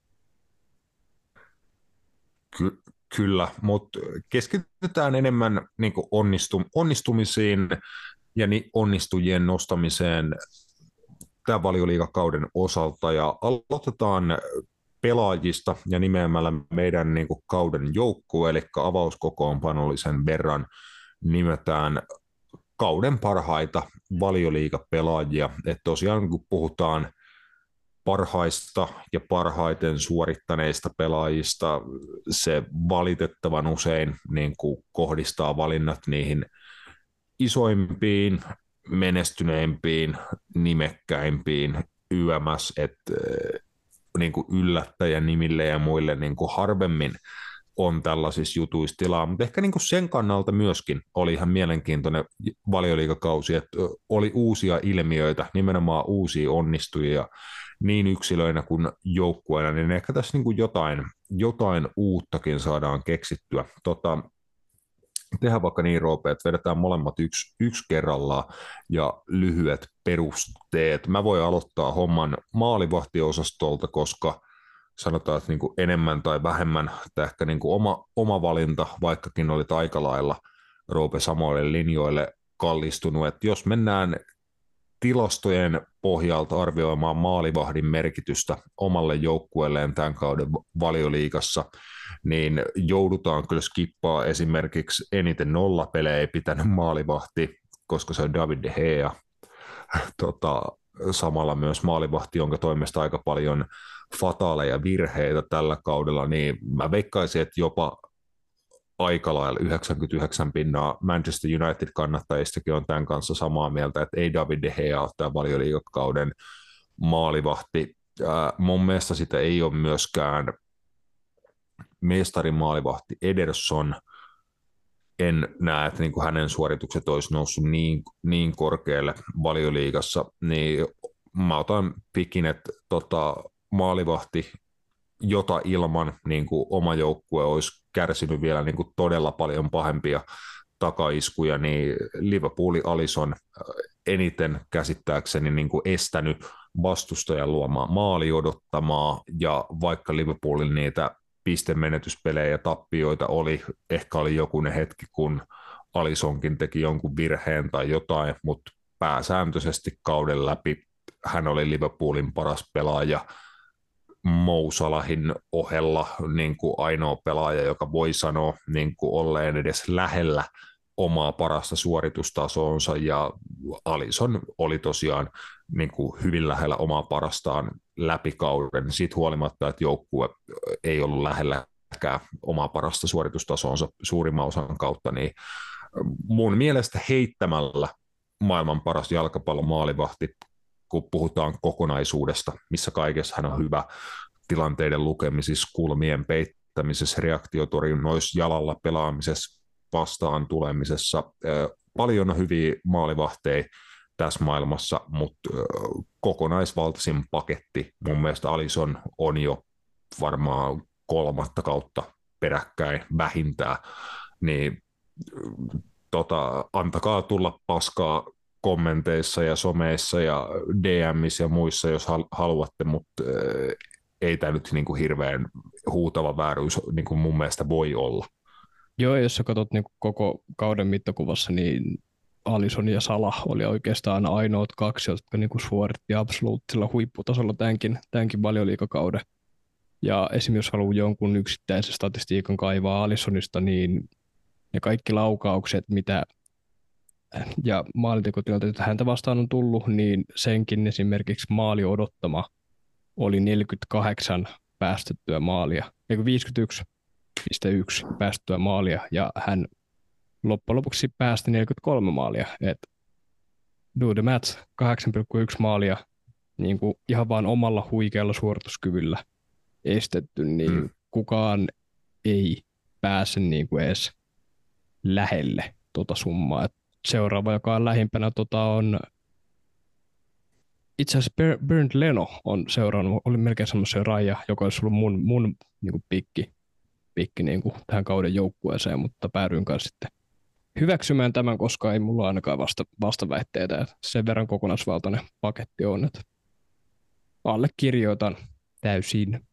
Ky- kyllä, mutta keskitytään enemmän niin kuin onnistu- onnistumisiin ja ni- onnistujien nostamiseen tämän Valioliigakauden osalta, ja aloitetaan pelaajista ja nimeämällä meidän niin kuin kauden joukkue, eli avauskokoonpanollisen verran nimetään kauden parhaita Valioliigapelaajia. Et tosiaan kun puhutaan parhaista ja parhaiten suorittaneista pelaajista, se valitettavan usein niin kuin kohdistaa valinnat niihin isoimpiin, menestyneimpiin, nimekkäimpiin Y M S, että niin kuin yllättäjänimille ja muille niin kuin harvemmin on tällaisissa jutuissa tilaa, mutta ehkä niin kuin sen kannalta myöskin oli ihan mielenkiintoinen Valioliigakausi, että oli uusia ilmiöitä, nimenomaan uusia onnistujia niin yksilöinä kuin joukkueina, niin ehkä tässä niin kuin jotain, jotain uuttakin saadaan keksittyä. Tota, tehdään vaikka niin, Roope, että vedetään molemmat yksi, yksi kerrallaan ja lyhyet perusteet. Mä voin aloittaa homman maalivahtiosastolta, koska sanotaan, että niin kuin enemmän tai vähemmän, tai ehkä niin kuin oma, oma valinta, vaikkakin oli aika lailla Roope samoille linjoille kallistunut, että jos mennään tilastojen pohjalta arvioimaan maalivahdin merkitystä omalle joukkueelleen tämän kauden Valioliigassa, niin joudutaan kyllä skippaa esimerkiksi eniten nollapelejä pitänyt maalivahti, koska se on David De Gea. Tota, samalla myös maalivahti, jonka toimesta aika paljon fataaleja virheitä tällä kaudella, niin mä veikkaisin, että jopa aika lailla yhdeksänkymmentäyhdeksän pinnaa Manchester United-kannattajistakin on tämän kanssa samaa mieltä, että ei David De Gea ole tämä Valioliigakauden maalivahti. Ää, mun mielestä sitä ei ole myöskään mestarin maalivahti Ederson. En näe, että niin kuin hänen suoritukset olisi noussut niin, niin korkealle Valioliigassa, niin mä otan pikin, että tota, maalivahti, jota ilman niin kuin oma joukkue olisi kärsinyt vielä niin kuin todella paljon pahempia takaiskuja, niin Liverpoolin Alisson eniten käsittääkseni niin kuin estänyt vastustajan luomaan maali odottamaa, ja vaikka Liverpoolin niitä pistemenetyspelejä ja tappioita oli, ehkä oli jokunen hetki, kun Alissonkin teki jonkun virheen tai jotain, mutta pääsääntöisesti kauden läpi hän oli Liverpoolin paras pelaaja, Mo Salahin ohella niin kuin ainoa pelaaja, joka voi sanoa niin kuin olleen edes lähellä omaa parasta suoritustasoonsa, ja Alisson oli tosiaan niin kuin hyvin lähellä omaa parastaan läpi kauden, siitä huolimatta, että joukkue ei ollut lähelläkään omaa parasta suoritustasoonsa suurimman osan kautta, niin mun mielestä heittämällä maailman paras jalkapallon maalivahti, kun puhutaan kokonaisuudesta, missä kaikessa hän on hyvä, tilanteiden lukemisissa, kulmien peittämisessä, reaktiotorjunnoissa, jalalla pelaamisessa, vastaan tulemisessa. Paljon on hyviä maalivahteja tässä maailmassa, mutta kokonaisvaltaisin paketti mun mielestä Alisson on jo varmaan kolmatta kautta peräkkäin vähintään, niin tota, antakaa tulla paskaa kommenteissa ja someissa ja D M:issä ja muissa, jos haluatte, mutta ei tämä nyt niin kuin hirveän huutava vääryys niin kuin mun mielestä voi olla. Joo, jos sä katsot niin koko kauden mittakuvassa, niin Alisson ja Salah oli oikeastaan ainoat kaksi, jotka niin kuin suoritti absoluuttisella huipputasolla tämänkin, tämänkin valioliigakauden. Ja esimerkiksi jos haluaa jonkun yksittäisen statistiikan kaivaa Alissonista, niin ne kaikki laukaukset, mitä ja maalintekotilanteet häntä vastaan on tullut, niin senkin esimerkiksi maali odottama oli neljäkymmentäkahdeksan päästettyä maalia, eikö viisikymmentäyksi pilkku yksi päästettyä maalia, ja hän loppujen lopuksi päästi neljäkymmentäkolme maalia, että do the match, kahdeksan pilkku yksi maalia niin kuin ihan vaan omalla huikealla suorituskyvyllä estetty, niin mm. kukaan ei pääse niin kuin edes lähelle tota summaa. Et seuraava, joka on lähimpänä, tota on itse asiassa Bernd Leno on seurannut, oli melkein semmoisen raja, joka olisi ollut mun, mun niin kuin pikki, pikki niin kuin tähän kauden joukkueeseen, mutta päädyin kanssa sitten hyväksymään tämän, koska ei mulla ainakaan vasta, vastaväitteitä. Että sen verran kokonaisvaltainen paketti on, että allekirjoitan täysin.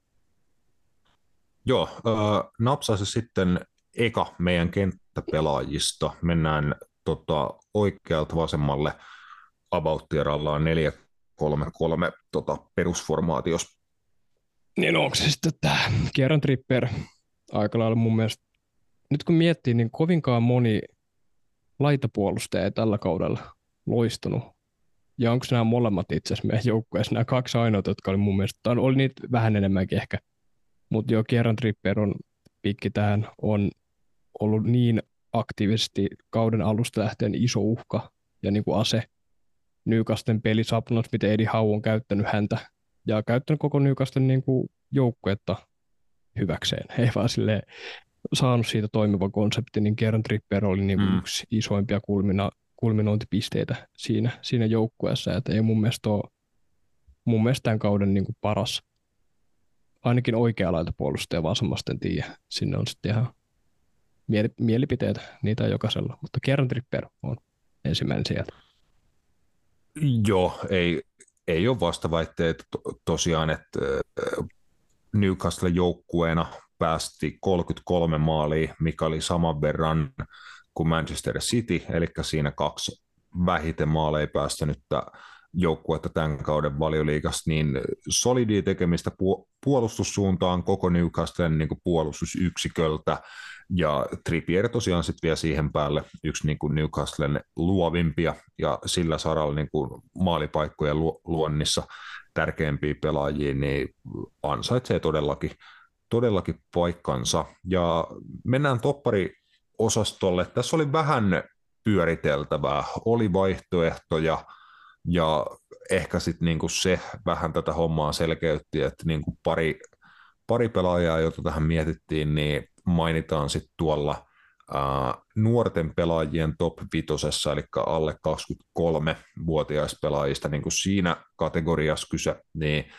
Joo, äh, napsaisi sitten eka meidän kenttäpelaajista. Mennään tota, oikealta vasemmalle about-tierallaan neljä kolme kolme tota, perusformaatiossa. Niin onko se sitten tämä Kieran Trippier aika lailla mun mielestä, nyt kun miettii, niin kovinkaan moni laitapuolustaja ei tällä kaudella loistunut. Ja onko nämä molemmat itse asiassa meidän joukkueessa, nämä kaksi ainoat, jotka oli mun mielestä, tai oli niitä vähän enemmänkin ehkä, mutta jo Kieran Trippier on pikki tähän, on ollut niin aktiivisesti kauden alusta lähtien iso uhka ja niin kuin ase Newcastlen pelisapnot, miten Eddie Howe on käyttänyt häntä ja käyttänyt koko Newcastlen niin kuin joukkuetta hyväkseen. Ei vaan silleen saanut siitä toimiva konsepti, niin Kieran Trippier oli niin kuin mm. yksi isoimpia kulmina, kulminointipisteitä siinä, siinä joukkueessa, että ei mun mielestä ole mun mielestä tämän kauden niin kuin paras, ainakin oikea laita puolustaja, vasemmasta en tiedä. Sinne on sitten ihan mielipiteitä, niitä on jokaisella, mutta Kieran Trippier on ensimmäinen sieltä. Joo, ei, ei ole vastaväitteet to, tosiaan, että Newcastle joukkueena päästi kolmekymmentäkolme maalia, mikä oli saman verran kuin Manchester City, eli siinä kaksi vähiten maaleja päästänyttä joukkuetta tämän kauden Valioliigasta, niin solidia tekemistä puolustussuuntaan koko Newcastlen niin kuin puolustusyksiköltä, ja Trippier tosiaan sitten vielä siihen päälle yksi niin kuin Newcastlen luovimpia, ja sillä saralla niin kuin maalipaikkojen luonnissa tärkeimpiä pelaajia, niin ansaitsee todellakin, todellakin paikkansa. Ja mennään toppariosastolle. Tässä oli vähän pyöriteltävää, oli vaihtoehtoja, ja ehkä sitten niinku se vähän tätä hommaa selkeytti, että niinku pari, pari pelaajaa, jota tähän mietittiin, niin mainitaan sitten tuolla ää, nuorten pelaajien top vitosessa, eli alle kaksikymmentäkolme-vuotiaista pelaajista, niin kuin siinä kategoriassa kyse, niin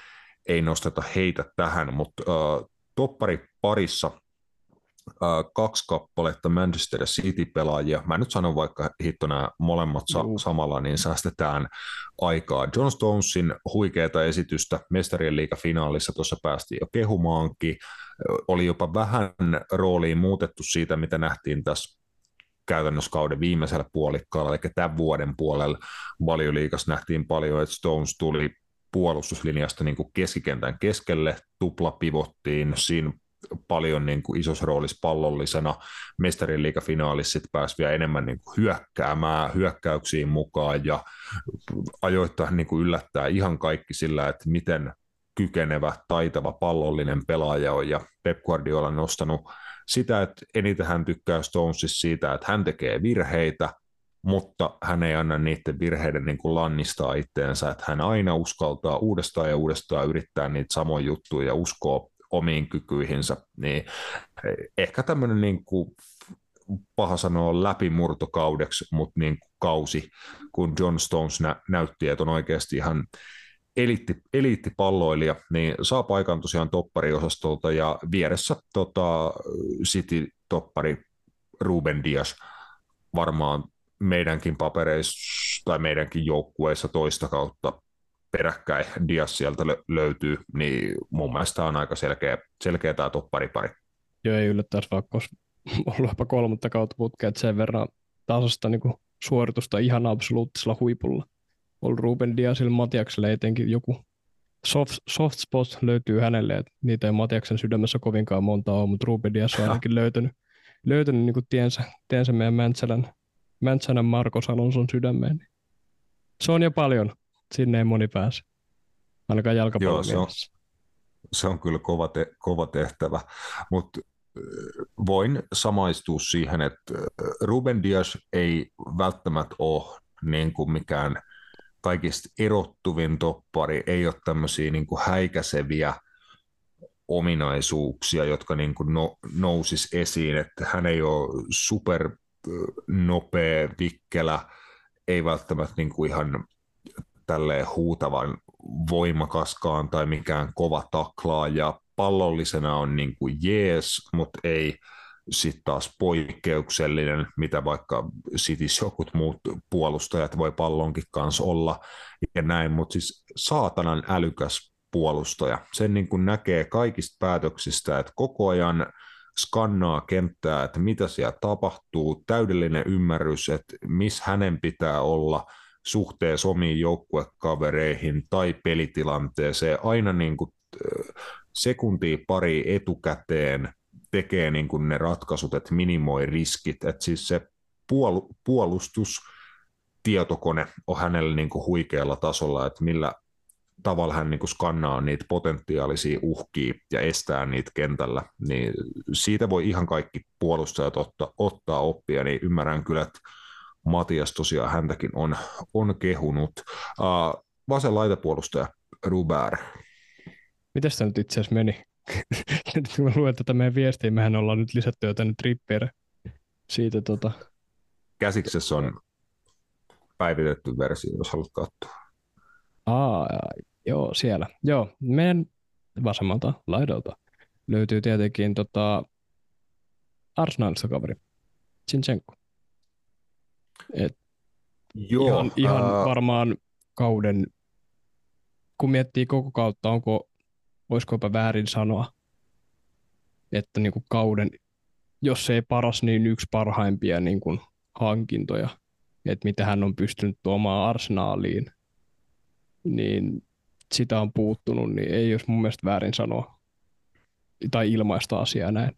ei nosteta heitä tähän, mutta äh, toppari parissa äh, kaksi kappaletta Manchester City-pelaajia. Mä nyt sanon vaikka hitto nämä molemmat sa- samalla, niin säästetään aikaa. John Stonesin huikeata esitystä Mestarien liigafinaalissa tuossa päästiin jo kehumaankin. Oli jopa vähän rooliin muutettu siitä, mitä nähtiin tässä käytännössä kauden viimeisellä puolikkaalla, eli tämän vuoden puolella Valioliigassa nähtiin paljon, että Stones tuli puolustuslinjasta niin kuin keskikentän keskelle, tuplapivottiin, siinä paljon niin kuin isossa roolissa pallollisena. Mestarien liigafinaalissa sitten pääsi vielä enemmän niin kuin hyökkäämään, hyökkäyksiin mukaan ja ajoittain niin kuin yllättää ihan kaikki sillä, että miten kykenevä, taitava pallollinen pelaaja on, ja Pep Guardiola on nostanut sitä, että eniten hän tykkää Stonesissa siitä, että hän tekee virheitä, mutta hän ei anna niiden virheiden niin kuin lannistaa itteensä, että hän aina uskaltaa uudestaan ja uudestaan yrittää niitä samoja juttuja ja uskoo omiin kykyihinsä, niin ehkä tämmöinen niin kuin paha sanoa läpimurtokaudeksi, mutta niin kuin kausi, kun John Stones nä- näytti, että on oikeasti ihan eliitti, eliittipalloilija, niin saa paikan tosiaan toppariosastolta, ja vieressä tota, City-toppari Ruben Dias varmaan meidänkin papereissa tai meidänkin joukkueissa toista kautta peräkkäin Dias sieltä lö- löytyy, niin mun mielestä on aika selkeä, selkeä tämä topparipari. Joo, ei yllättäisi, vaikka olisi ollut jopa kolmatta kautta putkea, sen verran tasasta niin kuin suoritusta ihan absoluuttisella huipulla. On Ruben Diasilla, Matiaksella etenkin joku soft, soft spot löytyy hänelle, että niitä ei Matiaksen sydämessä kovinkaan monta ole, mutta Ruben Dias on ainakin löytänyt, löytänyt niin kuin tiensä, tiensä meidän Mäntsälän, Mäntsälän Marko Salonson sydämeen. Se on jo paljon, sinne ei moni pääse, ainakaan jalkapallon Joo, se, se on kyllä kova, te, kova tehtävä, mutta voin samaistua siihen, että Ruben Dias ei välttämättä ole niin kuin mikään kaikista erottuvin toppari, ei ole tämmöisiä niin kuin häikäiseviä ominaisuuksia, jotka niin kuin no, nousis esiin, että hän ei ole super nopea, vikkelä, ei välttämättä niin kuin ihan tälleen huutavan voimakaskaan tai mikään kova taklaaja. Pallollisena on niin kuin jees, mutta ei sitten taas poikkeuksellinen, mitä vaikka Citys jokut muut puolustajat voi pallonkin kanssa olla ja näin, mutta siis saatanan älykäs puolustaja. Sen niin kuin näkee kaikista päätöksistä, että koko ajan skannaa kenttää, että mitä siellä tapahtuu, täydellinen ymmärrys, että missä hänen pitää olla suhteessa omiin joukkuekavereihin tai pelitilanteeseen, aina niin kuin sekuntia pari etukäteen tekee niin kuin ne ratkaisut, että minimoi riskit, että siis se puol- puolustustietokone on hänellä niin kuin huikealla tasolla, että millä tavalla hän niin kuin skannaa niitä potentiaalisia uhkia ja estää niitä kentällä, niin siitä voi ihan kaikki puolustajat ottaa, ottaa oppia, niin ymmärrän kyllä, että Matias tosiaan häntäkin on, on kehunut. Uh, vasen laitapuolustaja Ruber. Mites tämä nyt itse asiassa meni? Nyt kun mä luen tätä meidän viestiä, mehän ollaan nyt lisätty jo tänne Trippier. Siitä tota... Käsiksessä on päivitetty versio, jos haluat katsoa. Aa, joo, siellä. Joo, meidän vasemmalta laidalta löytyy tietenkin tota Arsenalista kaveri, Zinchenko. Et Joo, ihan, ihan ää... varmaan kauden, kun miettii koko kautta, onko, voisiko jopa väärin sanoa, että niin kuin kauden, jos ei paras, niin yksi parhaimpia niin kuin hankintoja, että mitä hän on pystynyt tuomaan Arsenaaliin, niin sitä on puuttunut, niin ei olisi mun mielestä väärin sanoa tai ilmaista asiaa näin.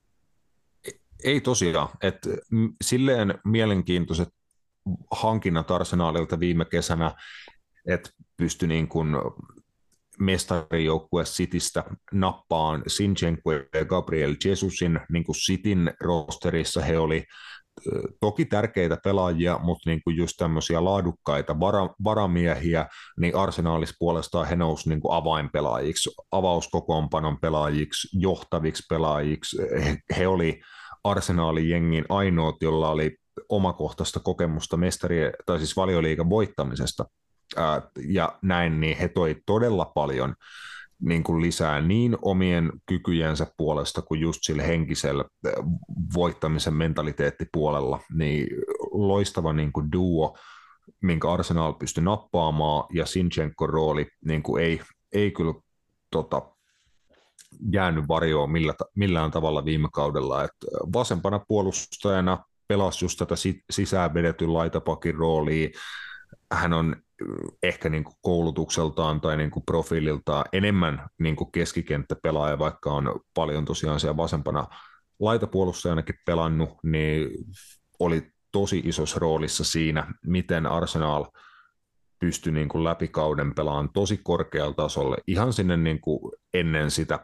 Ei tosiaan, että silleen mielenkiintoiset hankinnat Arsenalilta viime kesänä, että pystyi niin kuin mestarijoukkue Citystä nappaan Zinchenko ja Gabriel Jesusin niin kuin Cityn rosterissa. He oli toki tärkeitä pelaajia, mutta niin kuin just tämmöisiä laadukkaita vara, varamiehiä, niin Arsenalissa puolestaan he nousi niin kuin avainpelaajiksi, avauskokoonpanon pelaajiksi, johtaviksi pelaajiksi. He, he oli Arsenalin jengin ainoat, jolla oli omakohtaista kokemusta mestarien, tai siis Valioliigan voittamisesta. Ää, ja näin, niin he toi todella paljon niin kuin lisää niin omien kykyjensä puolesta kuin just sillä henkisellä voittamisen mentaliteettipuolella, niin loistava niin kuin duo, minkä Arsenal pystyi nappaamaan, ja Sinchenkon rooli niin kuin ei, ei kyllä tota, jäänyt varjoon millä, millään tavalla viime kaudella. Et vasempana puolustajana pelasi just tätä sisään vedetyn laitapakin roolia. Hän on ehkä niin kuin koulutukseltaan tai niin kuin profiililtaan enemmän niin kuin keskikenttäpelaaja, vaikka on paljon tosiaan siellä vasempana laitapuolustajanakin pelannut, niin oli tosi isossa roolissa siinä, miten Arsenal pystyi niin kuin läpi kauden pelaamaan tosi korkealla tasolla, ihan sinne niin kuin ennen sitä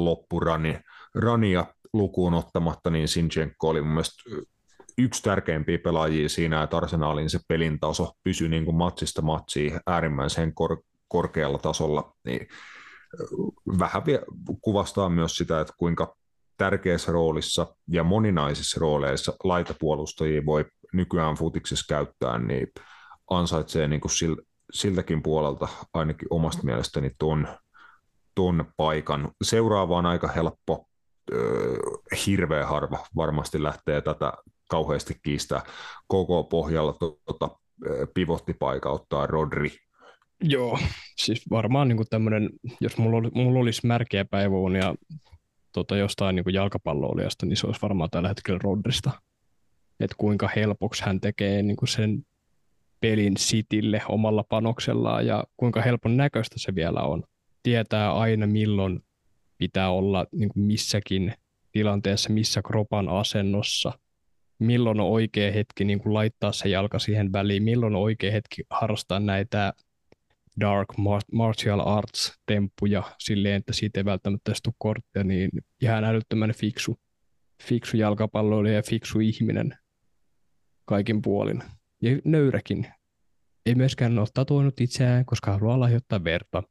loppurania lukuun ottamatta, niin Zinchenko oli mun mielestä yksi tärkeimpiä pelaajia siinä, että Arsenalin se pelin taso pysyi niin kuin matsista matsiin äärimmäisen kor- korkealla tasolla, niin vähän vielä kuvastaa myös sitä, että kuinka tärkeässä roolissa ja moninaisissa rooleissa laitapuolustajia voi nykyään futiksessa käyttää, niin ansaitsee niin kuin siltäkin puolelta ainakin omasta mielestäni ton, ton paikan. Seuraava on aika helppo, öö, hirveän harva varmasti lähtee tätä kauheasti kiistää koko pohjalla tuota, pivottipaikka ottaa Rodri. Joo, siis varmaan niin tämmöinen, jos mulla, oli, mulla olisi märkeä päiväunia tota, jostain niin jalkapalloilijasta, niin se olisi varmaan tällä hetkellä Rodrista. Että kuinka helpoksi hän tekee niin sen pelin Citylle omalla panoksellaan ja kuinka helpon näköistä se vielä on. Tietää aina milloin pitää olla niin missäkin tilanteessa, missä kropan asennossa, milloin on oikea hetki niin kuin laittaa se jalka siihen väliin, milloin on oikea hetki harrastaa näitä dark martial arts-temppuja silleen, että siitä ei välttämättä edes tule korttia, niin ihan älyttömän fiksu, fiksu jalkapalloilija ja fiksu ihminen kaikin puolin. Ja nöyräkin. Ei myöskään ole tatuoinut itseään, koska haluaa lahjoittaa verta.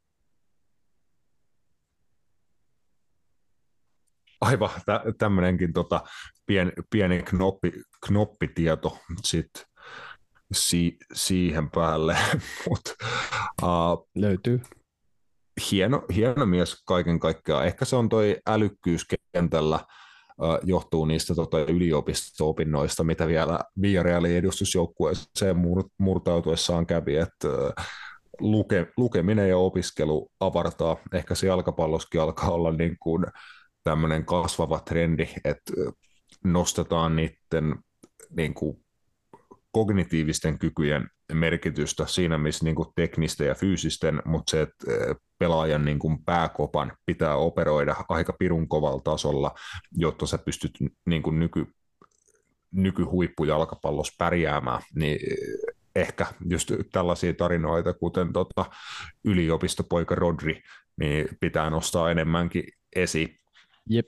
Aivan, tä- tämmöinenkin tota, pien, pieni knoppi, knoppitieto sit si- siihen päälle. Mut, uh, Löytyy. Hieno, hieno mies kaiken kaikkiaan. Ehkä se on toi älykkyys kentällä, uh, johtuu niistä tota, yliopisto-opinnoista, mitä vielä Villarrealin edustusjoukkueeseen mur- murtautuessaan kävi, että uh, luke, lukeminen ja opiskelu avartaa. Ehkä se jalkapalloskin alkaa olla niin kuin tämmöinen kasvava trendi, että nostetaan niiden niin kuin kognitiivisten kykyjen merkitystä siinä, missä niin kuin teknisten ja fyysisten, mutta se, että pelaajan niin kuin pääkopan pitää operoida aika pirun kovalla tasolla, jotta sä pystyt niin kuin nyky, nykyhuippujalkapallossa pärjäämään, niin ehkä just tällaisia tarinoita, kuten tota yliopistopoika Rodri, niin pitää nostaa enemmänkin esiin. Jep.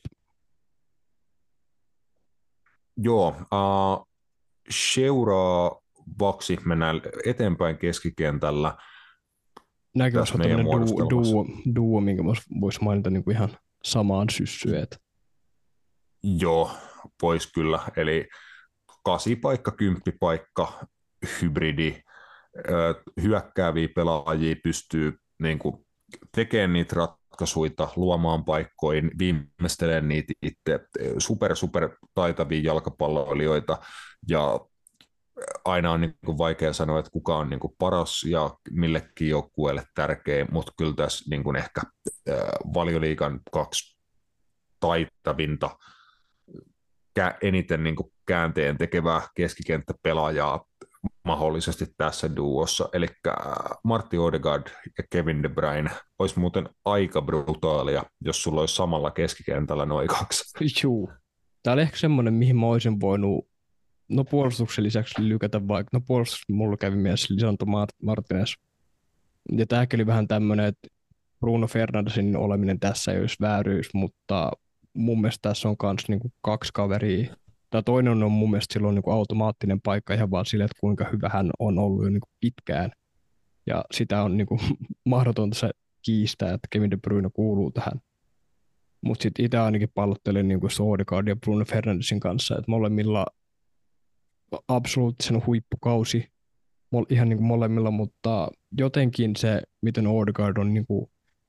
Joo, uh, seuraavaksi mennään eteenpäin keskikentällä. Nämäkin voisi olla tämmöinen duo, duo, duo, minkä voisi mainita niin kuin ihan samaan syssyyn. Joo, voisi kyllä. Eli kasipaikka, kymppipaikka, hybridi, hyökkääviä pelaajia pystyy niin kuin tekemään niitä ratkaisuja, luomaan paikkoihin, viimeistelemään niitä itse super, super taitavia jalkapalloilijoita, ja aina on niin kuin vaikea sanoa, että kuka on niin kuin paras ja millekin joukkueelle tärkeä, mutta kyllä tässä niin kuin ehkä Valioliigan kaksi taitavinta, eniten niin kuin käänteen tekevää keskikenttäpelaajaa mahdollisesti tässä duossa, eli Martti Odegaard ja Kevin De Bruyne. Olisi muuten aika brutaalia, jos sulla olisi samalla keskikentällä noin kaksi. Juu. Tämä oli ehkä semmoinen, mihin mä olisin voinut no puolustuksen lisäksi lykätä vaikka, no puolustus mulla kävi mielessä Lisandro Martinez. Ja tämäkin oli vähän tämmöinen, että Bruno Fernandesin oleminen tässä ei olisi vääryys, mutta mun mielestä tässä on myös niinku kaksi kaveria. Tämä toinen on mun mielestä silloin niinku automaattinen paikka ihan vaan sille, että kuinka hyvä hän on ollut jo niinku pitkään. Ja sitä on niinku mahdotonta se kiistää, että Kevin De Bruyne kuuluu tähän. Mutta sitten itse ainakin pallottelin niinku Odegaard ja Bruno Fernandesin kanssa, että molemmilla absoluuttisen huippukausi ihan niinku molemmilla, mutta jotenkin se, miten Odegaard on niinku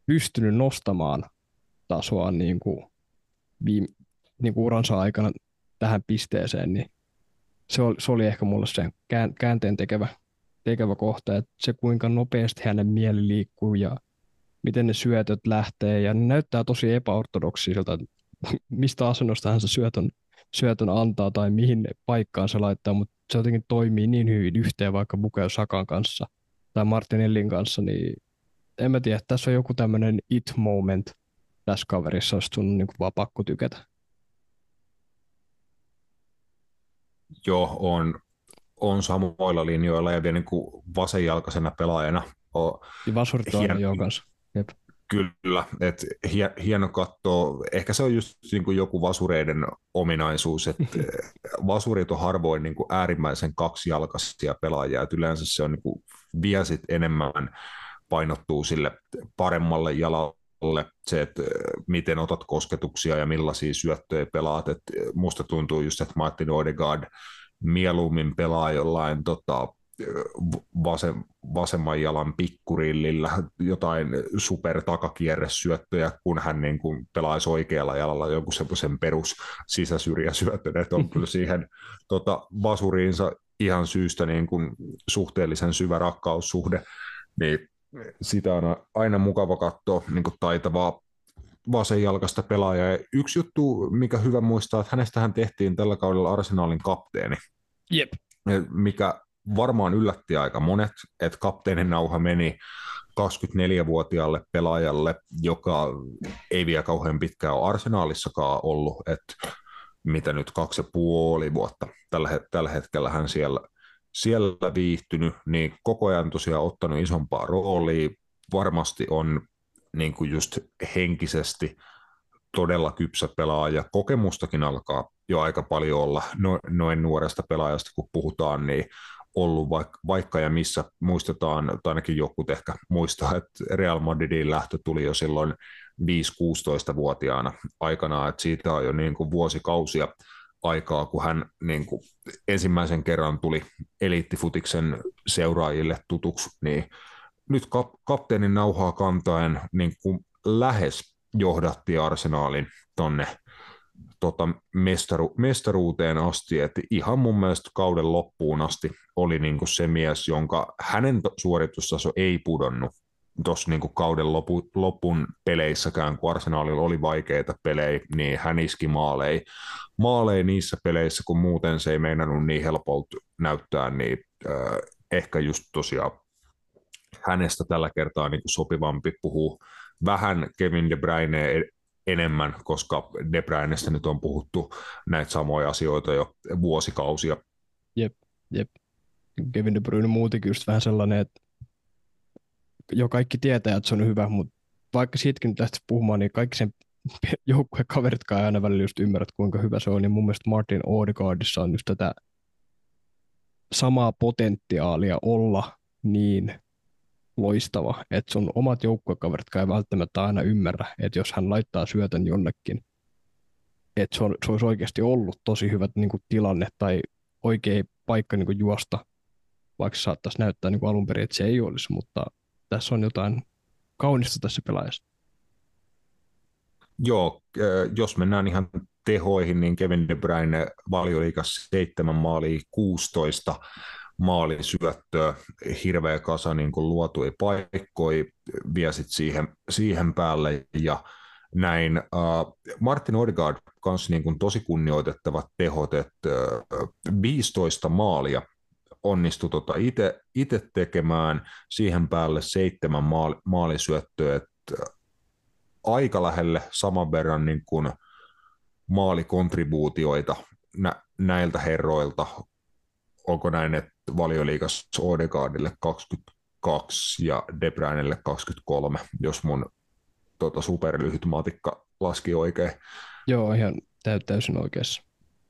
pystynyt nostamaan tasoa niin kuin viime, niin kuin uransa aikana tähän pisteeseen, niin se oli, se oli ehkä mulle se käänteen tekevä, tekevä kohta, että se kuinka nopeasti hänen mieli liikkuu ja miten ne syötöt lähtee, ja ne näyttää tosi epäortodoksisilta, että mistä asennosta hän se syötön, syötön antaa tai mihin paikkaan se laittaa, mutta se jotenkin toimii niin hyvin yhteen vaikka Bukayo Sakan kanssa tai Martinellin kanssa, niin en mä tiedä, tässä on joku tämmöinen it-moment tässä kaverissa, olisi sun niin kuin vaan pakko tykätä. Joo, on, on samoilla linjoilla ja vielä niin kuin vasenjalkaisena pelaajana. On ja vasurit on aina joo kanssa. Jep. Kyllä, että hieno katsoa. Ehkä se on just niin kuin joku vasureiden ominaisuus, että vasurit on harvoin niin kuin äärimmäisen kaksijalkaisia pelaajia, että yleensä se on niin kuin vielä sit enemmän painottuu sille paremmalle jalalle, se, että miten otat kosketuksia ja millaisia syöttöjä pelaat. Et musta tuntuu just, että Martin Odegaard mieluummin pelaa jollain tota, vasem, vasemman jalan pikkurillillä jotain supertakakierresyöttöjä, kun hän niin kuin pelaisi oikealla jalalla jonkun semmoisen perus sisäsyrjäsyötön, että on kyllä siihen tota, vasuriinsa ihan syystä niin kuin suhteellisen syvä rakkaussuhde, niin sitä on aina mukava katsoa niin kuin taitavaa vasenjalkaista pelaajaa. Ja yksi juttu, mikä hyvä muistaa, että hänestähän tehtiin tällä kaudella Arsenalin kapteeni, Jep. mikä varmaan yllätti aika monet, että kapteenin nauha meni kaksikymmentäneljävuotiaalle pelaajalle, joka ei vielä kauhean pitkään ole Arsenaalissakaan ollut, että mitä nyt kaksi ja puoli vuotta tällä, tällä hetkellä hän siellä, siellä viihtynyt, niin koko ajan tosiaan ottanut isompaa roolia, varmasti on niin kuin just henkisesti todella kypsä pelaaja, kokemustakin alkaa jo aika paljon olla no, noin nuoresta pelaajasta, kun puhutaan, niin ollut vaikka, vaikka ja missä muistetaan, tai ainakin joku ehkä muistaa, että Real Madridin lähtö tuli jo silloin viisi-kuusitoista-vuotiaana aikanaan, että siitä on jo niin kuin vuosikausia aikaa, kun hän niin kuin ensimmäisen kerran tuli eliittifutiksen seuraajille tutuksi, niin nyt kap, kapteenin nauhaa kantaen niin kuin lähes johdatti Arsenalin tonne tota, mestaru, mestaruuteen asti, että ihan mun mielestä kauden loppuun asti oli niin kuin se mies, jonka hänen suoritustaso ei pudonnut tuossa niin kuin kauden lopu, lopun peleissäkään, kun Arsenalilla oli vaikeita pelejä, niin hän iski maaleja. Maaleja niissä peleissä, kun muuten se ei meinannut niin helpolta näyttää, niin äh, ehkä just tosiaan hänestä tällä kertaa niin kuin sopivampi puhua vähän Kevin De Bruyne enemmän, koska De Bruynestä nyt on puhuttu näitä samoja asioita jo vuosikausia. Jep, jep. Kevin De Bruyne muutenkin just vähän sellainen, että jo kaikki tietää, että se on hyvä, mutta vaikka siitäkin nyt lähtisi puhumaan, niin kaikki sen joukkueen kaveritkaan ei aina välillä just ymmärrä, kuinka hyvä se on, niin mun mielestä Martin Odegaardissa on just tätä samaa potentiaalia olla niin loistava, että sun omat joukkuekaveritkaan ei välttämättä aina ymmärrä, että jos hän laittaa syötön jonnekin, että se, on, se olisi oikeasti ollut tosi hyvä niin kuin tilanne tai oikea paikka niin kuin juosta, vaikka saattaisi näyttää niin kuin alun perin, että se ei olisi, mutta tässä on jotain kaunista tässä pelaajassa. Joo, jos mennään ihan tehoihin, niin Kevin De Bruyne Valioliigassa seitsemän maalia, kuusitoista maalisyöttöä, hirveä kasa niin kuin luotuja paikkoja, vie sit siihen, siihen päälle ja näin. Uh, Martin Odegaard kanssa niin kuin tosi kunnioitettavat tehot, että uh, viisitoista maalia onnistui tota itse tekemään, siihen päälle seitsemän maali, maalisyöttöä, että aika lähelle saman verran niin kuin maalikontribuutioita nä, näiltä herroilta. Onko näin, että Valioliigassa Odegaardille kaksikymmentäkaksi ja De Bruynelle kaksikymmentäkolme, jos mun tota, superlyhyt matikka laski oikein. Joo, ihan täysin oikeassa.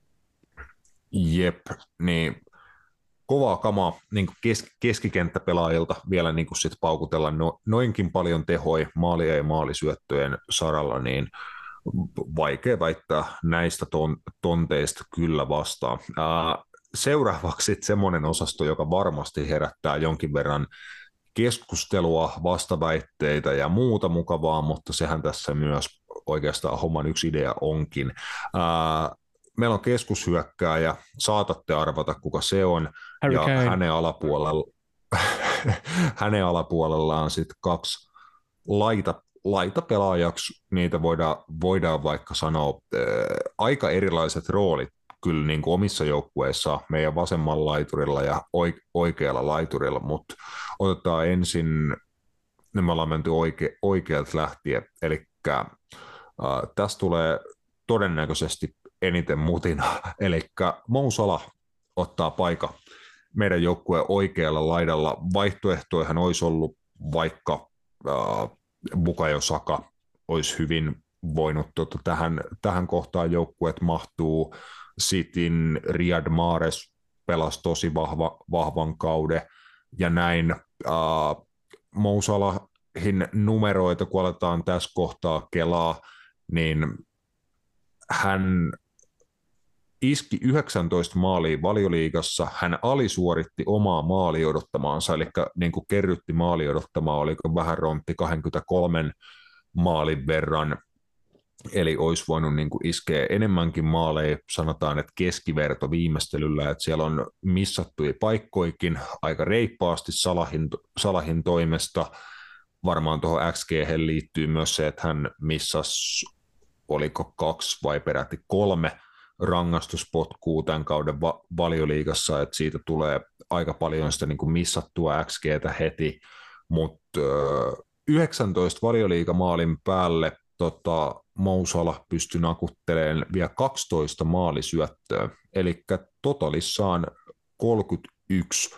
Jep, niin kovaa kamaa niin kes- keskikenttäpelaajilta vielä niin sit paukutella no, noinkin paljon tehoja maalia ja maalisyöttöjen saralla, niin vaikea väittää näistä ton, tonteista kyllä vastaan. Ää, seuraavaksi semmoinen osasto, joka varmasti herättää jonkin verran keskustelua, vastaväitteitä ja muuta mukavaa, mutta sehän tässä myös oikeastaan homman yksi idea onkin. Ää, meillä on keskushyökkääjä, saatatte arvata kuka se on, Harry ja Kane. hänen, alapuolella, hänen alapuolellaan sitten kaksi laita, laitapelaajaksi, niitä voidaan, voidaan vaikka sanoa ää, aika erilaiset roolit kyllä niin kuin omissa joukkueissa meidän vasemmalla laiturilla ja oikealla laiturilla, mutta otetaan ensin, niin me ollaan menty oike, oikealta lähtien, eli äh, tässä tulee todennäköisesti eniten mutina, eli Mo Salah ottaa paikka meidän joukkueen oikealla laidalla. Vaihtoehtoihan olisi ollut vaikka äh, Bukayo Saka olisi hyvin voinut tota, tähän, tähän kohtaan joukkueet mahtuu. Cityn Riyad Mahrez pelasi tosi vahva, vahvan kauden ja näin. Uh, Mo Salahin numeroita, kun aletaan tässä kohtaa kelaa, niin hän iski yhdeksäntoista maalia Valioliigassa, hän alisuoritti omaa maali odottamaansa, eli niin kuin kerrytti maali odottamaan, oliko vähän rontti kaksikymmentäkolme maalin verran, eli olisi voinut niin kuin iskeä enemmänkin maaleja, sanotaan, että keskiverto viimeistelyllä, että siellä on missattuja paikkoikin aika reippaasti Salahin, Salahin toimesta. Varmaan tuohon X G liittyy myös se, että hän missasi, oliko kaksi vai peräti kolme rangaistuspotkua tämän kauden va- Valioliigassa, että siitä tulee aika paljon sitä niin kuin missattua X G:tä heti, mutta yhdeksäntoista Valioliigamaalin päälle tota, Mo Salah pystyi nakuttelemaan vielä kaksitoista maalisyöttöä, eli totalissaan kolmekymmentäyksi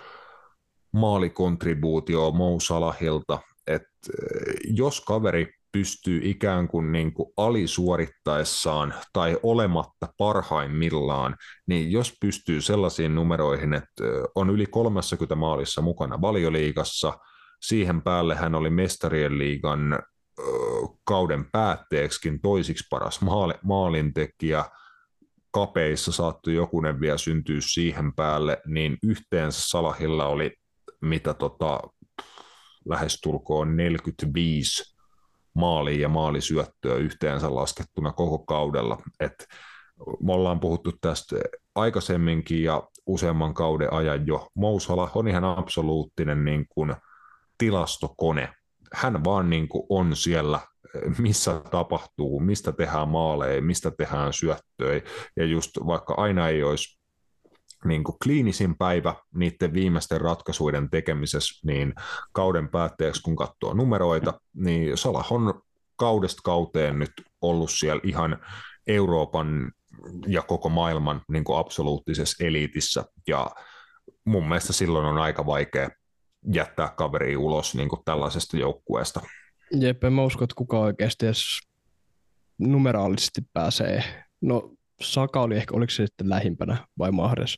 maalikontribuutio Mo Salahilta, että jos kaveri pystyy ikään kuin, niin kuin alisuorittaessaan tai olematta parhaimmillaan, niin jos pystyy sellaisiin numeroihin, että on yli kolmekymmentä maalissa mukana Valioliigassa, siihen päälle hän oli Mestarien liigan kauden päätteeksikin toisiksi paras maalintekijä, kapeissa saattoi jokunen vielä syntyä siihen päälle, niin yhteensä Salahilla oli mitä tota, lähestulkoon neljäkymmentäviisi maalia ja maalisyöttöä yhteensä laskettuna koko kaudella. Et me ollaan puhuttu tästä aikaisemminkin ja useamman kauden ajan jo. Mo Salah on ihan absoluuttinen niin kuin tilastokone. Hän vaan niin kuin on siellä, missä tapahtuu, mistä tehdään maaleja, mistä tehdään syöttöjä. Ja just vaikka aina ei olisi niin kuin kliinisin päivä niiden viimeisten ratkaisuiden tekemisessä, niin kauden päätteeksi, kun katsoo numeroita, niin Salah on kaudesta kauteen nyt ollut siellä ihan Euroopan ja koko maailman niin kuin absoluuttisessa eliitissä. Ja mun mielestä silloin on aika vaikea jättää kaveria ulos niin kuin tällaisesta joukkueesta. Jep, en mä usko, että kukaan oikeasti edes numeraalisesti pääsee. No Saka oli ehkä, oliko se sitten lähimpänä vai Mahrez?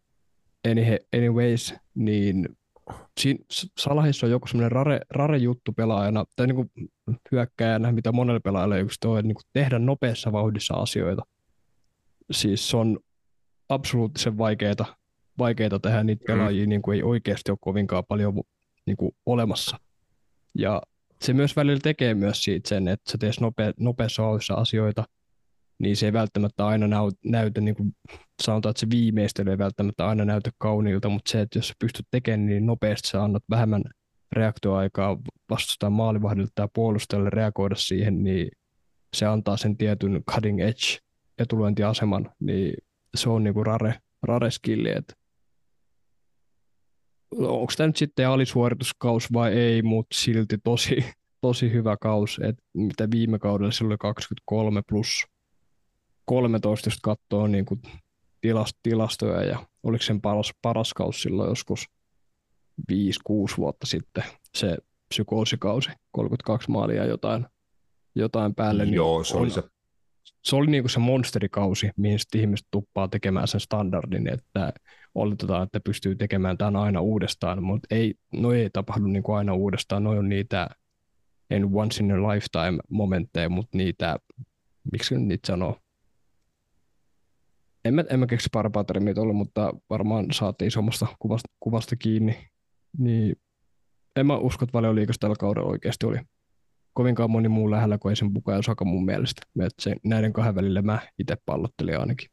Anyways, niin siinä Salahissa on joku semmoinen rare, rare juttu pelaajana, tai niin kuin hyökkääjänä, mitä monelle pelaajalle just on, niin kuin tehdä nopeassa vauhdissa asioita. Siis se on absoluuttisen vaikeita, vaikeita tehdä niitä pelaajia, mm. niin kuin ei oikeasti ole kovinkaan paljon niin kuin olemassa. Ja se myös välillä tekee myös siitä sen, että sä teet nopea, nopeassa vauhdissa asioita, niin se ei välttämättä aina näytä, niin kuin sanotaan, että se viimeistely ei välttämättä aina näytä kauniilta, mutta se, että jos sä pystyt tekemään niin nopeasti, sä annat vähemmän reaktioaikaa vastustaa maalivahdilta tai puolustajalle reagoida siihen, niin se antaa sen tietyn cutting edge etulyöntiaseman, niin se on niin kuin rare, rare skilli, että onko tämä nyt sitten alisuorituskaus vai ei, mutta silti tosi, tosi hyvä kaus, että mitä viime kaudella se oli kaksikymmentäkolme plus kolmetoista, jos katsoo niin kuin tilastoja, ja oliko sen paras, paras kaus silloin joskus viisi kuusi vuotta sitten, se psykoosikausi, kolmekymmentäkaksi maalia jotain, jotain päälle. Joo, niin se oli se. Se oli niin kuin se monsterikausi, mihin sitten ihmiset tuppaa tekemään sen standardin, että oletetaan, että pystyy tekemään tämän aina uudestaan, mutta ei, no ei tapahdu niin kuin aina uudestaan, no on niitä, en once in a lifetime momentteja, mutta niitä, miksi niitä sanoo, En mä, en mä keksi parempaa termiä tuolla, mutta varmaan saatte isommasta kuvasta, kuvasta kiinni. Niin En mä usko, että Valioliigassa tällä kaudella oikeasti oli kovinkaan moni muu lähellä kuin sen Bukayo Saka mun mielestä. Et se, näiden kahden välillä mä itse pallottelin ainakin.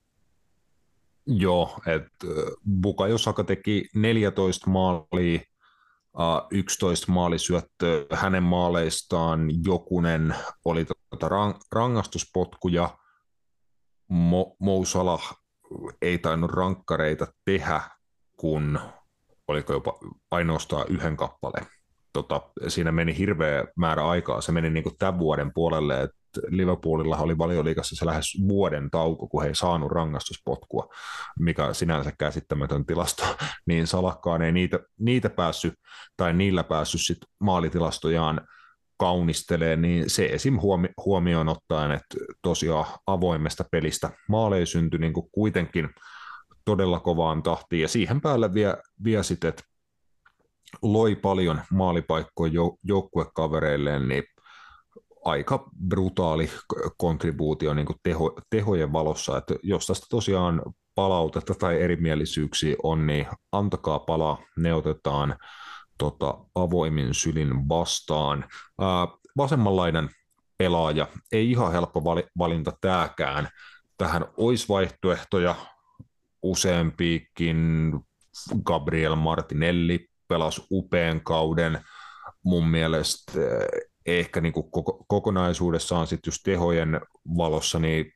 Joo, että Bukayo Saka teki neljätoista maalia, yksitoista maalisyöttöä. Hänen maaleistaan jokunen oli tuota rangaistuspotku ja Mo, Mo Salah ei tainnut rankkareita tehdä, kun oliko jopa ainoastaan yhden kappaleen. Tota, siinä meni hirveä määrä aikaa. Se meni niin kuin tämän vuoden puolelle, että Liverpoolilla oli Valioliigassa se lähes vuoden tauko, kun he ei saanut rangaistuspotkua, mikä sinänsä käsittämätön tilasto, niin Salahkaan ei niitä, niitä päässyt, tai niillä päässyt sit maalitilastojaan kaunistelee, niin se esim. Huomi- huomioon ottaen, että tosiaan avoimesta pelistä maaleja syntyi niin kuin kuitenkin todella kovaan tahtiin, ja siihen päälle vie, vie sitten, että loi paljon maalipaikkoja jou- joukkuekavereilleen, niin aika brutaali kontribuutio niin kuin teho, tehojen valossa, että jos tästä tosiaan palautetta tai erimielisyyksiä on, niin antakaa palaa, ne otetaan tota, avoimin sylin vastaan. Ää, vasemmanlainen pelaaja, ei ihan helppo vali- valinta tämäkään. Tähän olisi vaihtoehtoja useampiikin. Gabriel Martinelli pelasi upean kauden. Mun mielestä ehkä niin kuin koko, kokonaisuudessaan sit just tehojen valossa niin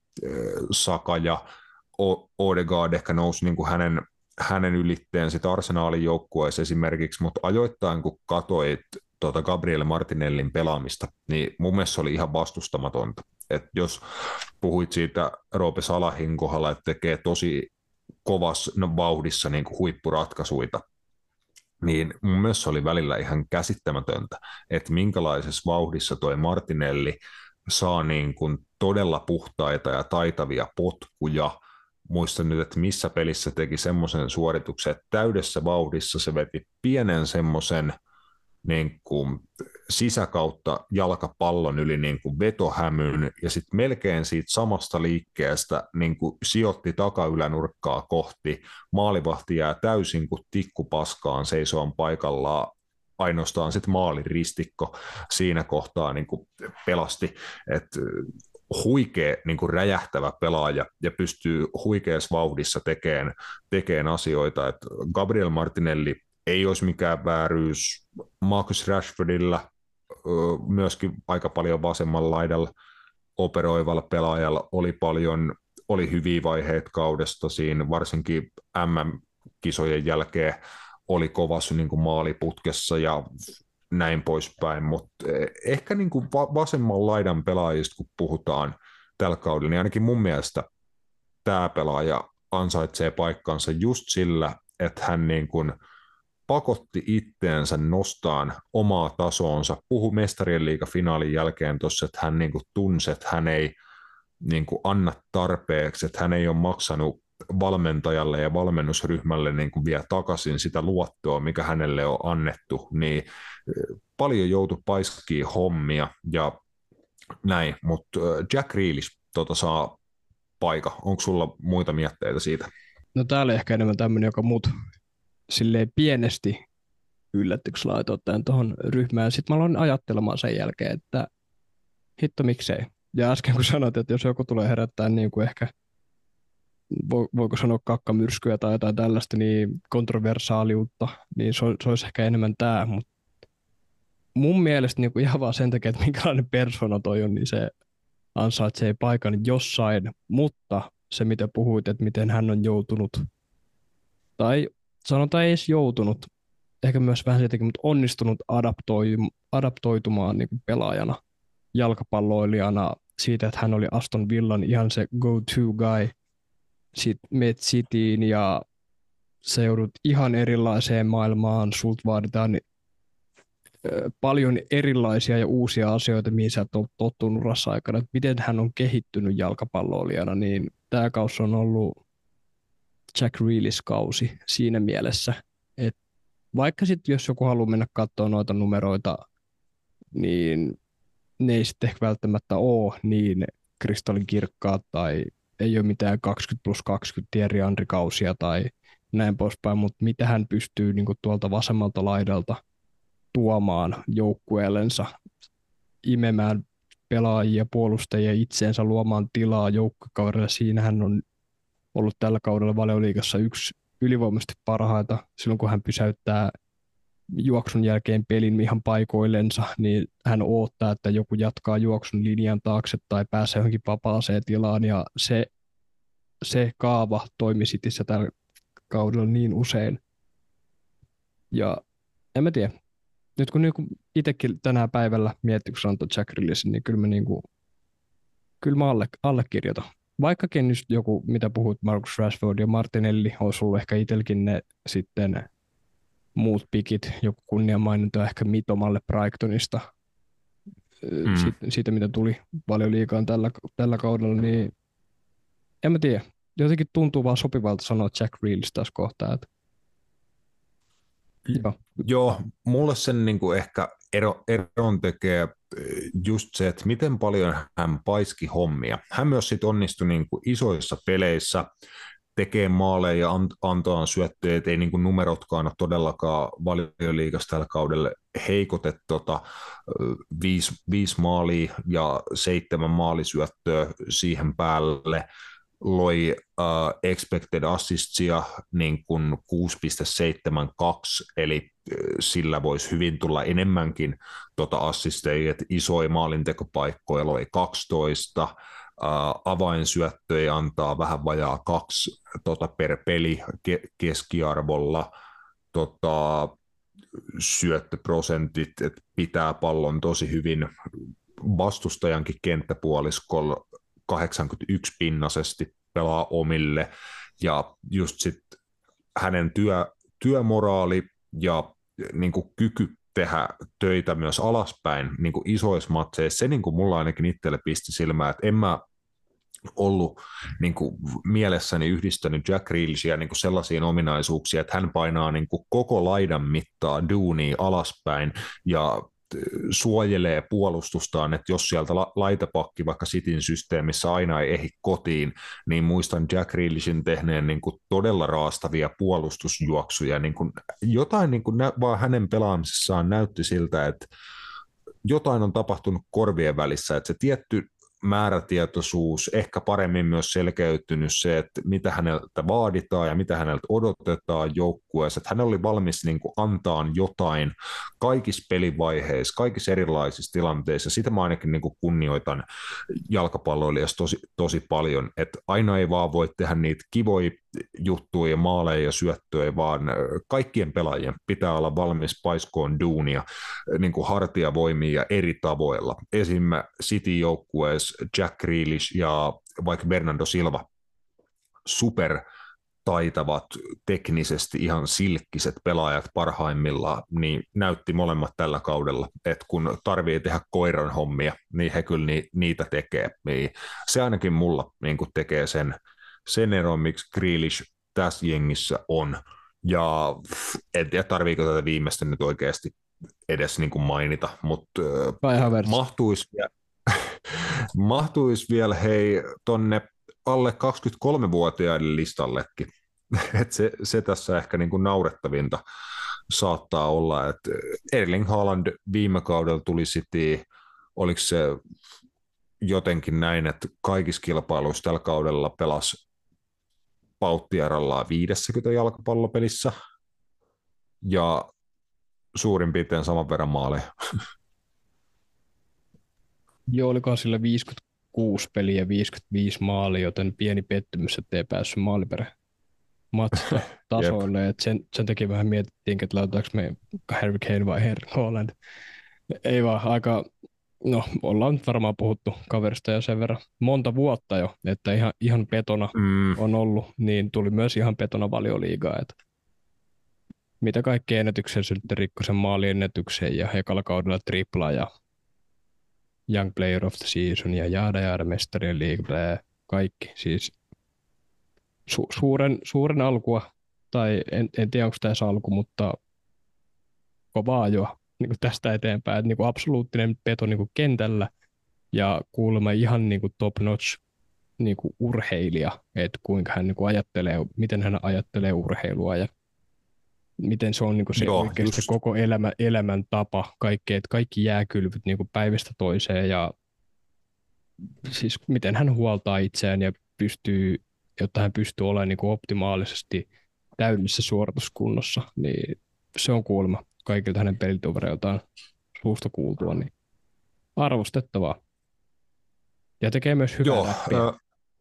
Saka ja Odegaard ehkä nousi niin kuin hänen, hänen ylitteen sit Arsenalin joukkueessa esimerkiksi, mutta ajoittain kun katsoit tuota Gabriel Martinellin pelaamista, niin mun mielestä se oli ihan vastustamatonta. Et jos puhuit siitä Roope Salahin kohdalla, että tekee tosi kovassa no, vauhdissa niin kuin huippuratkaisuita, niin mun mielestä se oli välillä ihan käsittämätöntä, että minkälaisessa vauhdissa toi Martinelli saa niin kuin todella puhtaita ja taitavia potkuja. Muistan nyt, että missä pelissä teki semmoisen suorituksen, että täydessä vauhdissa se veti pienen semmoisen niin kuin sisäkautta jalkapallon yli niin kuin vetohämyn ja sitten melkein siitä samasta liikkeestä niin kuin sijoitti takaylänurkkaa kohti. Maalivahti jää täysin kuin tikkupaskaan seisoon paikallaan, ainoastaan sitten maaliristikko siinä kohtaa niin kuin pelasti, että huikea niin kuin räjähtävä pelaaja ja pystyy huikeassa vauhdissa tekemään, tekemään asioita, että Gabriel Martinelli ei olisi mikään vääryys. Marcus Rashfordilla myöskin aika paljon vasemmalla laidalla operoivalla pelaajalla oli paljon, oli hyviä vaiheita kaudesta siinä, varsinkin M M-kisojen jälkeen oli kovassa niin kuin maaliputkessa ja näin poispäin, mutta ehkä niin kuin vasemman laidan pelaajista, kun puhutaan tällä kaudella, niin ainakin mun mielestä tämä pelaaja ansaitsee paikkansa just sillä, että hän niin kuin pakotti itteensä nostaan omaa tasoonsa. Puhu mestarien liigafinaalin jälkeen tuossa, että hän niin kuin tunsi, että hän ei niin kuin anna tarpeeksi, että hän ei ole maksanut valmentajalle ja valmennusryhmälle niin kuin vielä takaisin sitä luottoa, mikä hänelle on annettu, niin paljon joutui paiskiin hommia ja näin, mutta Jack Grealish tota saa paikka. Onko sulla muita mietteitä siitä? No tää oli ehkä enemmän tämmöinen, joka mut silleen pienesti yllätti, kun laitoin tämän tuohon ryhmään. Sitten mä aloin ajattelemaan sen jälkeen, että hitto miksei. Ja äsken kun sanoit, että jos joku tulee herättää niin kuin ehkä, voiko sanoa kakkamyrskyä tai jotain tällaista, niin kontroversaaliutta, niin se, se olisi ehkä enemmän tämä. Mutta mun mielestä niin kuin ihan vaan sen takia, että minkälainen persona toi on, niin se ansaitsee paikan jossain. Mutta se, mitä puhuit, että miten hän on joutunut, tai sanotaan ei edes joutunut, ehkä myös vähän siitäkin, mutta onnistunut adaptoi- adaptoitumaan niin kuin pelaajana, jalkapalloilijana siitä, että hän oli Aston Villan ihan se go-to guy, sitten meet Cityin ja sä joudut ihan erilaiseen maailmaan, sulta vaaditaan paljon erilaisia ja uusia asioita, mihin sä et ole tottunut urassa aikana, että miten hän on kehittynyt jalkapalloilijana, niin tämä kausi on ollut Jack Grealish-kausi siinä mielessä, että vaikka sitten jos joku haluaa mennä katsomaan noita numeroita, niin ne ei sitten ehkä välttämättä ole niin kristallinkirkkaat tai ei ole mitään kaksikymmentä plus kaksikymmentä Thierry Henry-kausia tai näin poispäin, mutta mitä hän pystyy niin kuin tuolta vasemmalta laidalta tuomaan joukkueellensa, imemään pelaajia, puolustajia itseensä, luomaan tilaa joukkuekaudelle. Siinä hän on ollut tällä kaudella Valioliigassa yksi ylivoimaisesti parhaita. Silloin kun hän pysäyttää juoksun jälkeen pelin ihan paikoillensa, niin hän odottaa, että joku jatkaa juoksun linjan taakse tai pääsee johonkin vapaaseen tilaan, ja se, se kaava toimi Cityssä tällä kaudella niin usein. Ja en mä tiedä. Nyt kun niinku itsekin tänään päivällä miettii, kun sanoo Jack Grealishin, niin kyllä mä, niinku, kyllä mä alle, allekirjoitan. Vaikkakin just joku, mitä puhut, Marcus Rashford ja Martinelli, olisi ollut ehkä itselläkin ne sitten muut pikit, joku kunnianmaininta ehkä Mitomalle Brightonista, mm. siitä, siitä mitä tuli Valioliigaan tällä, tällä kaudella, niin en mä tiedä. Jotenkin tuntuu vaan sopivalta sanoa Jack Grealish tässä kohtaa. Että... Joo. Joo, mulle sen niin kuin ehkä ero, eron tekee just se, että miten paljon hän paiski hommia. Hän myös sit onnistui niin kuin isoissa peleissä tekee maaleja ja antaa syöttöjä, että ei niin kuin numerotkaan ole todellakaan Valioliigassa tällä kaudella heikot, että tota, viisi, viisi maalia ja seitsemän maalisyöttöä siihen päälle, loi uh, expected assistsia niin kuin kuusi pilkku seitsemänkymmentäkaksi, eli sillä voisi hyvin tulla enemmänkin tota assisteja, että isoja maalintekopaikkoja loi kaksitoista, uh, avainsyöttöjä antaa vähän vajaa kaksi tota, per peli ke- keskiarvolla, tota, syöttöprosentit, että pitää pallon tosi hyvin vastustajankin kenttäpuoliskolla kahdeksankymmentäyksi pinnasesti pelaa omille, ja just sitten hänen työ, työmoraali ja niin kuin kyky tehdä töitä myös alaspäin niin kuin isoissa matseissa, se niin kuin mulla ainakin itselle pisti silmään, että en mä ollut niin kuin mielessäni yhdistänyt Jack Grealishia niin kuin sellaisiin ominaisuuksiin, että hän painaa niin kuin koko laidan mittaa duunia alaspäin ja suojelee puolustustaan, että jos sieltä laitapakki vaikka Cityn systeemissä aina ei ehdi kotiin, niin muistan Jack Grealishin tehneen niin kuin todella raastavia puolustusjuoksuja. Niin kuin jotain niin kuin nä- vaan hänen pelaamisessaan näytti siltä, että jotain on tapahtunut korvien välissä, että se tietty määrätietoisuus, ehkä paremmin myös selkeytynyt se, että mitä häneltä vaaditaan ja mitä häneltä odotetaan joukkueessa, että hän oli valmis niin kuin antaa jotain kaikissa pelivaiheissa, kaikissa erilaisissa tilanteissa. Sitä mä ainakin niin kuin kunnioitan jalkapalloilijasta tosi, tosi paljon, että aina ei vaan voi tehdä niitä kivoja juttuja, maaleja ja syöttöjä, vaan kaikkien pelaajien pitää olla valmis paiskoon duunia niin kuin hartiavoimia ja eri tavoilla. Esim. City-joukkueessa Jack Grealish ja vaikka Bernardo Silva, super taitavat, teknisesti ihan silkkiset pelaajat parhaimmillaan, niin näytti molemmat tällä kaudella, että kun tarvii tehdä koiran hommia, niin he kyllä ni, niitä tekee. Niin se ainakin mulla niin kuin tekee sen, sen eron, miksi Grealish tässä jengissä on. Ja en tiedä, tarviiko tätä viimeistä nyt oikeasti edes niin kuin mainita, mutta mahtuisi vielä, mahtuisi vielä hei tonne alle kaksikymmentäkolmevuotiaiden listallekin. Et se, se tässä ehkä niin kuin naurettavinta saattaa olla, että Erling Haaland viime kaudella tuli City, oliko se jotenkin näin, että kaikissa kilpailuissa tällä kaudella pelasi pauttierallaan viisikymmentä jalkapallopelissä ja suurin piirtein saman verran maaleja. Joo, olikohan sillä viisikymmentäkuusi peliä ja viisikymmentäviisi maalia, joten pieni pettymys, ettei päässyt maaliperä matsista tasolle. Et sen, sen takia vähän mietittiin, että laitetaanko me Harry Kane vai Erling Haaland. Ei vaan, aika, no ollaan nyt varmaan puhuttu kaverista jo sen verran monta vuotta jo, että ihan, ihan petona mm. on ollut, niin tuli myös ihan petona Valioliigaa. Että mitä kaikkea ennätyksiä sitten rikkoi sen maaliennätyksen ja ekalla kaudella tripla ja Young Player of the Season ja jaada jaada mestarien liiga, kaikki. Siis su- suuren, suuren alkua, tai en, en tiedä onko tässä alku, mutta kovaa jo niin tästä eteenpäin. Et, niin kuin absoluuttinen peto niin kuin kentällä ja kuulemma ihan niin kuin top notch niin kuin urheilija, että kuinka hän niin kuin ajattelee, miten hän ajattelee urheilua ja miten se on niin kuin se Joo, oikeasti just. koko elämä, elämäntapa, kaikki, että kaikki jääkylvyt niin kuin päivästä toiseen ja siis miten hän huoltaa itseään ja pystyy, jotta hän pystyy olemaan niin kuin optimaalisesti täydellisessä suorituskunnossa, niin se on kuulemma kaikilta hänen pelitovereiltaan suusta kuultua, niin arvostettavaa. Ja tekee myös hyvää Joo, läppiä. äh,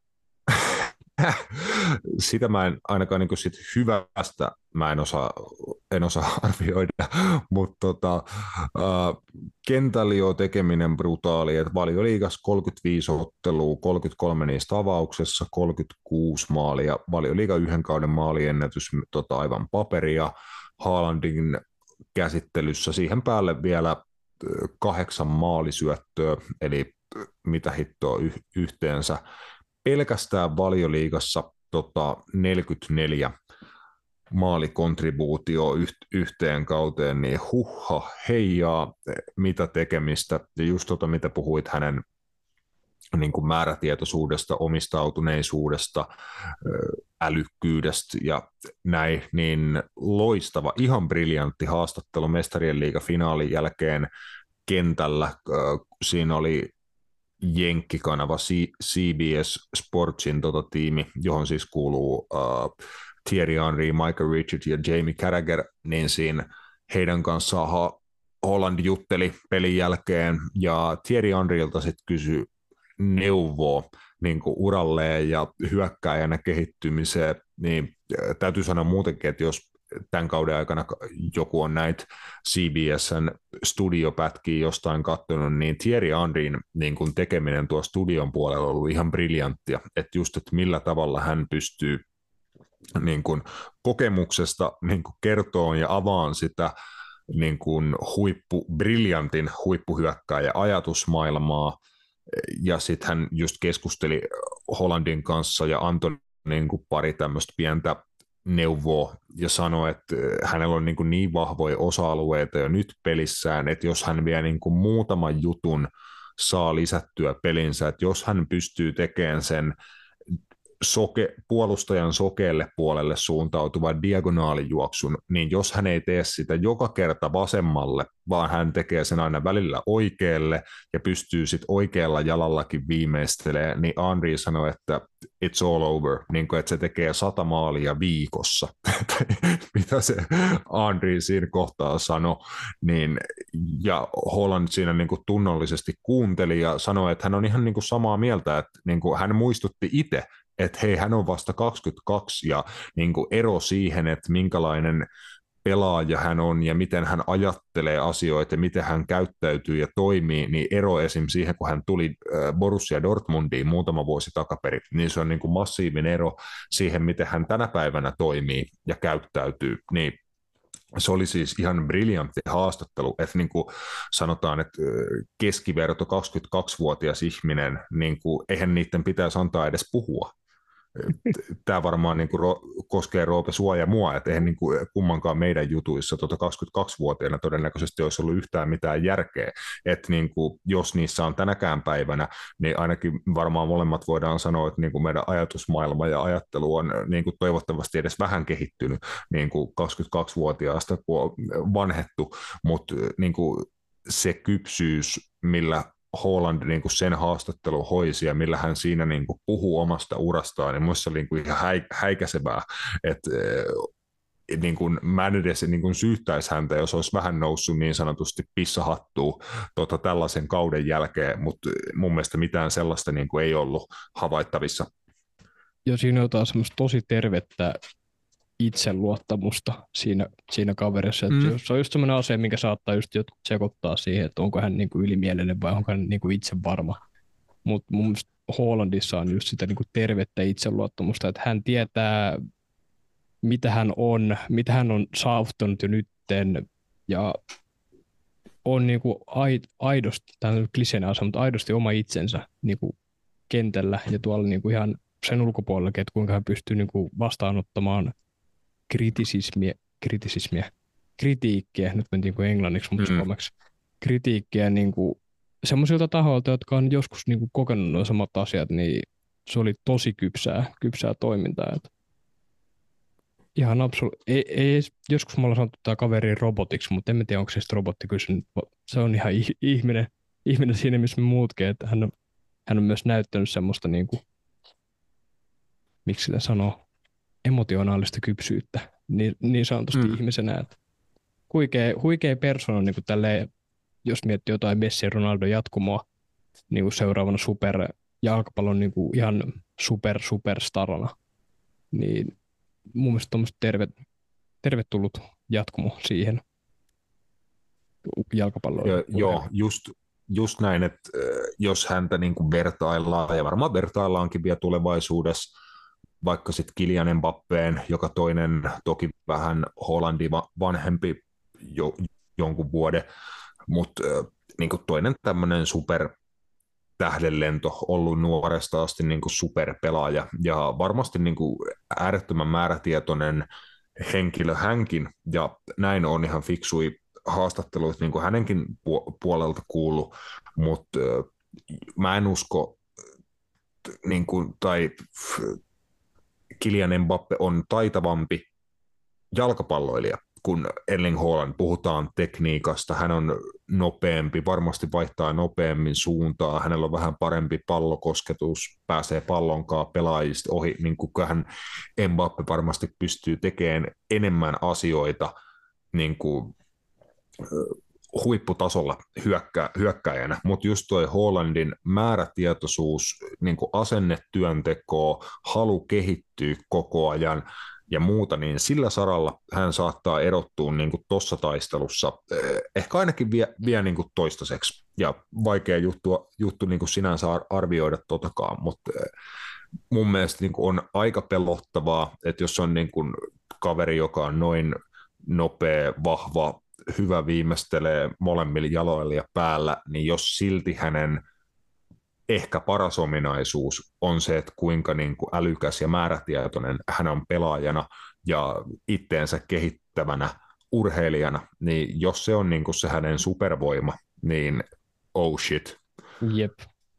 sitä mä en ainakaan niin sit hyvästä mä en osaa, en osaa arvioida, mutta tota, äh, kentällä jo tekeminen brutaali, että Valioliigassa kolmekymmentäviisi ottelua, kolmekymmentäkolme niistä avauksessa, kolmekymmentäkuusi maalia, Valioliiga yhden kauden maaliennätys tota, aivan paperia, Haalandin käsittelyssä siihen päälle vielä kahdeksan maalisyöttöä, eli mitä hittoa y- yhteensä. Pelkästään Valioliigassa tota, neljäkymmentäneljä maalikontribuutio yhteen kauteen, niin huhha, heijaa, mitä tekemistä. Ja just tota, mitä puhuit hänen niin kuin määrätietoisuudesta, omistautuneisuudesta, älykkyydestä ja näin, niin loistava, ihan briljantti haastattelu Mestarien liigan finaalin jälkeen kentällä. Siinä oli Jenkkikanava C B S Sportsin tota tiimi, johon siis kuuluu uh, Thierry Henry, Michael Richard ja Jamie Carragher, niin siinä heidän kanssaan ha- Holland jutteli pelin jälkeen, ja Thierry Henryltä sitten kysyi neuvoa niin kuin uralleen ja hyökkääjänä kehittymiseen, niin täytyy sanoa muutenkin, että jos tämän kauden aikana joku on näitä C B S:n studiopätkiä jostain katsonut, niin Thierry Henryn niin kuin tekeminen tuo studion puolella on ollut ihan briljanttia, että just, että millä tavalla hän pystyy niin kuin kokemuksesta niin kuin kertoon ja avaan sitä niin kuin huippu, briljantin huippuhyökkääjä ajatusmaailmaa, ja sitten hän just keskusteli Hollandin kanssa ja antoi niin kuin pari tämmöistä pientä neuvoa ja sanoi, että hänellä on niin, kuin niin vahvoja osa-alueita jo nyt pelissään, että jos hän vielä niin kuin muutaman jutun saa lisättyä pelinsä, että jos hän pystyy tekemään sen soke, puolustajan sokeelle puolelle suuntautuvan diagonaalijuoksun, niin jos hän ei tee sitä joka kerta vasemmalle, vaan hän tekee sen aina välillä oikealle ja pystyy sitten oikealla jalallakin viimeistelemään, niin Henry sanoi, että it's all over, niin kuin, että se tekee sata maalia viikossa. Mitä se Henry siinä kohtaa sanoi, niin, ja Holland siinä niin kuin tunnollisesti kuunteli ja sanoi, että hän on ihan niin kuin samaa mieltä, että niin kuin hän muistutti itse, että hei, hän on vasta kaksikymmentäkaksi ja niin kuin ero siihen, että minkälainen pelaaja hän on ja miten hän ajattelee asioita ja miten hän käyttäytyy ja toimii, niin ero esim. Siihen, kun hän tuli Borussia Dortmundiin muutama vuosi takaperin, niin se on niin kuin massiivinen ero siihen, miten hän tänä päivänä toimii ja käyttäytyy, niin se oli siis ihan briljantti haastattelu, että niin kuin sanotaan, että keskiverto kaksikymmentäkaksivuotias ihminen, niin kuin, eihän niiden pitäisi antaa edes puhua. Tämä varmaan niin kuin ro- koskee Roope sua ja mua, että eihän niin kuin kummankaan meidän jutuissa tuota kaksikymmentäkaksivuotiaana todennäköisesti olisi ollut yhtään mitään järkeä, että niin kuin, jos niissä on tänäkään päivänä, niin ainakin varmaan molemmat voidaan sanoa, että niin kuin meidän ajatusmaailma ja ajattelu on niin kuin toivottavasti edes vähän kehittynyt niin kuin kaksikymmentäkaksivuotiaasta, kun on vanhettu, mutta niin kuin se kypsyys, millä Haaland niin kuin sen haastattelun hoisi ja millä hän siinä niin kuin puhuu omasta urastaan, niin minusta se oli niin kuin ihan häikäisevää, että niin kuin, mä en edes niin kuin syyttäisi häntä, jos olisi vähän noussut niin sanotusti pissahattuun tota, tällaisen kauden jälkeen, mutta mun mielestä mitään sellaista niin kuin ei ollut havaittavissa. Ja siinä on jotain semmoista tosi tervettä itseluottamusta siinä, siinä kaverissa. Että mm. Se on just semmoinen asia, minkä saattaa just jotkut sekoittaa siihen, että onko hän niinku ylimielinen vai onko hän niinku itse varma. Mutta mun mielestä Haalandissa on just sitä niinku tervettä itseluottamusta, että hän tietää, mitä hän on, mitä hän on saavuttanut jo nytten ja on niinku aidosti, tämä on kliseenä asia, mutta aidosti oma itsensä niinku kentällä ja tuolla niinku ihan sen ulkopuolellakin, että kuinka hän pystyy niinku vastaanottamaan kritisismiä, kritisismiä, kritiikkiä, nyt mentiin kuin englanniksi, mutta mm. suomeksi, kritiikkiä niin kuin semmoisilta tahoilta, jotka on joskus niin kuin kokenut nuo samat asiat, niin se oli tosi kypsää, kypsää toimintaa. Ihan absoluutti. Ei, ei, joskus me ollaan sanottu tämä kaveri robotiksi, mutta en mä tiedä, onko se sitten robotti kysynyt. Se on ihan ih- ihminen, ihminen siinä, missä me muutkin. Että hän, on, hän on myös näyttänyt semmoista, niin kuin, miksi sitä sanoo, emotionaalista kypsyyttä niin, niin sanotusti mm. ihmisenä. Että huikea, huikea persona niin kuin tälleen, jos miettii jotain Messi ja Ronaldo jatkumoa niin kuin seuraavana super jalkapallon niin kuin ihan super superstarana, niin mun mielestä tuommoista terve, tervetullut jatkumo siihen jalkapalloon. Ja, joo, just, just näin, että jos häntä niin kuin vertaillaan, ja varmaan vertaillaankin vielä tulevaisuudessa, vaikka sitten Kylian Mbappeen, joka toinen toki vähän Hollandin vanhempi jo, jonkun vuoden, mutta niin kuin toinen tämmöinen super tähdenlento, ollut nuoresta asti niin kuin superpelaaja ja varmasti niin kuin äärettömän määrätietoinen henkilö hänkin, ja näin on ihan fiksui haastatteluita niin kuin hänenkin puolelta kuullut, mutta mä en usko, niin kuin, tai Kylian Mbappe on taitavampi jalkapalloilija kun Erling Haaland, puhutaan tekniikasta, hän on nopeampi, varmasti vaihtaa nopeammin suuntaa, hänellä on vähän parempi pallokosketus, pääsee pallonkaan pelaajista ohi, niin kuin hän Mbappe varmasti pystyy tekemään enemmän asioita niin kuin huipputasolla hyökkä, hyökkäjänä, mutta just toi Haalandin määrätietoisuus, niin kuin asennetyöntekoa, halu kehittyä koko ajan ja muuta, niin sillä saralla hän saattaa erottua niin kuin tuossa taistelussa, ehkä ainakin vie, vie niin kuin toistaiseksi, ja vaikea juttu, juttu niin kuin sinänsä arvioida totakaan, mutta mun mielestä niin kuin on aika pelottavaa, että jos on niin kuin kaveri, joka on noin nopea, vahva, hyvä viimeistelee molemmilla jaloilla ja päällä, niin jos silti hänen ehkä paras ominaisuus on se, että kuinka niin kuin älykäs ja määrätietoinen hän on pelaajana ja itteensä kehittävänä urheilijana, niin jos se on niin kuin se hänen supervoima, niin oh shit. Jep.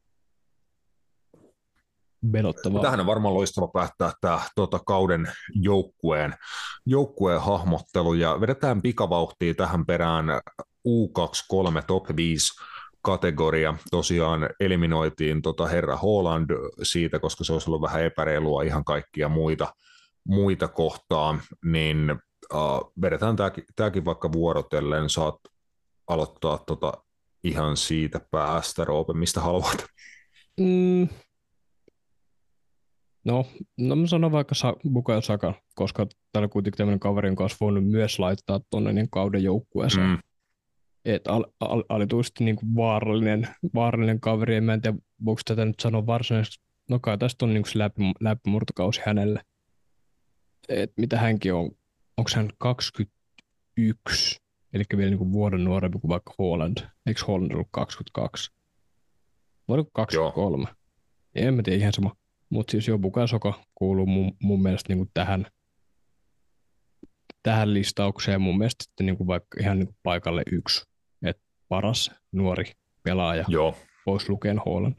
Pelottavaa. Tähän on varmaan loistava päättää tämä tuota, kauden joukkueen, joukkueen hahmottelu, ja vedetään pikavauhtia tähän perään U kaksikymmentäkolme Top viisi kategoria. Tosiaan eliminoitiin tota herra Haaland siitä, koska se olisi ollut vähän epäreilua ihan kaikkia muita, muita kohtaan, niin uh, vedetään tämäkin, tämäkin vaikka vuorotellen. Saat aloittaa tota ihan siitä päästä, Roope, mistä haluat. Mm. No, no mä sanon vaikka Sa- Bukayo Saka, koska täällä kuitenkin tämmöinen kaveri, jonka olisi voinut myös laittaa tuonne niin kauden joukkueeseen. Mm. Että al- al- alituisesti niin kuin vaarallinen, vaarallinen kaveri, en mä en tiedä, voiko tätä nyt sanoa varsinaisesti, no kai tästä on niin kuin se läpi, läpimurtokausi hänelle. Et mitä hänkin on, onko hän kaksikymmentäyksi, eli vielä niin kuin vuoden nuorempi kuin vaikka Haaland, eikö Haaland ollut kaksikymmentäkaksi? Vai oliko kaksikymmentäkolme? Joo. En mä tiedä, ihan sama. Mutta siis jo Bukayo Saka kuuluu mun, mun mielestä niinku tähän, tähän listaukseen mun mielestä sitten niinku vaikka ihan niinku paikalle yksi. Et paras nuori pelaaja, Joo. Pois lukien Haaland.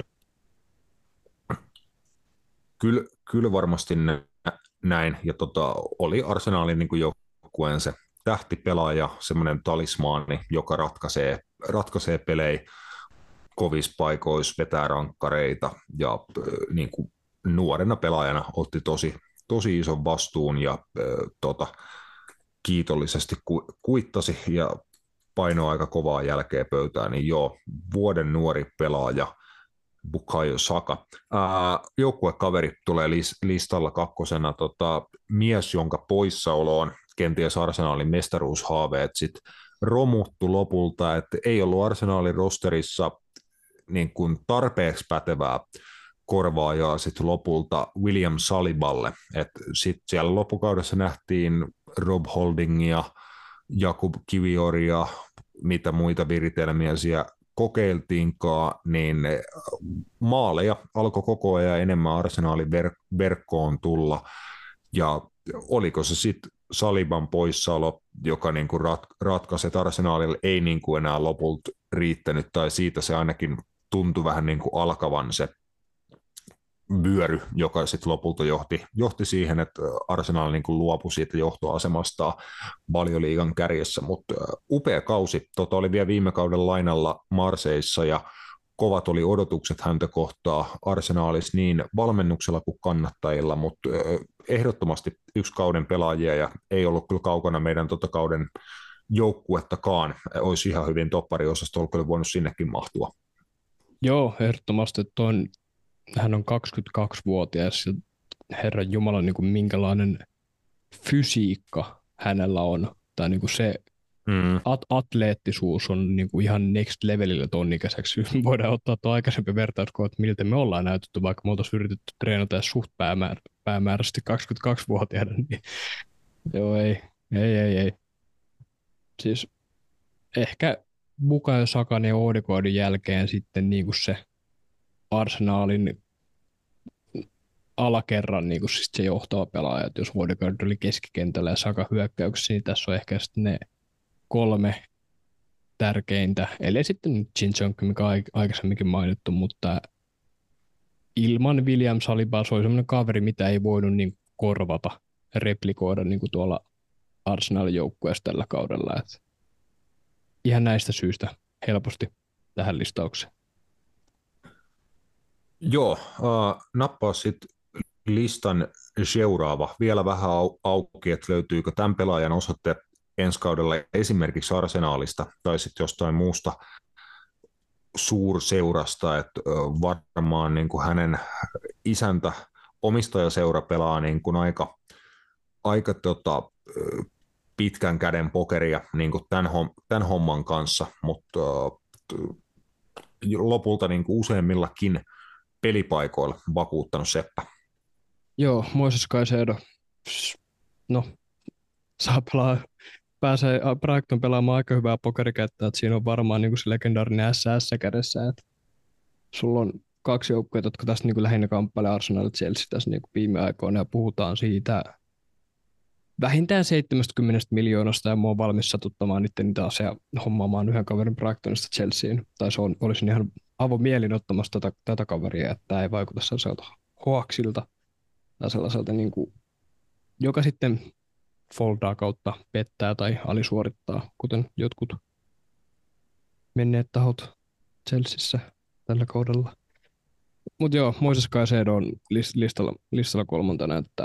Kyllä, kyllä varmasti näin. Ja tota, oli Arsenalin niinku joukkueen se tähtipelaaja, semmoinen talismaani, joka ratkaisee, ratkaisee pelejä kovissa paikoissa, vetää rankkareita ja äh, niinku nuorena pelaajana otti tosi, tosi ison vastuun ja äh, tota, kiitollisesti ku, kuittasi ja painoi aika kovaa jälkeen pöytään, niin joo, vuoden nuori pelaaja Bukayo Saka. Äh, joukkuekaveri tulee lis, listalla kakkosena, tota, mies, jonka poissaoloon kenties Arsenalin mestaruushaaveet sit romuttu lopulta, että ei ollut Arsenalin rosterissa niin kuin tarpeeksi pätevää korvaajaa sitten lopulta William Saliballe. Sitten siellä loppukaudessa nähtiin Rob Holdingia, Jakub Kivioria, mitä muita viritelmiä siellä kokeiltiinkaan, niin maaleja alkoi koko ajan enemmän Arsenalin ver- verkkoon tulla. Ja oliko se sitten Saliban poissaolo, joka niinku rat- ratkaisi, että Arsenalille ei niinku enää lopulta riittänyt, tai siitä se ainakin tuntui vähän niin kuin alkavan se vyöry, joka sitten lopulta johti, johti siihen, että Arsenal niin kuin luopui siitä johtoasemasta Valioliigan kärjessä, mutta upea kausi. Tota oli vielä viime kauden lainalla Marseissa ja kovat oli odotukset häntä kohtaa Arsenalissa niin valmennuksella kuin kannattajilla, mutta ehdottomasti yksi kauden pelaajia ja ei ollut kyllä kaukana meidän tota kauden joukkuettakaan. Olisi ihan hyvin toppariosastolla kyllä voinut sinnekin mahtua. Joo, ehdottomasti. On, hän on kaksikymmentäkaksivuotias ja herran jumala, niin kuin minkälainen fysiikka hänellä on. Tai niin kuin se mm. at- atleettisuus on niin kuin ihan next levelillä ton ikäiseksi. Voidaan ottaa tuo aikaisempi vertauskohta, että miltä me ollaan näytetty, vaikka me oltaisiin yritetty treenata suht päämäär- päämääräisesti kaksikymmentäkaksivuotiaana. Niin joo, ei, ei, ei, ei. Siis ehkä Bukayo Sakan ja Odegaardin jälkeen sitten niin kuin se Arsenalin alakerran niin kuin siis se johtava pelaaja, että jos Odegaard oli keskikentällä ja Saka hyökkäyksessä, niin tässä on ehkä sitten ne kolme tärkeintä, eli sitten nyt Zinchenko, mikä on aikaisemminkin mainittu, mutta ilman William Salibaa se oli sellainen kaveri, mitä ei voinut niin korvata, replikoida niin kuin tuolla Arsenalin joukkueessa tällä kaudella. Että ihan näistä syistä helposti tähän listaukseen. Joo, äh, nappaa sitten listan seuraava. Vielä vähän au- auki, että löytyykö tämän pelaajan osoitte ensi kaudella esimerkiksi Arsenaalista tai sitten jostain muusta suurseurasta, että varmaan niin kuin hänen isäntä omistajaseura pelaa niin kuin aika, aika tota, pitkän käden pokeria niin kuin tämän, tämän homman kanssa, mutta lopulta niin kuin useimmillakin pelipaikoilla vakuuttanut seppä. Joo, Moises Caicedo, no saa pelaa, pääsee Brighton pelaamaan aika hyvää pokerikättä, että siinä on varmaan niin kuin se legendaarinen S S kädessä, että sulla on kaksi joukkuetta, jotka tässä niin kuin lähinnä kamppailee Arsenal ja Chelsea tässä niin kuin viime aikoina ja puhutaan siitä vähintään seitsemänkymmentä miljoonasta ja mä oon valmis satuttamaan niiden niitä asiaa hommaamaan yhden kaverin Brightonista Chelseain. Tai se on, olisin ihan avomielin ottamassa tätä, tätä kaveria, että tämä ei vaikuta sellaiselta hoaksilta tai sellaiselta, niin kuin, joka sitten foldaa kautta pettää tai alisuorittaa, kuten jotkut menneet tahot Chelseassa tällä kaudella. Mutta joo, Moises Caicedo on listalla, listalla kolmantena, että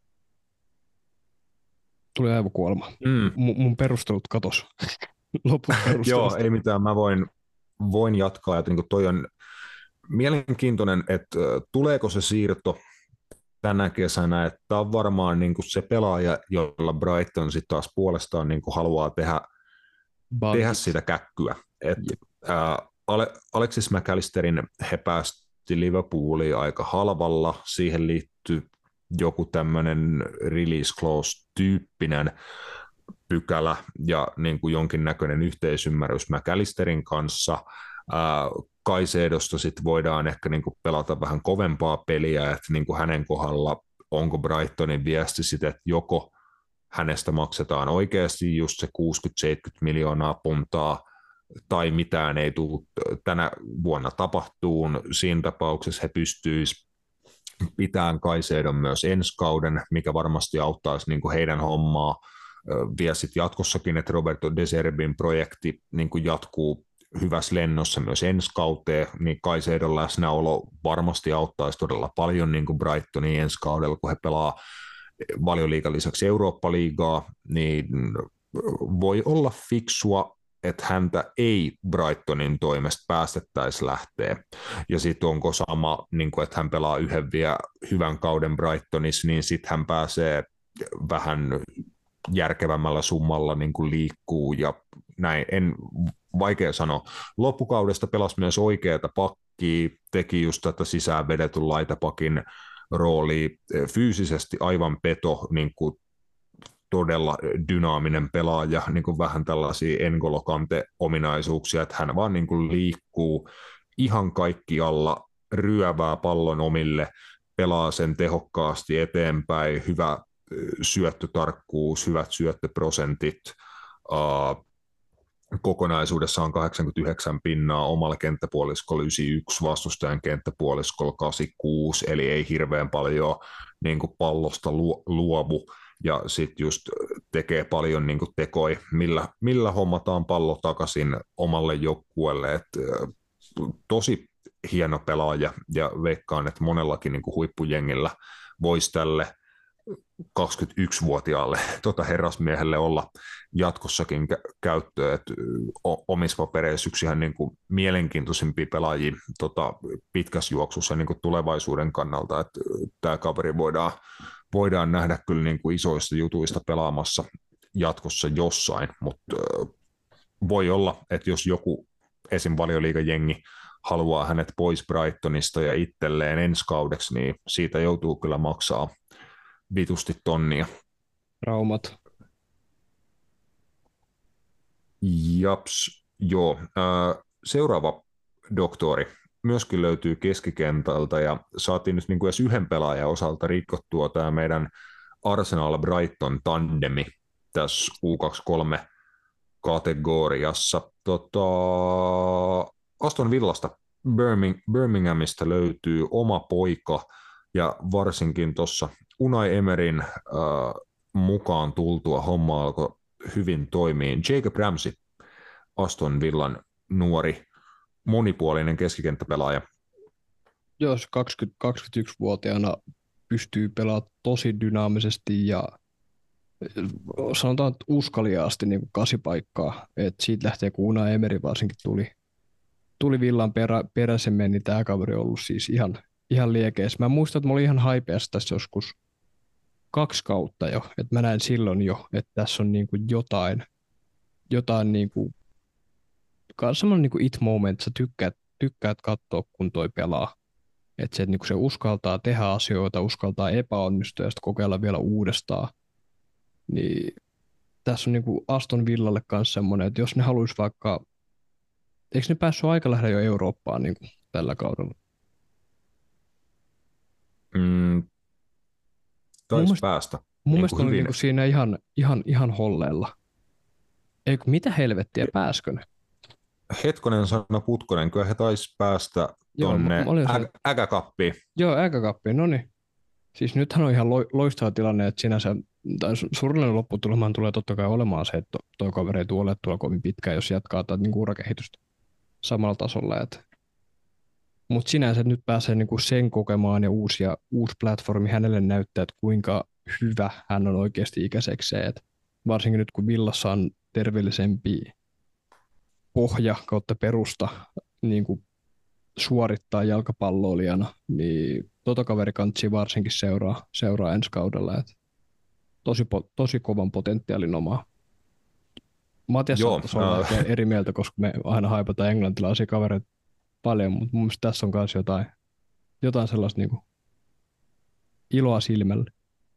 tuli aivokuolema. Mm. M- mun perustelut katos. Loput perustelut. Joo, ei mitään. Mä voin, voin jatkaa. Että niin toi on mielenkiintoinen, että tuleeko se siirto tänä kesänä. Että tämä on varmaan niin se pelaaja, jolla Brighton sitten taas puolestaan niin haluaa tehdä, tehdä sitä käkkyä. Et, ää, Ale- Alexis McAllisterin he päästi Liverpooliin aika halvalla. Siihen liittyy joku tämmöinen release clause-tyyppinen pykälä ja niin kuin jonkinnäköinen yhteisymmärrys McAllisterin kanssa. Ää, Caicedosta sit voidaan ehkä niin kuin pelata vähän kovempaa peliä, että niin kuin hänen kohdalla onko Brightonin viesti sitten, että joko hänestä maksetaan oikeasti just se kuusikymmentä seitsemänkymmentä miljoonaa puntaa, tai mitään ei tule tänä vuonna tapahtuun. Siinä tapauksessa he pystyisivät pitämään Caicedon myös ensi kauden, mikä varmasti auttaisi niin kuin heidän hommaa. Vielä sitten jatkossakin, että Roberto De Zerbin projekti niin kuin jatkuu hyvässä lennossa myös ensi kauteen, niin Caicedon läsnäolo varmasti auttaisi todella paljon niin kuin Brightonin ensi kaudella, kun he pelaa Valioliigan lisäksi Eurooppa-liigaa, niin voi olla fiksua, että häntä ei Brightonin toimesta päästettäisi lähteä. Ja sitten onko sama, niin kuin, että hän pelaa yhden vielä hyvän kauden Brightonissa, niin sitten hän pääsee vähän järkevämmällä summalla niin kuin liikkuu ja näin. En vaikea sanoa. Loppukaudesta pelasi myös oikeata pakkia, teki just tätä sisään vedetyn laitapakin roolia, fyysisesti aivan peto, niin kuin todella dynaaminen pelaaja, niin kuin vähän tällaisia N'Golo Kante-ominaisuuksia, että hän vaan niin kuin liikkuu ihan kaikkialla, ryövää pallon omille, pelaa sen tehokkaasti eteenpäin, hyvä syöttötarkkuus, hyvät syöttöprosentit, uh, kokonaisuudessaan kahdeksankymmentäyhdeksän pinnaa, omalla kenttäpuoliskolla yhdeksänkymmentäyksi, vastustajan kenttäpuoliskolla kahdeksankymmentäkuusi, eli ei hirveän paljon niin kuin pallosta luovu, ja sitten just tekee paljon niin kuin tekoja, millä, millä hommataan pallo takaisin omalle joukkueelle, että tosi hieno pelaaja, ja veikkaan, että monellakin niin kuin huippujengillä voisi tälle kaksikymmentäyksivuotiaalle tota herrasmiehelle olla jatkossakin kä- käyttöä, että omissa papereissa yksi ihan niin kuin mielenkiintoisimpia pelaajia tota, pitkässä juoksussa niin kuin tulevaisuuden kannalta, että tämä kaveri voidaan, voidaan nähdä kyllä niin kuin isoista jutuista pelaamassa jatkossa jossain, mutta voi olla, että jos joku esim. Valioliigajengi haluaa hänet pois Brightonista ja itselleen ensi kaudeksi, niin siitä joutuu kyllä maksaa vitusti tonnia. Raumat. Japs, joo. Seuraava doktori myöskin löytyy keskikentältä ja saatiin nyt niin kuin edes yhden pelaajan osalta rikottua tämä meidän Arsenal-Brighton tandemi tässä U kaksikymmentäkolme-kategoriassa. Tota, Aston Villasta Birming, Birminghamista löytyy oma poika ja varsinkin tuossa Unai Emeryn äh, mukaan tultua homma alkoi hyvin toimii. Jacob Ramsey, Aston Villan nuori, monipuolinen keskikenttäpelaaja. Jos kaksikymmentä-kaksikymmentäyksivuotiaana pystyy pelaamaan tosi dynaamisesti ja sanotaan että uskaliaasti niin kuin kasipaikkaa, että siitä lähtee kun Unai Emery varsinkin tuli, tuli Villan perä, peräsemmin, niin tämä kaveri on ollut siis ihan, ihan liekeessä. Mä muistan, että mä olin ihan haipeassa tässä joskus kaksi kautta jo, että mä näin silloin jo, että tässä on niin kuin jotain, jotain niin kuin, semmoinen niin kuin it moment, sä tykkäät, tykkäät katsoa, kun toi pelaa. Että se, että niin kuin se uskaltaa tehdä asioita, uskaltaa epäonnistua ja sitten kokeilla vielä uudestaan. Niin tässä on niin kuin Aston Villalle kanssa semmoinen, että jos ne haluaisi vaikka, eikö ne päässyt aika lähellä jo Eurooppaan niin kuin tällä kaudella? Mm, taisi mielestä, päästä. Mun niin mielestä on hyvin... niin kuin siinä ihan, ihan, ihan holleella. Eikö, mitä helvettiä, pääskö ne? Hetkonen sana Putkonen, kyllä he taisi päästä tuonne ä- äkäkappiin. Joo, äkäkappiin, no niin. Siis nythän on ihan lo- loistava tilanne, että sinänsä, tai surullinen lopputulemaan tulee totta kai olemaan se, että tuo kaveri ei tule tuolla kovin pitkään, jos jatkaa tätä niin urakehitystä samalla tasolla. Mutta sinänsä nyt pääsee niinku sen kokemaan ja uusia, uusi platformi hänelle näyttää, että kuinka hyvä hän on oikeasti ikäisekseen. Et varsinkin nyt kun Villassa on terveellisempi pohja kautta perusta niin kuin suorittaa jalkapalloilijana, niin tota kaveri kantsii varsinkin seuraa, seuraa ensi kaudella. Et tosi, tosi kovan potentiaalin omaa. Matias saattaisi olla uh... eri mieltä, koska me aina haipataan englantilaisia kavereita paljon, mutta mun mielestä tässä on myös jotain, jotain sellaista niin kuin iloa silmällä.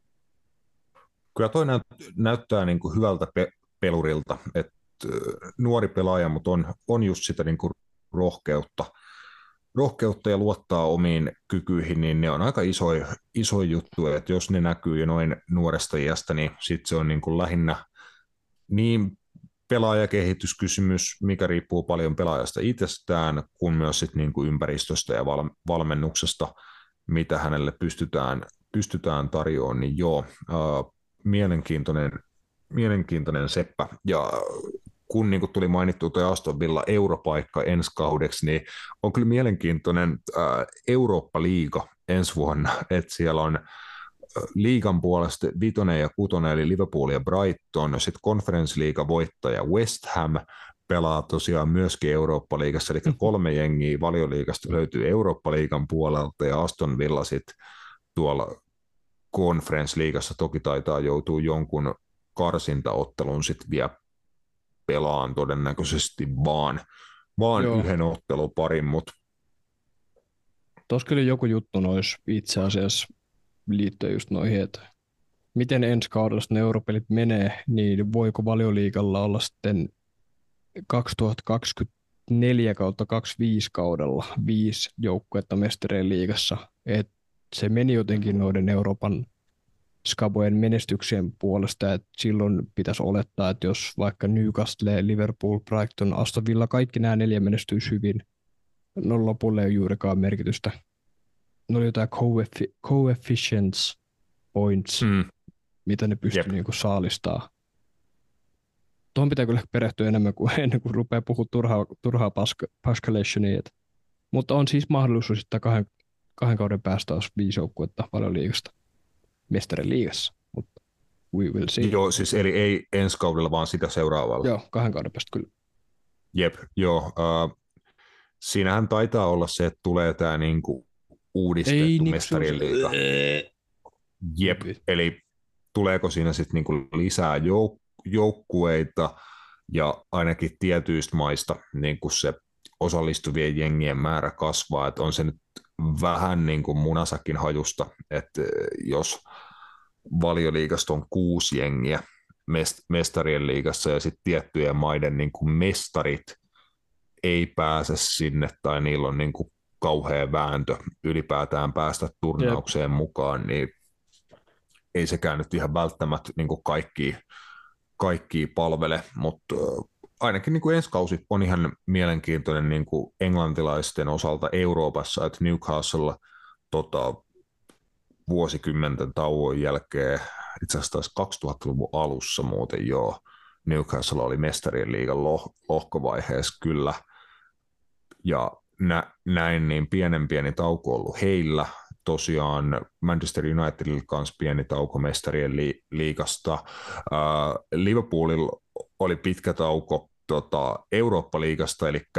Kyllä toi näyttää niin kuin hyvältä pe- pelurilta, että nuori pelaaja, mutta on, on just sitä niin kuin rohkeutta, rohkeutta ja luottaa omiin kykyihin, niin ne on aika iso, iso juttu, että jos ne näkyy jo noin nuoresta iästä, niin sitten se on niin kuin lähinnä niin pelaajakehityskysymys, mikä riippuu paljon pelaajasta itsestään, kuin myös sit niin kuin ympäristöstä ja val- valmennuksesta, mitä hänelle pystytään, pystytään tarjoamaan, niin joo, äh, mielenkiintoinen, mielenkiintoinen seppä. Ja kun niin kuin tuli mainittu tuo Aston Villa europaikka ensi kaudeksi, niin on kyllä mielenkiintoinen äh, Eurooppa-liiga ensi vuonna, että siellä on liigan puolesta vitonen ja kutonen, eli Liverpool ja Brighton, sitten konferenssiliigan voittaja West Ham pelaa tosiaan myöskin Eurooppa-liigassa, eli kolme jengiä Valioliigasta löytyy Eurooppa-liigan puolelta, ja Aston Villa sitten tuolla konferenssiliigassa toki taitaa joutua jonkun karsintaottelun sitten vielä pelaan todennäköisesti vaan, vaan yhden otteluparin, mutta tuossa kyllä joku juttu nois itse asiassa liittyen just noihin, että miten ensi kaudella ne europelit menee, niin voiko Valioliigalla olla sitten kaksituhattakaksikymmentäneljä kautta kaksikymmentäviisi kaudella viisi joukkuetta mestarien liigassa, että se meni jotenkin noiden Euroopan Skabojen menestyksien puolesta, että silloin pitäisi olettaa, että jos vaikka Newcastle, Liverpool, Brighton, Aston Villa, kaikki nämä neljä menestyisi hyvin, no lopulle ei ole juurikaan merkitystä. Ne oli jotain coeffi- coefficients points, Mm. mitä ne pystyy Jep. niinku saalistaa. Tuohon pitää kyllä perehtyä enemmän kuin ennen kuin rupeaa puhumaan turhaa, turhaa pascalationia. Mutta on siis mahdollisuus, että kahden, kahden kauden päästä olisi viisi joukkuetta Valioliigasta Mestarin liigassa, mutta we will see. Joo, siis eli ei ensi kaudella, vaan sitä seuraavalla. Joo, kahden kauden päästä kyllä. Jep, joo. Uh, siinähän taitaa olla se, että tulee tämä niinku uudistettu Ei, niin Mestarien liiga. Jep, eli tuleeko siinä sitten niinku lisää jouk- joukkueita ja ainakin tietyistä maista niinku se osallistuvien jengien määrä kasvaa, että on se nyt vähän niin kuin munasakin hajusta, että jos Valioliigasta on kuusi jengiä Mestarien liigassa ja sitten tiettyjen maiden niin kuin mestarit ei pääse sinne tai niillä on niin kuin kauhea vääntö ylipäätään päästä turnaukseen Jep. mukaan, niin ei sekään nyt ihan välttämättä niin kuin kaikkia, kaikkia palvele, mutta ainakin niin kuin ensi kausi on ihan mielenkiintoinen niin kuin englantilaisten osalta Euroopassa, että Newcastle tota, vuosikymmenten tauon jälkeen, itse asiassa taisi kaksituhattaluvun alussa muuten joo, Newcastle oli Mestarien liigan loh- lohkovaiheessa kyllä, ja nä- näin niin pienen pieni tauko on ollut heillä, tosiaan Manchester Unitedilla kanssa pieni tauko Mestarien li- liigasta, uh, Liverpoolilla oli pitkä tauko tota, Eurooppa-liigasta, eli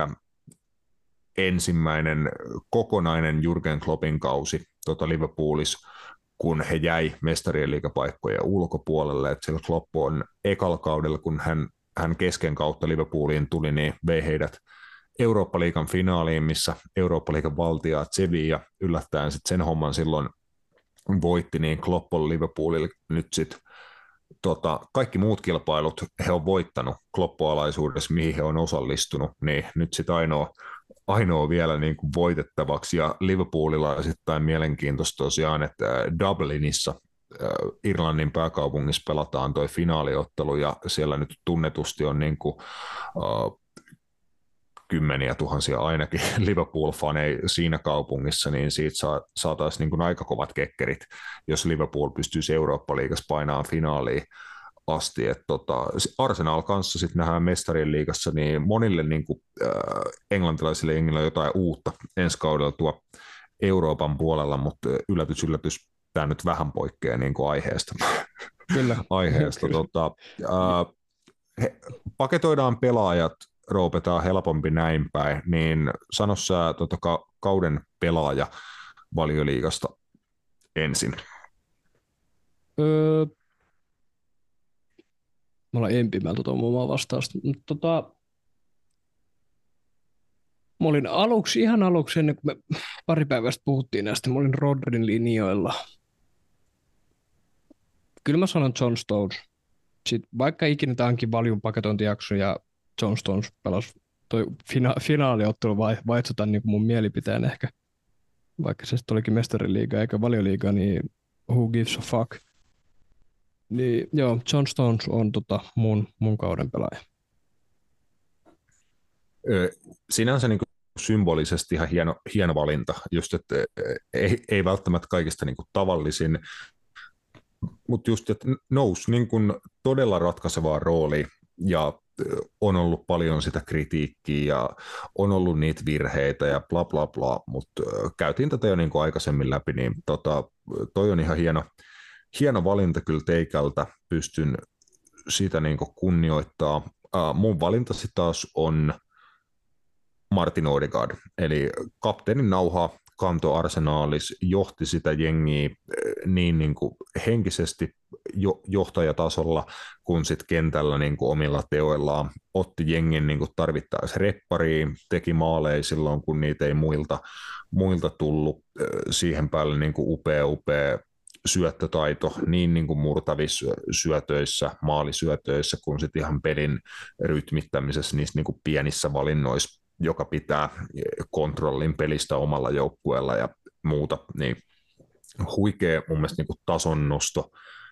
ensimmäinen kokonainen Jürgen Kloppin kausi tota Liverpoolissa, kun he jäi Mestarien liigapaikkojen ulkopuolelle. Et sillä Klopp on ekalla kaudella, kun hän, hän kesken kautta Liverpooliin tuli, niin vei heidät Eurooppa-liigan finaaliin, missä Eurooppa-liigan valtia Sevilla yllättäen sit sen homman silloin voitti, niin Klopp on Liverpoolille nyt sitten Tota, kaikki muut kilpailut he on voittanut Klopp-alaisuudessa, mihin he on osallistunut, niin nyt sitten ainoa, ainoa vielä niin kuin voitettavaksi, ja Liverpoolilla on sitten mielenkiintoista tosiaan, että Dublinissa, Irlannin pääkaupungissa pelataan toi finaaliottelu, ja siellä nyt tunnetusti on niin kuin, uh, kymmeniä tuhansia ainakin Liverpool-faneja siinä kaupungissa, niin siitä saa, saataisiin niin kuin aika kovat kekkerit, jos Liverpool pystyisi Eurooppa-liigassa painamaan finaaliin asti. Et tota, Arsenal kanssa sitten nähdään Mestarien liigassa, niin monille niin kuin, äh, englantilaisille jengille on jotain uutta ensi kaudella tuo Euroopan puolella, mutta yllätys, yllätys, tämä nyt vähän poikkeaa niin kuin aiheesta. Kyllä. aiheesta. Kyllä. Tota, äh, he, paketoidaan pelaajat, roupetaan helpompi näin päin, niin sano sä tota, ka- kauden pelaaja Valioliigasta ensin. Öö, mä olen empimään tuota omaa vastausta, mutta tota, mä olin aluksi, ihan aluksi ennen kuin me pari päivästä puhuttiin näistä, mä olin Rodrin linjoilla. Kyllä mä sanon John Stones. Sitten vaikka ikinä tämä onkin Valion paketointijakso ja John Stones pelasi toi fina- finaaliottelu vai vaihtotaan niin kuin mun mielipiteen ehkä, vaikka se sitten olikin Mestariliiga eikä Valioliiga, niin who gives a fuck. Niin joo, John Stones on tota mun, mun kauden pelaaja. Sinänsä niin kuin symbolisesti ihan hieno, hieno valinta, just että ei, ei välttämättä kaikista niin kuin tavallisin, mutta just, että nousi niin kuin todella ratkaisevaa roolia ja on ollut paljon sitä kritiikkiä ja on ollut niitä virheitä ja bla bla bla, mutta käytiin tätä jo niin kuin aikaisemmin läpi, niin tota, toi on ihan hieno, hieno valinta kyllä teikältä, pystyn sitä niin kuin kunnioittaa. Uh, mun valintasi taas on Martin Odegaard, eli kapteenin nauha kanto Arsenaalis, johti sitä jengiä niin, niin kuin henkisesti jo, johtajatasolla kuin sitten kentällä niin kuin omilla teoillaan, otti jengin niin kuin tarvittaessa reppariin, teki maaleja silloin, kun niitä ei muilta, muilta tullut, siihen päälle niin kuin upea, upea syöttötaito niin, niin kuin murtavissa syötöissä, maalisyötöissä, kuin sitten ihan pelin rytmittämisessä niissä niin kuin pienissä valinnoissa, joka pitää kontrollin pelistä omalla joukkueella ja muuta, niin huikea mun mielestä niin kuin tason nosto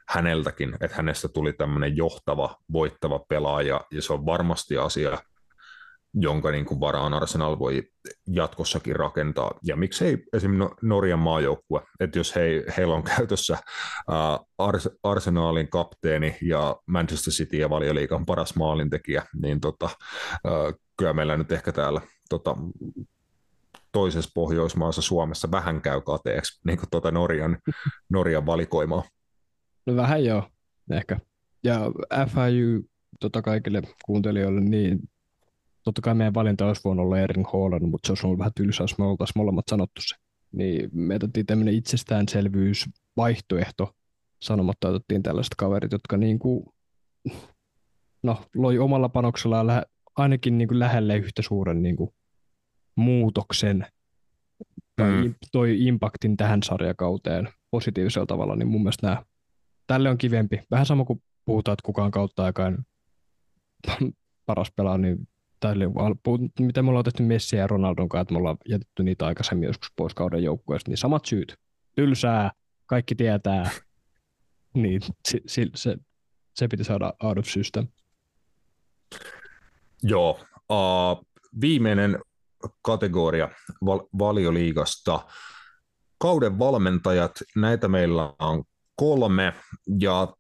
häneltäkin, että hänestä tuli tämmöinen johtava, voittava pelaaja, ja se on varmasti asia, jonka niin kuin varaan Arsenal voi jatkossakin rakentaa. Ja miksei esimerkiksi Norjan maajoukkue, että jos he, heillä on käytössä äh, Arsenalin kapteeni ja Manchester City ja Valioliigan paras maalintekijä, niin tota, äh, kyllä meillä nyt ehkä täällä tota, toisessa Pohjoismaassa Suomessa vähän käy kateeksi niin kuin tuota Norjan, Norjan valikoimaa. No vähän joo, ehkä. Ja F I U tota kaikille kuuntelijoille, niin totta kai meidän valinta olisi voinut olla Erling Haaland, mutta se olisi ollut vähän tylsää, jos me oltaisiin molemmat sanottu se. Niin me otettiin tämmöinen itsestäänselvyys vaihtoehto sanomatta, otettiin tällaiset kaverit, jotka niin kuin, no, loi omalla panoksellaan lähe, ainakin niin kuin lähelle yhtä suuren niin kuin muutoksen tai mm. toi impaktin tähän sarjakauteen positiivisella tavalla, niin mun mielestä nämä, tälle on kivempi. Vähän sama kuin puhutaan, että kukaan kautta aikaan paras pelaa, niin tälle, mitä me ollaan tehty Messi ja Ronaldon kanssa, että me ollaan jätetty niitä aikaisemmin joskus pois kauden joukkueesta, niin samat syyt. Tylsää, kaikki tietää, niin se, se, se piti saada out of system. Joo, uh, viimeinen kategoria val- Valioliigasta. Kauden valmentajat, näitä meillä on kolme, ja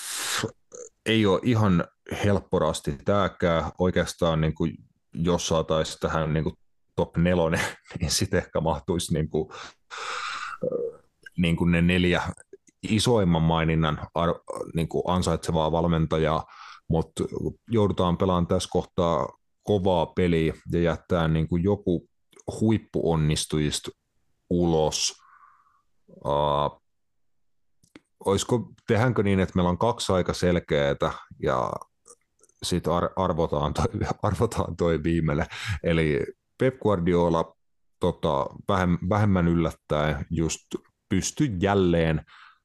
ei ole ihan helpporasti tämäkään. Oikeastaan, niin kuin, jos saataisiin tähän niin kuin top nelonen, niin sitten ehkä mahtuisi niin kuin, niin kuin ne neljä isoimman maininnan ar- niin kuin ansaitsevaa valmentajaa, mutta joudutaan pelaamaan tässä kohtaa kovaa peliä ja jättää niin kuin joku huippuonnistujista ulos. Uh, olisiko, tehdäänkö niin, että meillä on kaksi aika selkeää ja sitten ar- arvotaan, toi, arvotaan toi viimeinen. Eli Pep Guardiola tota, vähem- vähemmän yllättäen just pystyi jälleen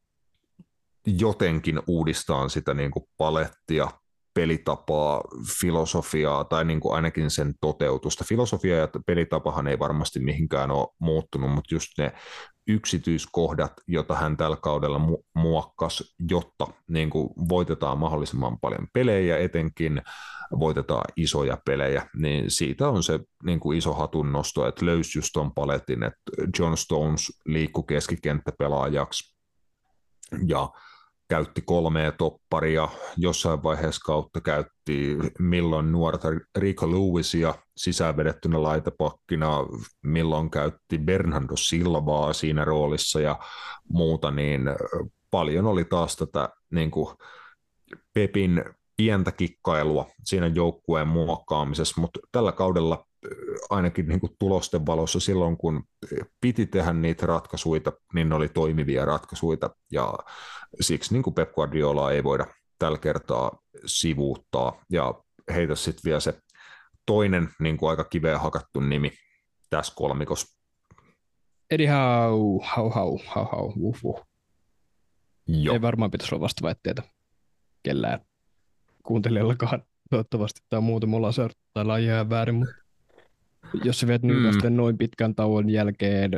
jotenkin uudistamaan sitä niin kuin palettia, pelitapaa, filosofiaa tai niin kuin ainakin sen toteutusta. Filosofia ja pelitapahan ei varmasti mihinkään ole muuttunut, mutta just ne yksityiskohdat, joita hän tällä kaudella mu- muokkasi, jotta niin kuin voitetaan mahdollisimman paljon pelejä, etenkin voitetaan isoja pelejä, niin siitä on se niin kuin iso hatunnosto, että löysi just ton paletin, että John Stones liikkui keskikenttäpelaajaksi ja käytti kolmea topparia, jossain vaiheessa kautta käytti milloin nuorta Rico Lewisia sisäänvedettynä laitapakkina, milloin käytti Bernardo Silvaa siinä roolissa ja muuta, niin paljon oli taas tätä niin kuin Pepin pientä kikkailua siinä joukkueen muokkaamisessa, mutta tällä kaudella ainakin niin kuin tulosten valossa silloin, kun piti tehdä niitä ratkaisuja, niin ne oli toimivia ratkaisuja, ja siksi niin kuin Pep Guardiolaa ei voida tällä kertaa sivuuttaa, ja heitä sitten vielä se toinen niin kuin aika kiveen hakattu nimi tässä kolmikossa. Eddie Howe, hau, hau, hau, hau, uh, uh. Joo. Ei varmaan pitäisi olla vastaväitteitä kellään kuuntelijallakaan. Toivottavasti tämä muuten me ollaan seurata tai lajia väärin, mutta jos sä viet Newcastle mm. noin pitkän tauon jälkeen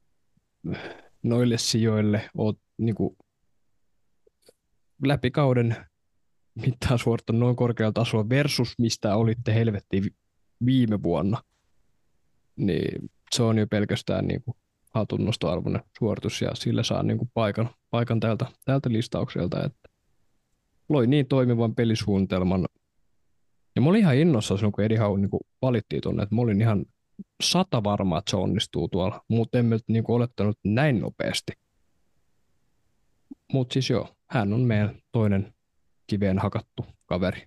noille sijoille, oot niinku läpi kauden mittaan suorittanut noin korkealla tasolla versus mistä olitte helvettiin viime vuonna, niin se on jo pelkästään niinku hatunnostoarvoinen suoritus ja sillä saa niinku paikan, paikan tältä, tältä listaukselta, että loi niin toimivan pelisuunnitelman. Ja mä olin ihan innossa silloin, kun Eddie Howe niin valittiin tuonne, että mä olin ihan sata varma, että se onnistuu tuolla, mutta en niin olettanut näin nopeasti. Mutta siis joo, hän on meidän toinen kiveen hakattu kaveri.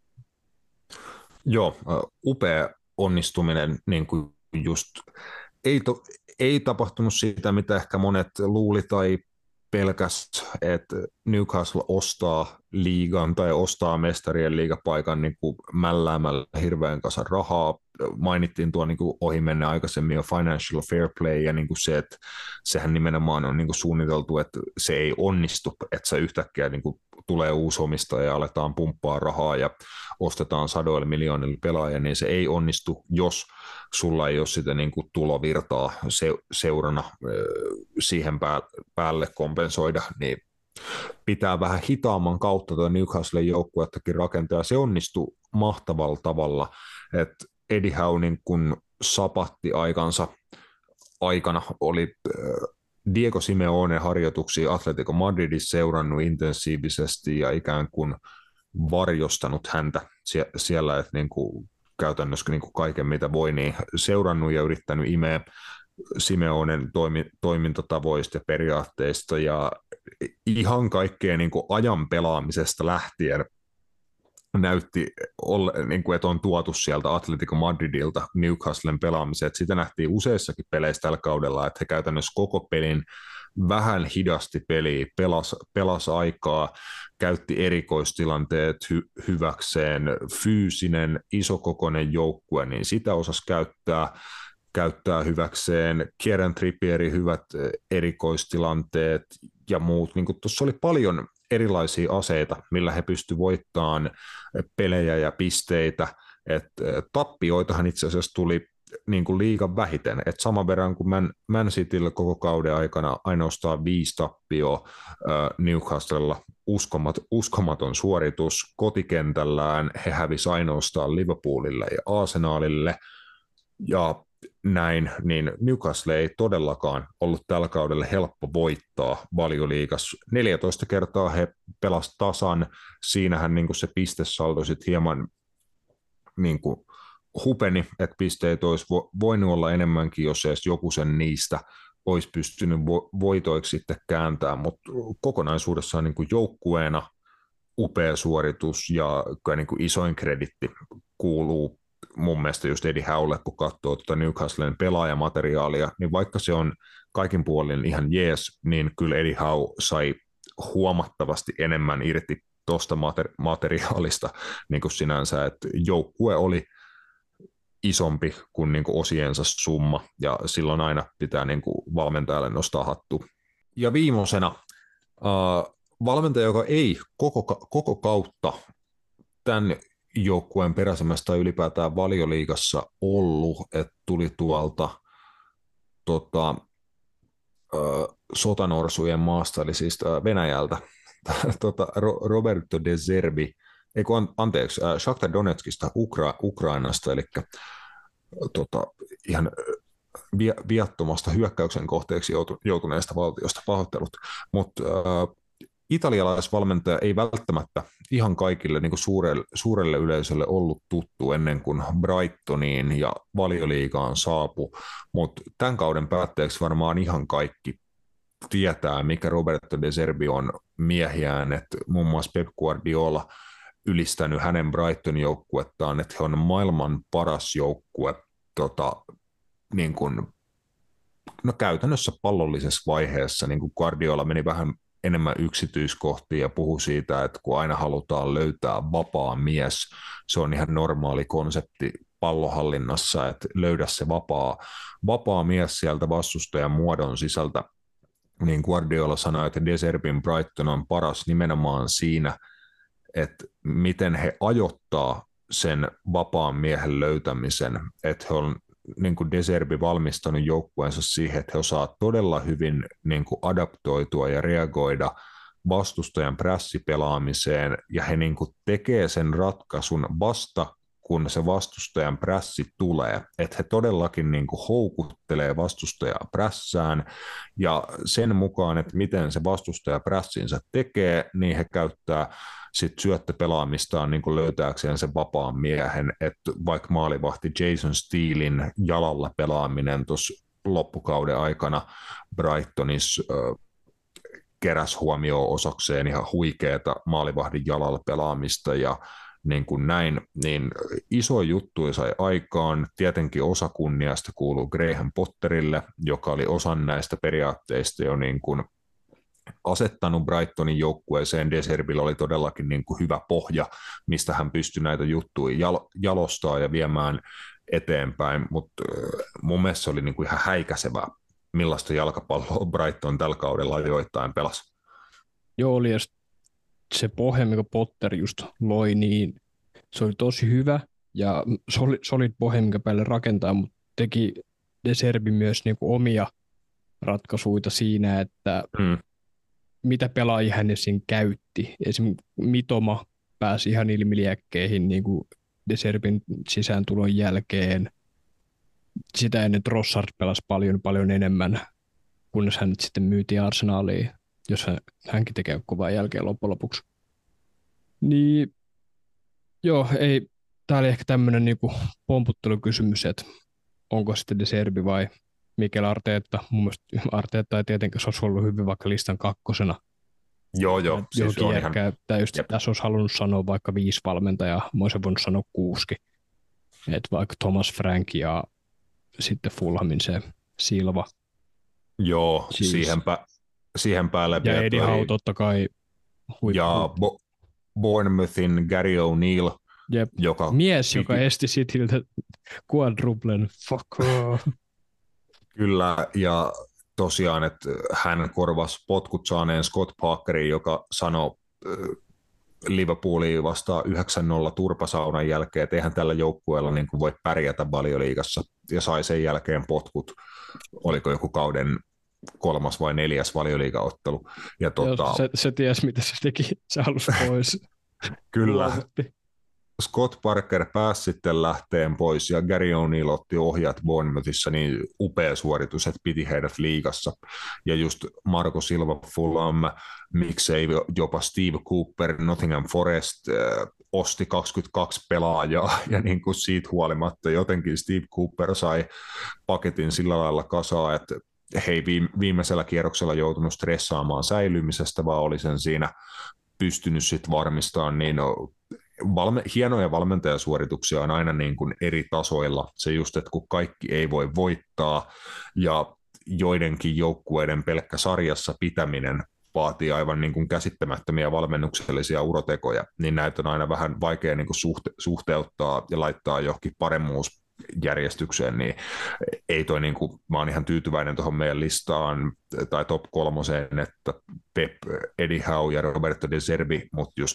Joo, upea onnistuminen, niin kuin just ei, to, ei tapahtunut sitä, mitä ehkä monet luuli tai pelkäs, että Newcastle ostaa liigan tai ostaa mestarien liigapaikan niin kuin mälläämällä hirveän kanssa rahaa. Mainittiin tuo niin kuin ohimenne aikaisemmin jo financial fair play ja niin kuin se, että sehän nimenomaan on niin kuin suunniteltu, että se ei onnistu, että se yhtäkkiä niin kuin tulee uusi omistaja ja aletaan pumppaa rahaa ja ostetaan sadoilla miljoonilla pelaajia, niin se ei onnistu, jos sulla ei ole sitä niin kuin tulovirtaa se, seurana siihen päälle kompensoida, niin pitää vähän hitaamman kautta tuo Newcastlen joukkuettakin rakentaa, ja se onnistui mahtavalla tavalla, että Eddie Howe niin kun sapatti aikansa aikana oli Diego Simeone harjoituksia Atletico Madridissa seurannut intensiivisesti ja ikään kuin varjostanut häntä siellä, että niin kuin käytännössä niin kuin kaiken mitä voi, niin seurannut ja yrittänyt imeä Simeonen toimi, toimintatavoista ja periaatteista ja ihan kaikkea niin kuin ajan pelaamisesta lähtien näytti, niin kuin, että on tuotu sieltä Atletico Madridilta Newcastlen pelaamiseen. Että sitä nähtiin useissakin peleissä tällä kaudella, että he käytännössä koko pelin vähän hidasti peliä, pelasi, pelasi aikaa, käytti erikoistilanteet hy- hyväkseen, fyysinen, isokokoinen joukkue, niin sitä osasi käyttää, käyttää hyväkseen, Kieran Trippierin hyvät erikoistilanteet ja muut. Niin tuossa oli paljon erilaisia aseita, millä he pystyivät voittamaan pelejä ja pisteitä. Et tappioitahan itse asiassa tuli niin kuin liigan vähiten. Et saman verran kuin Man, Man Cityllä koko kauden aikana ainoastaan viisi tappioa äh, Newcastlella uskomat, uskomaton suoritus kotikentällään. He hävisi ainoastaan Liverpoolille ja Arsenalille. Ja näin, niin Newcastle ei todellakaan ollut tällä kaudella helppo voittaa Valioliigassa. neljätoista kertaa he pelasivat tasan, siinähän niin kuin se pistesaldo sitten hieman niin kuin hupeni, että pisteet olisi voinut olla enemmänkin, jos edes joku sen niistä olisi pystynyt voitoiksi sitten kääntämään, mutta kokonaisuudessaan niin kuin joukkueena upea suoritus ja niin kuin isoin kreditti kuuluu mun mielestä just Eddie Howelle, kun katsoo tuota Newcastlen pelaajamateriaalia, niin vaikka se on kaikin puolin ihan jees, niin kyllä Eddie Howe sai huomattavasti enemmän irti tuosta materi- materiaalista niin kuin sinänsä, että joukkue oli isompi kuin, niin kuin osiensa summa, ja silloin aina pitää niin kuin valmentajalle nostaa hattu. Ja viimeisenä uh, valmentaja, joka ei koko, koko kautta tämän joukkueen peräsemässä tai ylipäätään Valioliigassa ollut, että tuli tuolta tota, uh, sotanorsujen maasta, eli siis uh, Venäjältä, tota, Roberto De Zerbi, ei kun anteeksi, uh, Shakhtar Donetskista, Ukra- Ukrainasta, eli tota, ihan viattomasta hyökkäyksen kohteeksi joutuneesta valtiosta, pahoittelut, mutta uh, italialaisvalmentaja ei välttämättä ihan kaikille niin kuin suurelle, suurelle yleisölle ollut tuttu ennen kuin Brightoniin ja Valioliigaan saapui, mutta tämän kauden päätteeksi varmaan ihan kaikki tietää, mikä Roberto De Zerbi on miehiään, että muun muassa Pep Guardiola ylistänyt hänen Brightonin joukkuettaan, että he on maailman paras joukkue tota, niin kuin, no käytännössä pallollisessa vaiheessa, niin kuin Guardiola meni vähän enemmän yksityiskohtia ja puhui siitä, että kun aina halutaan löytää vapaa mies, se on ihan normaali konsepti pallohallinnassa, että löydä se vapaa, vapaa mies sieltä vastustajan muodon sisältä, niin Guardiola sanoi, että De Zerbin Brighton on paras nimenomaan siinä, että miten he ajoittaa sen vapaan miehen löytämisen, että he on niin kuin De Zerbi valmistanut joukkueensa siihen, että he osaa todella hyvin niin kuin adaptoitua ja reagoida vastustajan prässipelaamiseen, ja he niin kuin tekee sen ratkaisun vasta, kun se vastustajan prässi tulee, että he todellakin niin kuin houkuttelee vastustajaa prässään, ja sen mukaan, että miten se vastustaja prässinsä tekee, niin he käyttää sit syöttöpelaamistaan niin kuin löytääkseen sen vapaan miehen, että vaikka maalivahti Jason Steelin jalalla pelaaminen tuossa loppukauden aikana Brightonissa äh, keräsi huomioon osakseen ihan huikeeta maalivahdin jalalla pelaamista ja niin kuin näin, niin iso juttu sai aikaan. Tietenkin osa kunniasta kuuluu Graham Potterille, joka oli osan näistä periaatteista jo niin kuin asettanut Brightonin joukkueeseen. De Zerbillä oli todellakin niin kuin hyvä pohja, mistä hän pystyi näitä juttuja jal- jalostaa ja viemään eteenpäin, mutta mun mielestä se oli niin kuin ihan häikäisevää, millaista jalkapalloa Brighton tällä kaudella ajoittain pelasi. Joo, oli, ja se pohja, mikä Potter just loi, niin se oli tosi hyvä, ja solid, solid pohja, minkä päälle rakentaa, mutta teki De Zerbi myös niin kuin omia ratkaisuja siinä, että mm. mitä pelaajia hän siinä käytti. Esimerkiksi Mitoma pääsi ihan ilmiliekkeihin niin kuin De Serbin sisääntulon jälkeen. Sitä ennen Trossard pelasi paljon, paljon enemmän, kunnes hän nyt sitten myytiin Arsenaaliin, jos hän, hänkin tekee kovaa jälkeen loppujen lopuksi. Niin, joo, ei, tää oli ehkä tämmöinen niinku pomputtelukysymys, että onko sitten De Serbi vai Mikel Arteetta. Mun mielestä Arteetta ei tietenkään se olisi ollut hyvin vaikka listan kakkosena. Joo, joo. Siis on ihan... just, tässä olisi halunnut sanoa vaikka viisi valmentajaa, mä olisin voinut sanoa kuusi. Että vaikka Thomas Frank ja sitten Fulhamin se Silva. Joo, siis. siihen, pä- siihen päälle. Ja Eddie Howe totta kai. Huippu. Ja Bo- Bournemouthin Gary O'Neill. Jep. Joka Mies, piti... joka esti Cityltä quadruplen. Fuck off. Kyllä, ja tosiaan, että hän korvasi potkut saaneen Scott Parkerin, joka sanoi Liverpoolia vastaan yhdeksän nolla turpasaunan jälkeen, että eihän tällä joukkueella niin kuin voi pärjätä Valioliigassa, ja sai sen jälkeen potkut, oliko joku kauden kolmas vai neljäs Valioliigaottelu. Ja tota... se, se ties, mitä se teki, se halusi pois. Kyllä. Luovutti. Scott Parker pääsi sitten lähteen pois ja Gary O'Neill otti ohjat Bournemouthissa, niin upea suoritus, että piti heidät liigassa. Ja just Marco Silva Fulham, miksei jopa Steve Cooper Nottingham Forest äh, osti kaksikymmentäkaksi pelaajaa ja niin kuin siitä huolimatta jotenkin Steve Cooper sai paketin sillä lailla kasaa, että he ei viimeisellä kierroksella joutunut stressaamaan säilymisestä, vaan oli sen siinä pystynyt sitten varmistamaan, niin valme, hienoja valmentajasuorituksia on aina niin kuin eri tasoilla. Se just, että kun kaikki ei voi voittaa ja joidenkin joukkueiden pelkkä sarjassa pitäminen vaatii aivan niin kuin käsittämättömiä valmennuksellisia urotekoja, niin näitä on aina vähän vaikea niin kuin suhte, suhteuttaa ja laittaa johonkin paremmuusjärjestykseen, niin ei toi niin kuin, mä oon ihan tyytyväinen tuohon meidän listaan tai top kolmoseen, että Pep, Eddie Howe ja Roberto De Zerbi, mutta just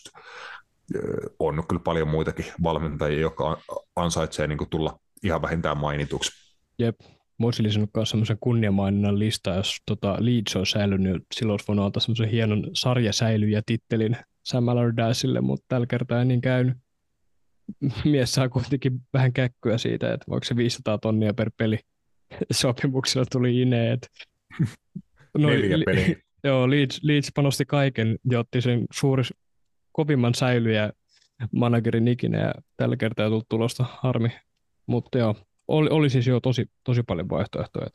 on kyllä paljon muitakin valmentajia, jotka ansaitsee niin kuin tulla ihan vähintään mainituksi. Jep, mä olisin lisännyt myös semmoisen kunniamaininnan lista, jos tota Leeds on säilynyt, silloin olisi voinut antaa semmoisen hienon sarjasäilyjä-tittelin Sam Allardycelle, mutta tällä kertaa ei niin käynyt. Mies saa kuitenkin vähän käkkyä siitä, että voiko se viisisataa tonnia per peli sopimuksella tuli ineet. No, Neljä peliä. Joo, Leeds, Leeds panosti kaiken ja otti sen suuri, kovimman säilyjä managerin ikinä ja tällä kertaa ei tullut tulosta, harmi. Mutta joo, oli, oli siis jo tosi, tosi paljon vaihtoehtoja.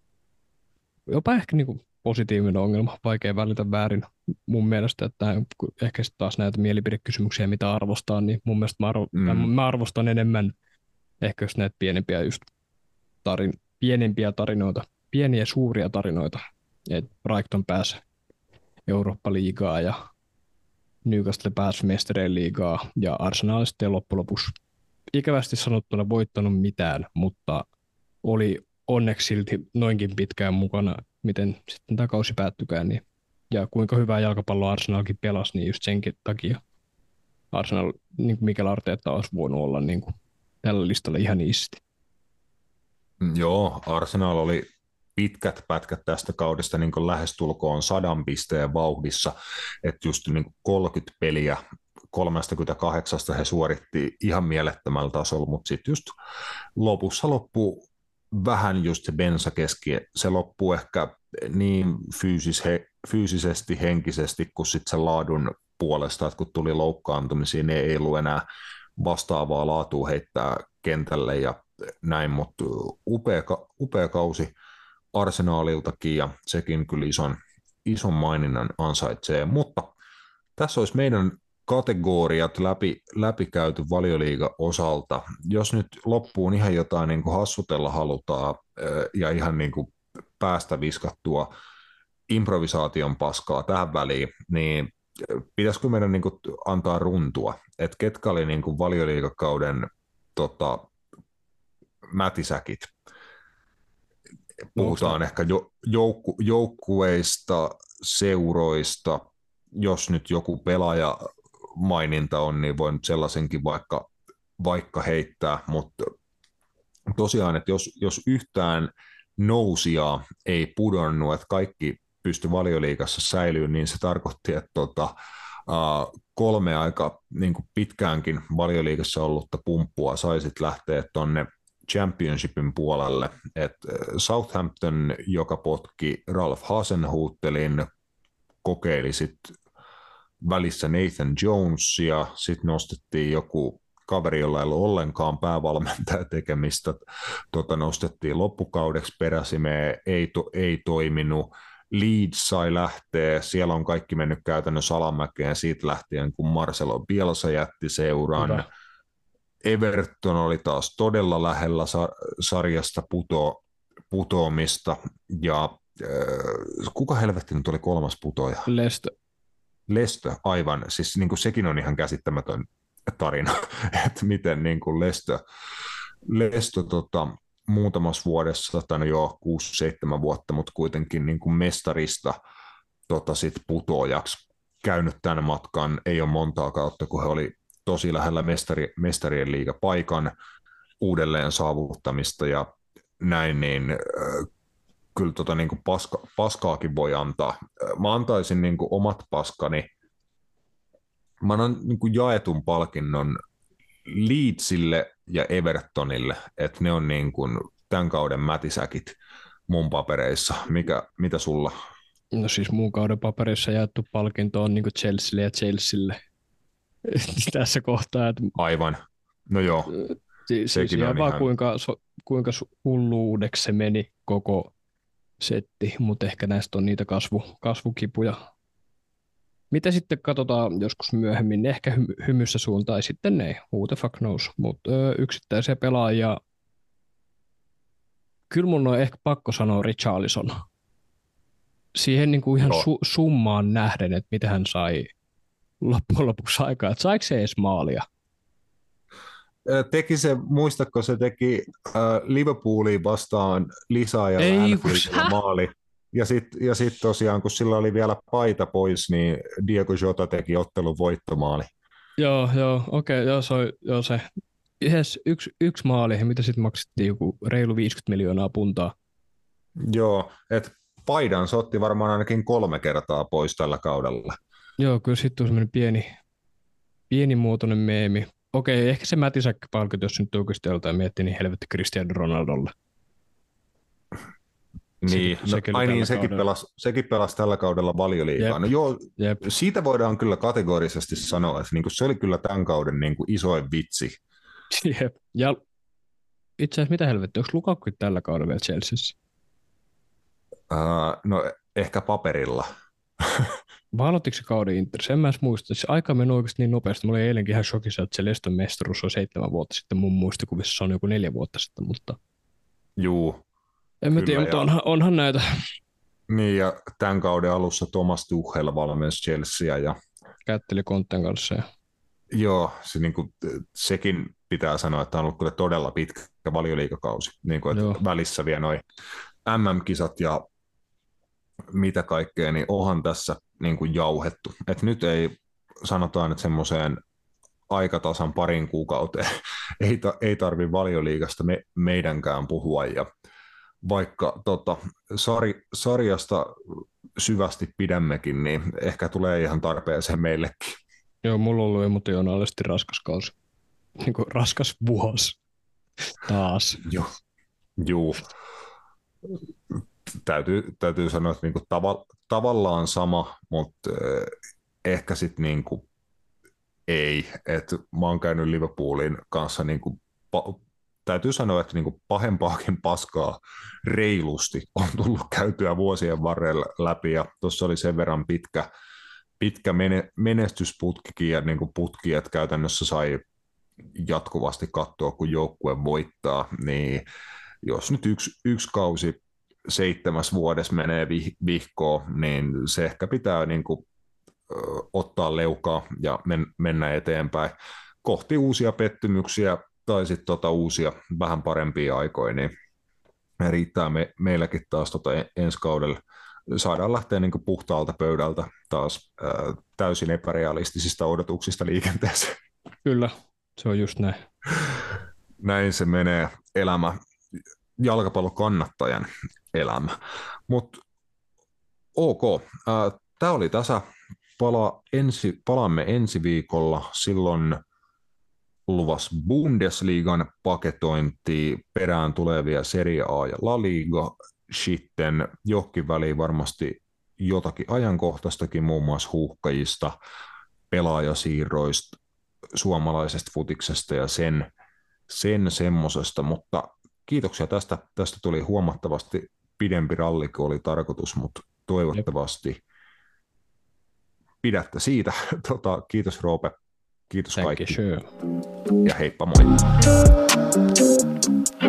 Jopa ehkä niinku positiivinen ongelma, vaikea välitä väärin mun mielestä, että ehkä sitten taas näitä mielipidekysymyksiä, mitä arvostaa, niin mun mielestä mä, arvo, mm. mä arvostan enemmän ehkä jos näitä pienempiä, just tarin, pienempiä tarinoita, pieniä suuria tarinoita, että Brighton pääsi Eurooppa-liigaa ja Newcastle pääsi Mestareen liigaa ja Arsenal sitten loppujen lopuksi ikävästi sanottuna voittanut mitään, mutta oli onneksi silti noinkin pitkään mukana, miten sitten tämä kausi päättykään. Niin, ja kuinka hyvää jalkapalloa Arsenalkin pelasi, niin just senkin takia Arsenal, niin kuin Mikel Arteetta, olisi voinut olla niin kuin tällä listalla ihan isti. Joo, Arsenal oli pitkät pätkät tästä kaudesta niin kuin lähestulkoon sadan pisteen vauhdissa, että just niin kuin kolmekymmentä peliä kolmekymmentäkahdeksan he suoritti ihan mielettömällä tasolla, mutta sitten just lopussa loppuu vähän just se bensa keski, se loppuu ehkä niin fyysis, he, fyysisesti, henkisesti kuin sitten se laadun puolesta, että kun tuli loukkaantumisia, niin ei ollut enää vastaavaa laatua heittää kentälle ja näin, mutta upea, upea kausi Arsenaliltakin ja sekin kyllä ison, ison maininnan ansaitsee, mutta tässä olisi meidän kategoriat läpi, läpikäyty Valioliigan osalta. Jos nyt loppuun ihan jotain niin kuin hassutella halutaan ja ihan niin kuin päästä viskattua improvisaation paskaa tähän väliin, niin pitäisikö meidän niin kuin antaa runtua, että ketkä oli niin kuin Valioliigakauden tota, mätisäkit? Puhutaan no, ehkä jo, joukku, joukkueista, seuroista, jos nyt joku pelaaja maininta on, niin voin sellaisenkin vaikka, vaikka heittää, mutta tosiaan, että jos, jos yhtään nousijaa ei pudonnut, että kaikki pysty Valioliigassa säilyyn, niin se tarkoitti, että tota, uh, kolme aika niin kuin pitkäänkin Valioliigassa ollutta pumppua saisit lähteä tuonne Championshipin puolelle. Et Southampton, joka potki Ralph Hasenhutelin, kokeili sitten välissä Nathan Jonesia, sitten nostettiin joku kaveri, jolla ei ollut ollenkaan päävalmentaja tekemistä, tota, nostettiin loppukaudeksi peräsimeen, ei, to, ei toiminut. Leeds sai lähteä, siellä on kaikki mennyt käytännössä alamäkeen siitä lähtien, kun Marcelo Bielsa jätti seuran. Hyvä. Everton oli taas todella lähellä sa- sarjasta puto- putoamista, ja äh, kuka helvetti nyt oli kolmas putoaja? Leicester. Leicester, aivan. Siis niin kuin sekin on ihan käsittämätön tarina, että miten niin kuin Leicester, Leicester tota, muutamassa vuodessa, tai no joo, kuusi seitsemän vuotta, mutta kuitenkin niin kuin mestarista tota, sit putoajaksi käynyt tämän matkan. Ei ole montaa kautta, kun he oli tosi lähellä mestari, mestarien liigapaikan uudelleen saavuttamista ja näin, niin äh, kyllä tota, niin kuin paska, paskaakin voi antaa. Mä antaisin niin kuin omat paskani, mä annan niin kuin jaetun palkinnon Leedsille ja Evertonille, että ne on niin kuin tämän kauden mätisäkit mun papereissa. Mikä, mitä sulla? No siis muun kauden paperissa jaettu palkinto on niin kuin Chelsealle ja Chelsealle tässä kohtaa. Että aivan. No joo. Si- siis ihan vaan ihan... kuinka, so, kuinka hulluudeksi se meni koko setti, mutta ehkä näistä on niitä kasvu, kasvukipuja. Mitä sitten katsotaan joskus myöhemmin, ne ehkä hy- hymyssä suuntaan, tai sitten ne, who the fuck knows, mutta yksittäisiä pelaajia, kyllä mun on ehkä pakko sanoa Richarlison. Siihen niin kuin ihan su- summaan nähden, että mitä hän sai loppujen lopuksi aikaa, että saiko se edes maalia? Teki se, muistatko se teki äh, Liverpooliin vastaan lisäajalla Anfieldilla maali. Ja sitten ja sit tosiaan, kun sillä oli vielä paita pois, niin Diego Jota teki ottelun voittomaali. Joo, joo, okei, okay, joo, se, joo, se. Yhdessä yksi, yksi maali, mitä sitten maksettiin joku reilu viisikymmentä miljoonaa puntaa. Joo, että paidan se otti varmaan ainakin kolme kertaa pois tällä kaudella. Joo, kyllä sitten on semmoinen pieni, pienimuotoinen meemi. Okei, ehkä se mätisäkköpalkinto, jos nyt oikeasti joltain miettii, niin helvetti Cristiano Ronaldolle. Niin, sekin, no, ai niin, sekin pelasi, sekin pelasi tällä kaudella Valioliigaa. No joo, Jep. Siitä voidaan kyllä kategorisesti sanoa, että niinku se oli kyllä tämän kauden niinku isoin vitsi. Jep. Ja itse asiassa mitä helvettiä, onko Lukaku tällä kaudella vielä Chelseassa? Uh, no ehkä paperilla. Vai aloittiko se kauden Inter? Sen mä en muista. Se aika meni oikeasti niin nopeasti. Mä olin eilenkin ihan shokissa, että se Leston mestaruus on seitsemän vuotta sitten. Mun muistikuvissa se on joku neljä vuotta sitten, mutta... Juu. En mä tiedä, mutta onhan, onhan näitä. Niin, ja tämän kauden alussa Thomas Tuchel valmensi Chelsea ja... Kätteli Conten kanssa. Ja... Joo, se, niin kuin, sekin pitää sanoa, että on ollut kyllä todella pitkä valioliigakausi. Niin kuin, että välissä vielä noi M M-kisat ja mitä kaikkea, niin onhan tässä niin kuin jauhettu. Et nyt ei, sanotaan, että semmoiseen aikatasan parin kuukauteen ei, ta, ei tarvitse Valioliigasta me, meidänkään puhua. Ja vaikka tota, sari, sarjasta syvästi pidämmekin, niin ehkä tulee ihan tarpeeseen meillekin. Joo, mulla on ollut emotionaalisesti raskas kausi. Niin kuin raskas vuosi. Taas. Joo. Juu. Täytyy, täytyy sanoa, että niinku tava, tavallaan sama, mutta eh, ehkä sitten niinku ei. Et mä oon käynyt Liverpoolin kanssa, niinku, pa, täytyy sanoa, että niinku pahempaakin paskaa reilusti on tullut käytyä vuosien varrella läpi, ja tuossa oli sen verran pitkä, pitkä mene, menestysputkikin ja niinku putki, että käytännössä sai jatkuvasti katsoa, kun joukkue voittaa, niin jos nyt yksi, yksi kausi seitsemäs vuodessa menee vihkoon, niin se ehkä pitää niin kuin, ö, ottaa leukaa ja men, mennä eteenpäin kohti uusia pettymyksiä tai sitten tota uusia vähän parempia aikoja, niin riittää me, meilläkin taas tota ensi kaudella. Saadaan lähteä niin kuin puhtaalta pöydältä taas ö, täysin epärealistisista odotuksista liikenteeseen. Kyllä, se on just näin. Näin se menee elämä, jalkapallokannattajan elämä. Mutta Ok. Tämä oli tässä. Pala ensi, palaamme ensi viikolla. Silloin luvas Bundesliigan paketointi, perään tulevia Serie A ja La Liga. Sitten johonkin väliin varmasti jotakin ajankohtaistakin, muun muassa huuhkajista, pelaajasiirroista, suomalaisesta futiksesta ja sen, sen semmosesta, mutta kiitoksia tästä. Tästä tuli huomattavasti pidempi ralli kuin oli tarkoitus, mutta toivottavasti pidätte siitä. Tota, kiitos Roope, kiitos Thank kaikki you. ja heippa moi.